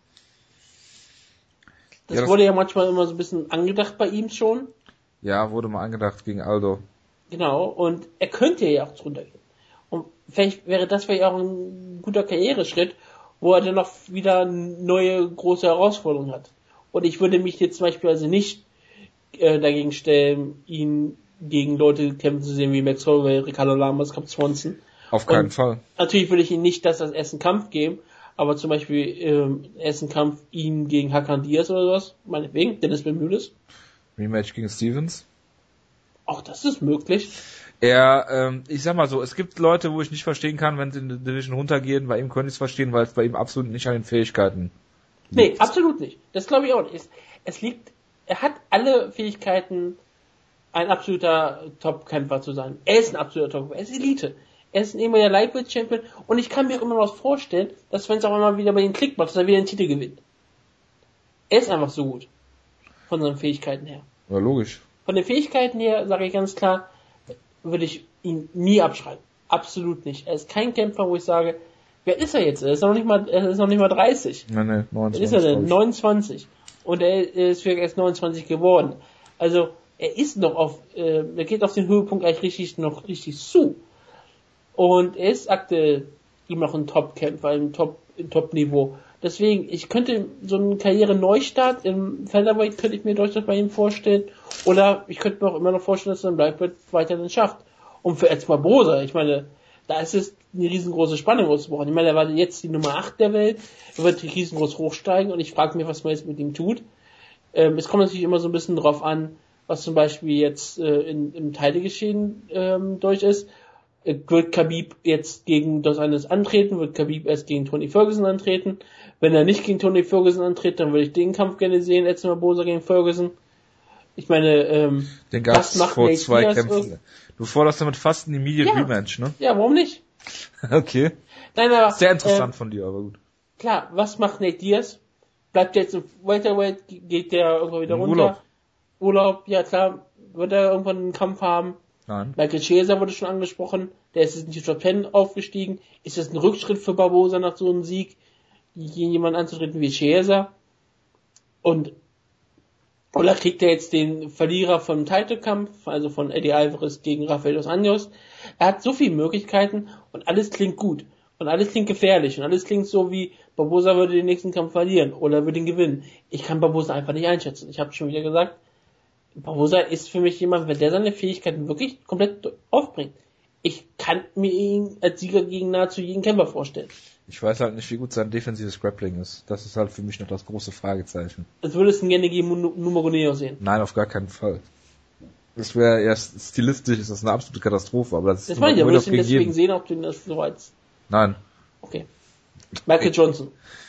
Das wurde ja manchmal immer so ein bisschen angedacht bei ihm schon. Ja, wurde mal angedacht gegen Aldo. Genau, und er könnte ja auch runtergehen. Und vielleicht wäre das vielleicht auch ein guter Karriereschritt, wo er dann noch wieder neue große Herausforderungen hat. Und ich würde mich jetzt zum Beispiel also nicht dagegen stellen, ihn gegen Leute kämpfen zu sehen wie Max Holloway, Ricardo Lamas, Cap Swanson. Auf keinen Fall. Natürlich würde ich ihm nicht das als ersten Kampf geben, aber zum Beispiel ersten Kampf ihm gegen Hakan Diaz oder sowas, meinetwegen, Dennis Bermudez. Rematch gegen Stevens. Auch das ist möglich. Ich sag mal so, es gibt Leute, wo ich nicht verstehen kann, wenn sie in die Division runtergehen, bei ihm könnte ich es verstehen, weil es bei ihm absolut nicht an den Fähigkeiten liegt. Nee, absolut nicht. Das glaube ich auch nicht. Er hat alle Fähigkeiten, ein absoluter Top-Kämpfer zu sein. Er ist ein absoluter Top-Kämpfer. Er ist Elite. Er ist ein ehemaliger Lightweight-Champion und ich kann mir auch immer noch vorstellen, dass wenn es auch einmal wieder bei ihm Klick macht, dass er wieder einen Titel gewinnt. Er ist einfach so gut. Von seinen Fähigkeiten her. Ja, logisch. Von den Fähigkeiten her, sage ich ganz klar, würde ich ihn nie abschreiben. Absolut nicht. Er ist kein Kämpfer, wo ich sage, wer ist er jetzt? Er ist noch nicht mal 30. Nee, 29. Wer ist er denn? 29. Und er ist wirklich erst 29 geworden. Also, er ist noch er geht auf den Höhepunkt eigentlich richtig zu. Und er ist aktuell immer noch ein Top-Kämpfer, im Top-Niveau. Deswegen, ich könnte so einen Karriere-Neustart im Featherweight könnte ich mir durchaus bei ihm vorstellen. Oder ich könnte mir auch immer noch vorstellen, dass er dann Lightweight weiterhin schafft. Und für Edson Barboza, ich meine, da ist es eine riesengroße Spannung ausgebrochen. Ich meine, er war jetzt die Nummer 8 der Welt, er wird riesengroß hochsteigen und ich frage mich, was man jetzt mit ihm tut. Es kommt natürlich immer so ein bisschen drauf an, was zum Beispiel jetzt im Titelgeschehen durch ist. Wird Khabib jetzt gegen Dos Anjos antreten? Wird Khabib erst gegen Tony Ferguson antreten? Wenn er nicht gegen Tony Ferguson antritt, dann würde ich den Kampf gerne sehen, Edson Barboza gegen Ferguson. Ich meine, den gab's vor 2 Kämpfen. Du forderst damit fast ein Immediate Rematch, ne? Ja, warum nicht? Okay. Nein, aber sehr interessant von dir, aber gut. Klar, was macht Nate Diaz? Bleibt er jetzt im Welterweight? Geht der irgendwann wieder runter? Urlaub, ja klar. Wird er irgendwann einen Kampf haben? Nein. Michael Chiesa wurde schon angesprochen. Der ist jetzt in die Top 10 aufgestiegen. Ist das ein Rückschritt für Barboza nach so einem Sieg, gegen jemanden anzutreten wie Chiesa? Oder kriegt er jetzt den Verlierer vom Titelkampf, also von Eddie Alvarez gegen Rafael Dos Anjos? Er hat so viele Möglichkeiten und alles klingt gut. Und alles klingt gefährlich. Und alles klingt so wie, Barboza würde den nächsten Kampf verlieren oder würde ihn gewinnen. Ich kann Barboza einfach nicht einschätzen. Ich habe schon wieder gesagt, Barboza ist für mich jemand, wenn der seine Fähigkeiten wirklich komplett aufbringt. Ich kann mir ihn als Sieger gegen nahezu jeden Kämpfer vorstellen. Ich weiß halt nicht, wie gut sein defensives Grappling ist. Das ist halt für mich noch das große Fragezeichen. Als würdest du ihn gerne gegen Numero Neo sehen? Nein, auf gar keinen Fall. Das wäre erst stilistisch, ist das eine absolute Katastrophe, aber das ist meine ich, ja, würdest du ihn deswegen sehen, ob du ihn das so als... Nein. Okay. Michael Johnson.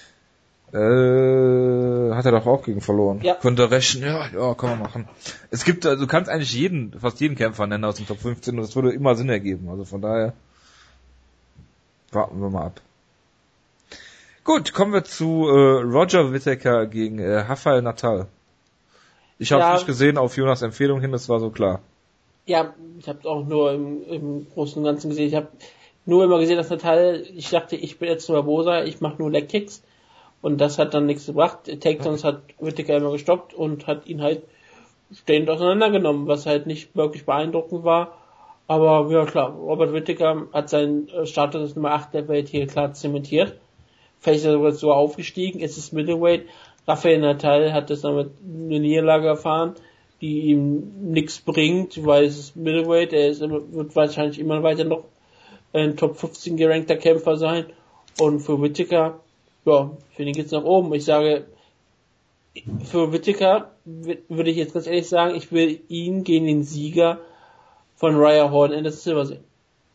Hat er doch auch gegen verloren. Ja. Könnte rächen, ja, kann man machen. Es gibt, du kannst eigentlich fast jeden Kämpfer nennen aus dem Top 15 und das würde immer Sinn ergeben. Also von daher warten wir mal ab. Gut, kommen wir zu Roger Whittaker gegen Rafael Natal. Ich habe nicht gesehen, auf Jonas Empfehlung hin, das war so klar. Ja, ich habe es auch nur im Großen und Ganzen gesehen. Ich habe nur immer gesehen, dass Natal, ich dachte, ich bin jetzt nur Barboza, ich mache nur Leg Kicks. Und das hat dann nichts gebracht. Takedowns hat Whittaker immer gestoppt und hat ihn halt stehend auseinandergenommen, was halt nicht wirklich beeindruckend war. Aber ja klar, Robert Whittaker hat seinen Status als Nummer 8 der Welt hier klar zementiert. Vielleicht ist er sogar so aufgestiegen, es ist Middleweight. Rafael Natal hat das damit eine Niederlage erfahren, die ihm nichts bringt, weil es ist Middleweight, wird wahrscheinlich immer weiter noch ein Top 15 gerankter Kämpfer sein. Und für Whittaker, ja, für den geht's nach oben. Ich sage, für Whittaker würde ich jetzt ganz ehrlich sagen, ich will ihn gegen den Sieger von Raya Hall in das Silber sehen.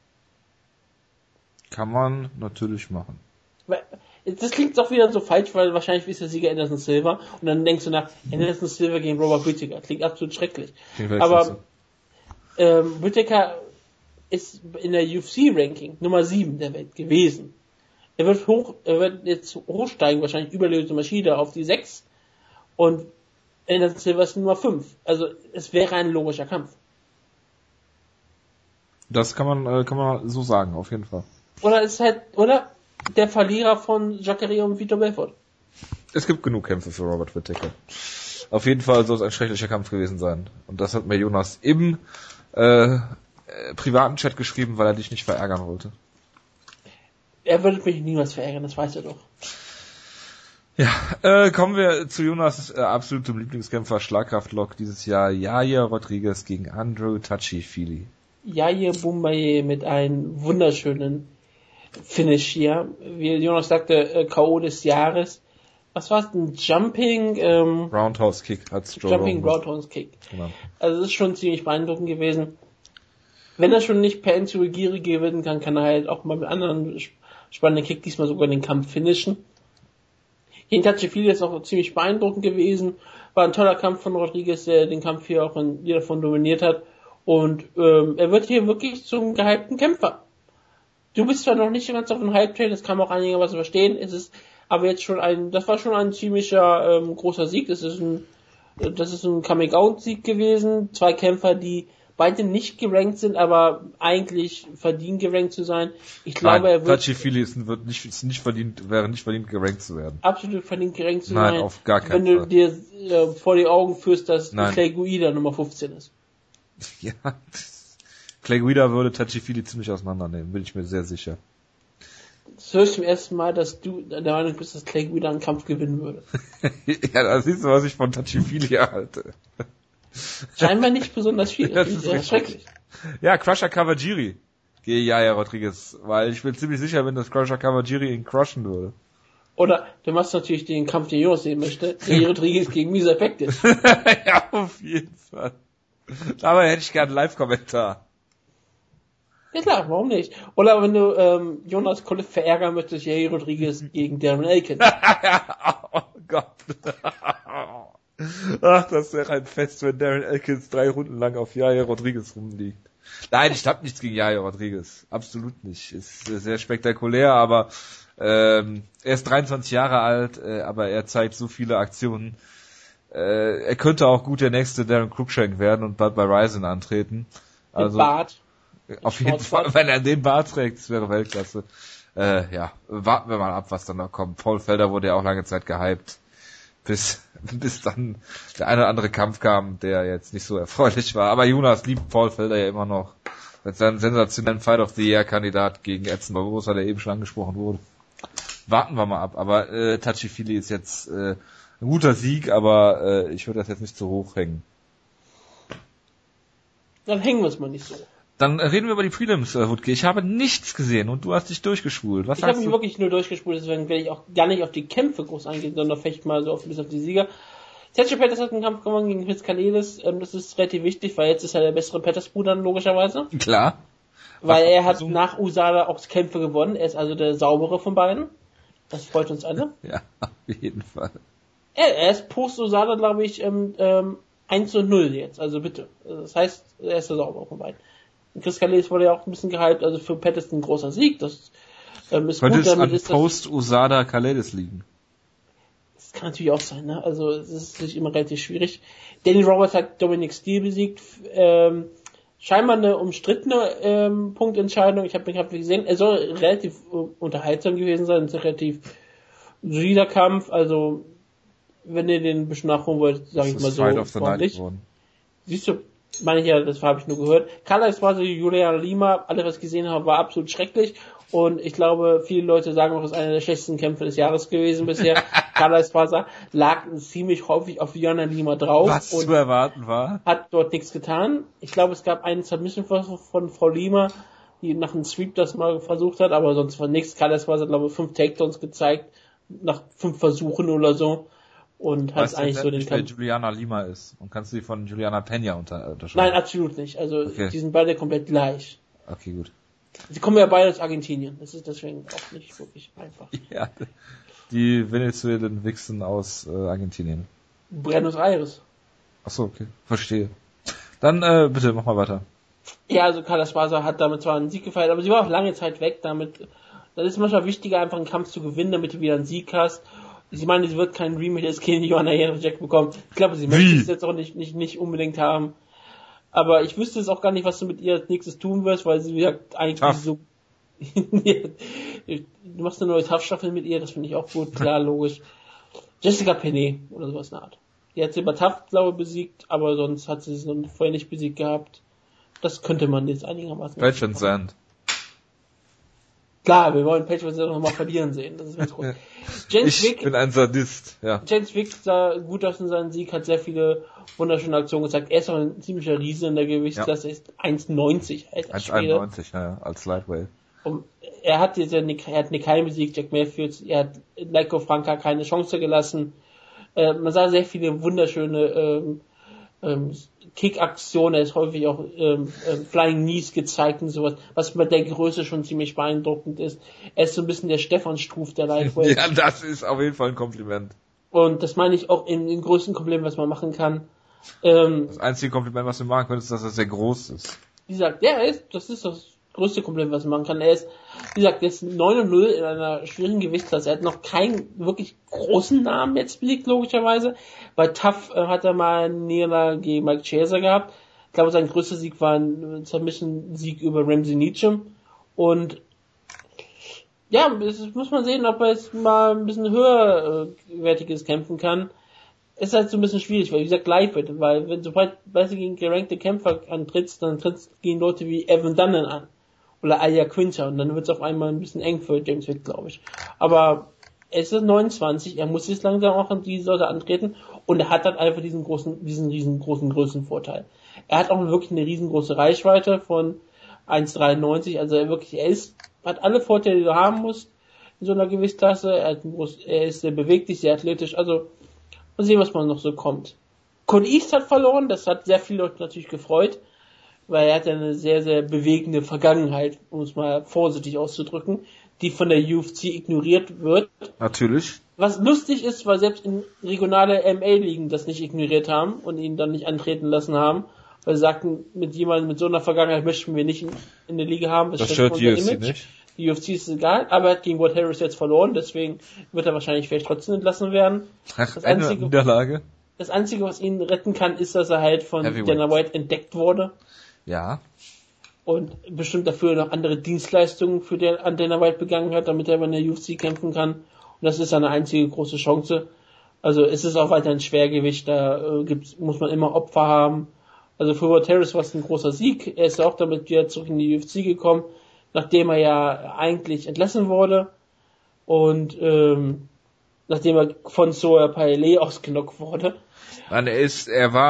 Kann man natürlich machen. Das klingt doch wieder so falsch, weil wahrscheinlich ist der Sieger Anderson Silva und dann denkst du nach Anderson Silva gegen Robert Whittaker. Klingt absolut schrecklich. Aber Whittaker ist in der UFC-Ranking Nummer 7 der Welt gewesen. Er wird jetzt hochsteigen, wahrscheinlich überlöste Maschine auf die 6 und Anderson Silva ist Nummer 5. Also es wäre ein logischer Kampf. Das kann man so sagen, auf jeden Fall. Oder der Verlierer von Jacare und Vitor Belfort. Es gibt genug Kämpfe für Robert Whittaker. Auf jeden Fall soll es ein schrecklicher Kampf gewesen sein. Und das hat mir Jonas im privaten Chat geschrieben, weil er dich nicht verärgern wollte. Er würde mich niemals verärgern, das weiß er doch. Ja, kommen wir zu Jonas absolutem Lieblingskämpfer, Schlagkraftlok dieses Jahr, Yair Rodriguez gegen Andrew Touchy-Feely. Yair Boumaier mit einem wunderschönen Finish hier. Wie Jonas sagte, K.O. des Jahres. Was war es? Ein Jumping Roundhouse Kick hat's Jumping Roundhouse Kick. Genau. Also das ist schon ziemlich beeindruckend gewesen. Wenn er schon nicht per Enzuigiri gewinnen kann, kann er halt auch mal mit anderen spannenden Kick diesmal sogar den Kampf finishen. Gegen Touchy-Feely ist auch ziemlich beeindruckend gewesen. War ein toller Kampf von Rodriguez, der den Kampf hier auch in jeder davon dominiert hat. Und er wird hier wirklich zum gehypten Kämpfer. Du bist zwar noch nicht ganz auf dem Hype-Train, das kann man auch einigermaßen verstehen, es ist aber jetzt schon das war schon ein ziemlicher großer Sieg, das ist ein Coming-Out-Sieg gewesen, 2 Kämpfer, die beide nicht gerankt sind, aber eigentlich verdient gerankt zu sein. Ich glaube, er wird... Tachifili wäre nicht verdient gerankt zu werden. Absolut verdient gerankt zu sein. Nein, auf gar keinen Fall. Fall. Wenn du dir vor die Augen führst, dass Clay Guida Nummer 15 ist. Ja, Clay Guida würde Tachifili ziemlich auseinandernehmen, bin ich mir sehr sicher. Das höre ich zum ersten Mal, dass du der Meinung bist, dass Clay Guida einen Kampf gewinnen würde. Ja, da siehst du, was ich von Tachifili halte. Scheinbar nicht besonders viel. Das ist schrecklich. Ja, Crusher Kawajiri gegen Yaya Rodriguez, weil ich bin ziemlich sicher, wenn das Crusher Kawajiri ihn crushen würde. Oder du machst natürlich den Kampf, den Jonas sehen möchte, Yaya Rodriguez gegen Misa Bektis. Ja, auf jeden Fall. Aber hätte ich gerne einen Live-Kommentar. Ja klar, warum nicht? Oder wenn du Jonas Kolle verärgern möchtest, Yaya Rodriguez gegen Darren Elkins. Oh Gott. Ach, das wäre ein Fest, wenn Darren Elkins 3 Runden lang auf Yaya Rodriguez rumliegt. Nein, ich hab nichts gegen Yaya Rodriguez. Absolut nicht. Ist sehr spektakulär, aber er ist 23 Jahre alt, aber er zeigt so viele Aktionen. Er könnte auch gut der nächste Darren Cruikshank werden und bald bei Ryzen antreten. Also mit Bart. Auf jeden Fall, wenn er den Bart trägt, das wäre Weltklasse. Ja, warten wir mal ab, was dann noch kommt. Paul Felder wurde ja auch lange Zeit gehypt. Bis dann der eine oder andere Kampf kam, der jetzt nicht so erfreulich war. Aber Jonas liebt Paul Felder ja immer noch. Mit seinem sensationellen Fight of the Year Kandidat gegen Edson Barbosa, der eben schon angesprochen wurde. Warten wir mal ab. Aber Tachifili ist jetzt ein guter Sieg, aber ich würde das jetzt nicht zu hoch hängen. Dann hängen wir es mal nicht so. Dann reden wir über die Prelims, Wutke. Ich habe nichts gesehen und du hast dich durchgespult. Was ich habe mich wirklich nur durchgespult, deswegen werde ich auch gar nicht auf die Kämpfe groß eingehen, sondern vielleicht mal so auf die Sieger. Sergio Pettis hat einen Kampf gewonnen gegen Fritz Kanelis. Das ist relativ wichtig, weil jetzt ist er der bessere Pettis-Bruder, logischerweise. Klar. Weil er hat nach Usada auch Kämpfe gewonnen. Er ist also der saubere von beiden. Das freut uns alle. Ja, auf jeden Fall. Er ist post Usada, glaube ich, 1-0 jetzt. Also bitte. Das heißt, er ist der saubere von beiden. Chris Kanelis wurde ja auch ein bisschen gehypt, also für Pettis ein großer Sieg, das ist könnte gut. Es an Post-Usada Kanelis liegen? Das kann natürlich auch sein, ne? Also es ist natürlich immer relativ schwierig. Danny Roberts hat Dominic Steele besiegt, scheinbar eine umstrittene Punktentscheidung. Ich habe den Kampf gesehen, er soll relativ unterhaltsam gewesen sein, ein relativ solider Kampf, also wenn ihr den ein bisschen nachholen wollt, sage ich mal so. Fight of the Night geworden. Siehst du, meine ich ja, das habe ich nur gehört. Carla Esparza, Juliana Lima, alles was ich gesehen habe, war absolut schrecklich. Und ich glaube, viele Leute sagen auch, das ist einer der schlechtesten Kämpfe des Jahres gewesen bisher. Carla Esparza lag ziemlich häufig auf Juliana Lima drauf. Was und zu erwarten war. Hat dort nichts getan. Ich glaube, es gab einen Submission-Versuch von Frau Lima, die nach einem Sweep das mal versucht hat, aber sonst war nichts. Carla Esparza hat, glaube ich, 5 Takedowns gezeigt, nach 5 Versuchen oder so. Und hat eigentlich so den Kampf. Wer Juliana Lima ist und kannst du die von Juliana Peña unterscheiden? Nein, absolut nicht. Also Die sind beide komplett gleich. Okay, gut. Sie kommen ja beide aus Argentinien. Das ist deswegen auch nicht wirklich einfach. Ja, die Venezuelen wichsen aus Argentinien. Buenos Aires. Achso, okay. Verstehe. Dann bitte, mach mal weiter. Ja, also Carla Esparza hat damit zwar einen Sieg gefeiert, aber sie war auch lange Zeit weg. Damit, das ist manchmal wichtiger, einfach einen Kampf zu gewinnen, damit du wieder einen Sieg hast. Ich meine, sie wird keinen Rematch jetzt gegen Joanna Jędrzejczyk bekommen. Ich glaube, sie möchte es jetzt auch nicht unbedingt haben. Aber ich wüsste jetzt auch gar nicht, was du mit ihr als nächstes tun wirst, weil sie sagt eigentlich so... Du machst eine neue Tough-Staffel mit ihr, das finde ich auch gut, klar, logisch. Jessica Penne oder sowas in der Art. Die hat sie bei Tough, glaube ich, besiegt, aber sonst hat sie noch vorher nicht besiegt gehabt. Das könnte man jetzt einigermaßen... Page and Sand. Klar, wir wollen Page noch mal verlieren sehen. Das ist ganz gut. Ich bin ein Sadist, ja. James Vick sah gut aus in seinem Sieg, hat sehr viele wunderschöne Aktionen gezeigt. Er ist auch ein ziemlicher Riese in der Gewichtsklasse, er ist 1,90. 1,91, ja, als Lightweight. Und er hat jetzt Nikai besiegt, Jack Mayfield, er hat Leiko Franca keine Chance gelassen. Man sah sehr viele wunderschöne Kick-Aktionen, er ist häufig auch Flying Knees gezeigt und sowas, was mit der Größe schon ziemlich beeindruckend ist. Er ist so ein bisschen der Stefan Struff der Lightweight. Ja, das ist auf jeden Fall ein Kompliment. Und das meine ich auch im größten Kompliment, was man machen kann. Das einzige Kompliment, was du machen könntest, ist, dass er sehr groß ist. Die sagt, ja, das ist das größte Kompliment, was man machen kann. Er ist, wie gesagt, jetzt 9-0 in einer schwierigen Gewichtsklasse. Er hat noch keinen wirklich großen Namen jetzt besiegt, logischerweise. Bei TUF hat er mal eine Niederlage gegen Mike Chaser gehabt. Ich glaube, sein größter Sieg war ein Submission-Sieg über Ramsey Nichum. Und ja, es muss man sehen, ob er jetzt mal ein bisschen höherwertiges kämpfen kann. Ist halt so ein bisschen schwierig, weil wie gesagt Lightweight, weil sobald du gegen gerankte Kämpfer antrittst, dann trittst gegen Leute wie Evan Dunham an oder Aya Quinter und dann wird es auf einmal ein bisschen eng für James Witt, glaube ich. Aber es ist 29, er muss jetzt langsam auch an diese Leute antreten und er hat dann einfach diesen riesengroßen Größenvorteil. Er hat auch wirklich eine riesengroße Reichweite von 1,93, also hat alle Vorteile, die du haben musst in so einer Gewichtsklasse. Er ist sehr beweglich, sehr athletisch, also mal sehen, was man noch so kommt. Cody East hat verloren, das hat sehr viele Leute natürlich gefreut, weil er hat ja eine sehr, sehr bewegende Vergangenheit, um es mal vorsichtig auszudrücken, die von der UFC ignoriert wird. Natürlich. Was lustig ist, weil selbst in regionale MA-Ligen das nicht ignoriert haben und ihn dann nicht antreten lassen haben, weil sie sagten, mit jemandem mit so einer Vergangenheit möchten wir nicht in der Liga haben. Das stört die UFC nicht. Die UFC ist egal, aber er hat gegen Ward Harris jetzt verloren, deswegen wird er wahrscheinlich vielleicht trotzdem entlassen werden. Eine Niederlage. Das Einzige, was ihn retten kann, ist, dass er halt von Dana White entdeckt wurde. Ja. Und bestimmt dafür noch andere Dienstleistungen an Dana White begangen hat, damit er bei der UFC kämpfen kann. Und das ist seine einzige große Chance. Also es ist auch weiter ein Schwergewicht, da muss man immer Opfer haben. Also für Ward Harris war es ein großer Sieg. Er ist auch damit wieder zurück in die UFC gekommen, nachdem er ja eigentlich entlassen wurde und nachdem er von Soa Paele ausgenockt wurde. Nein, ist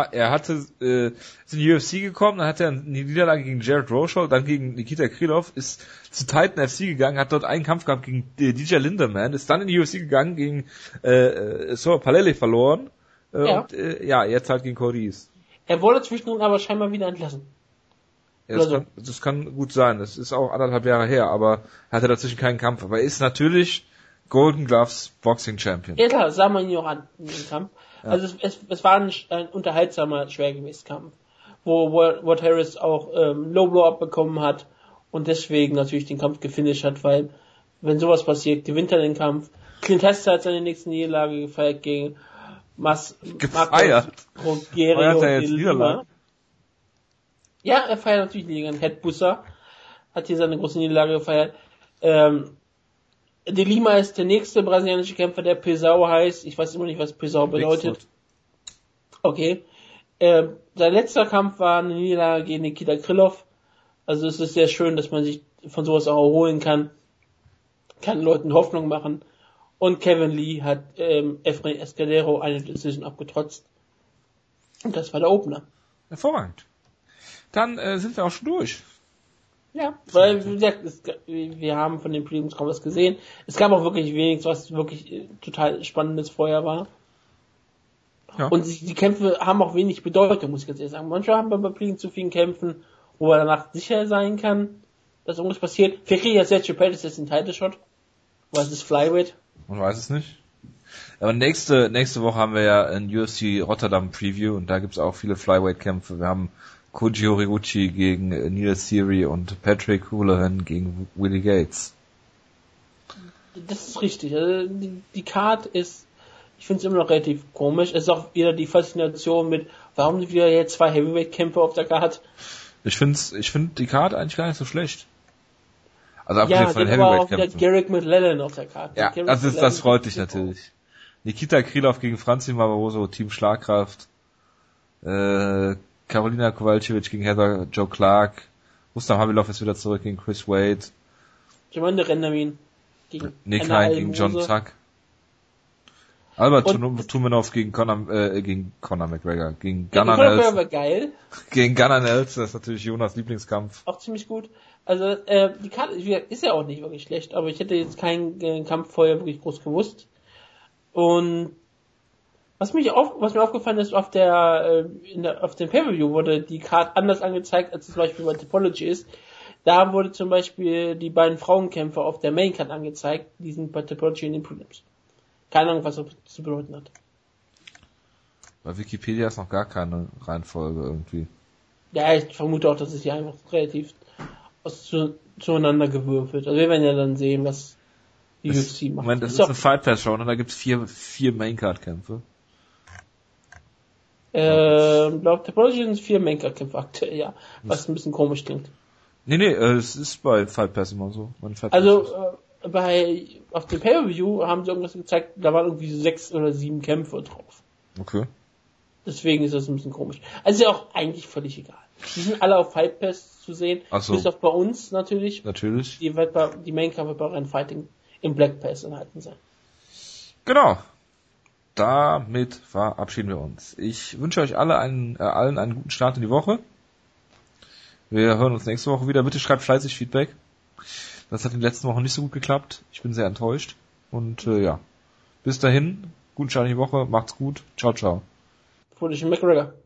in die UFC gekommen, dann hat er eine Niederlage gegen Jared Roshow, dann gegen Nikita Krylov, ist zu Titan FC gegangen, hat dort einen Kampf gehabt gegen DJ Lindemann, ist dann in die UFC gegangen, gegen Soa Paele verloren und jetzt halt gegen Cody East. Er wurde zwischendrin aber scheinbar wieder entlassen. Ja, das kann gut sein. Das ist auch 1,5 Jahre her, aber hatte dazwischen keinen Kampf. Aber er ist natürlich Golden Gloves Boxing Champion. Ja klar, sah man ihn auch an im Kampf. Ja. Also es war ein unterhaltsamer Schwergewichtskampf, wo Ward Harris auch Low Blow-Up bekommen hat und deswegen natürlich den Kampf gefinisht hat, weil wenn sowas passiert, gewinnt er den Kampf. Clint Hester hat seine nächste Niederlage gefeiert gegen Marcos Rogerio de Lima. Ja, er feiert natürlich gegen Headbusser. Hat hier seine große Niederlage gefeiert. De Lima ist der nächste brasilianische Kämpfer, der Pesao heißt. Ich weiß immer nicht, was Pesao bedeutet. Okay. Sein letzter Kampf war eine Niederlage gegen Nikita Krylov. Also es ist sehr schön, dass man sich von sowas auch erholen kann. Kann Leuten Hoffnung machen. Und Kevin Lee hat Efrain Escudero eine Decision abgetrotzt. Und das war der Opener. Hervorragend. Dann sind wir auch schon durch. Ja, weil, wie gesagt, wir haben von den Prelims kaum was gesehen. Es gab auch wirklich wenig, was wirklich total Spannendes vorher war. Ja. Und die Kämpfe haben auch wenig Bedeutung, muss ich ganz ehrlich sagen. Manchmal haben wir bei Prelims zu vielen Kämpfen, wo man danach sicher sein kann, dass irgendwas passiert. Vielleicht kriegt ja Sergio Pettis jetzt einen Title-Shot. Was ist Flyweight? Man weiß es nicht. Aber nächste Woche haben wir ja ein UFC Rotterdam Preview und da gibt's auch viele Flyweight-Kämpfe. Wir haben Koji Horiguchi gegen Neil Seery und Patrick Houlihan gegen Willie Gates. Das ist richtig. Also die Card ist, ich finde es immer noch relativ komisch. Es ist auch wieder die Faszination mit, warum sind wir jetzt 2 Heavyweight-Kämpfer auf der Card? Ich finde die Card eigentlich gar nicht so schlecht. Also abgesehen von den Heavyweight-Kämpfen. Ja, auch wieder Garrick McLellan auf der Card. Ja, das freut dich natürlich. Nikita Krylov gegen Franzi Barroso, Team Schlagkraft. Karolina Kowalkiewicz gegen Heather Joe Clark. Rustam Habilov ist wieder zurück gegen Chris Wade. Jamande Rendamin gegen Nick Hein gegen John Tuck. Albert Tumenov gegen Conor McGregor. Gegen Gunnar Nelson. War geil. Gegen Gunnar Nelson, das ist natürlich Jonas Lieblingskampf. Auch ziemlich gut. Also die Karte ist ja auch nicht wirklich schlecht, aber ich hätte jetzt keinen Kampf vorher wirklich groß gewusst. Und was mir aufgefallen ist, auf dem Pay-Per-View wurde die Card anders angezeigt, als es zum Beispiel bei Topology ist. Da wurde zum Beispiel die beiden Frauenkämpfer auf der Main Card angezeigt, die sind bei Topology in den Prelims. Keine Ahnung, was das zu bedeuten hat. Bei Wikipedia ist noch gar keine Reihenfolge irgendwie. Ja, ich vermute auch, dass es hier einfach relativ zueinander gewürfelt. Also wir werden ja dann sehen, was die UFC macht. Moment, das ist eine Fight Pass Show und da gibt's vier Maincard-Kämpfe. Laut Topology sind es 4 Maincard-Kämpfe aktuell, ja. Was ein bisschen komisch klingt. Nee, es ist bei Fight Pass immer so. Auf dem Pay-Per-View haben sie irgendwas gezeigt, da waren irgendwie 6 oder 7 Kämpfe drauf. Okay. Deswegen ist das ein bisschen komisch. Also ist ja auch eigentlich völlig egal. Die sind alle auf Fight Pass zu sehen. Ach so. Bis auf bei uns natürlich. Natürlich. Die Maincard wird bei Ren Fighting im Black Pass enthalten sein. Genau. Damit verabschieden wir uns. Ich wünsche euch allen einen guten Start in die Woche. Wir hören uns nächste Woche wieder. Bitte schreibt fleißig Feedback. Das hat in den letzten Wochen nicht so gut geklappt. Ich bin sehr enttäuscht. Und ja, bis dahin, guten Start in die Woche. Macht's gut. Ciao, ciao. Fröhlichen McGregor.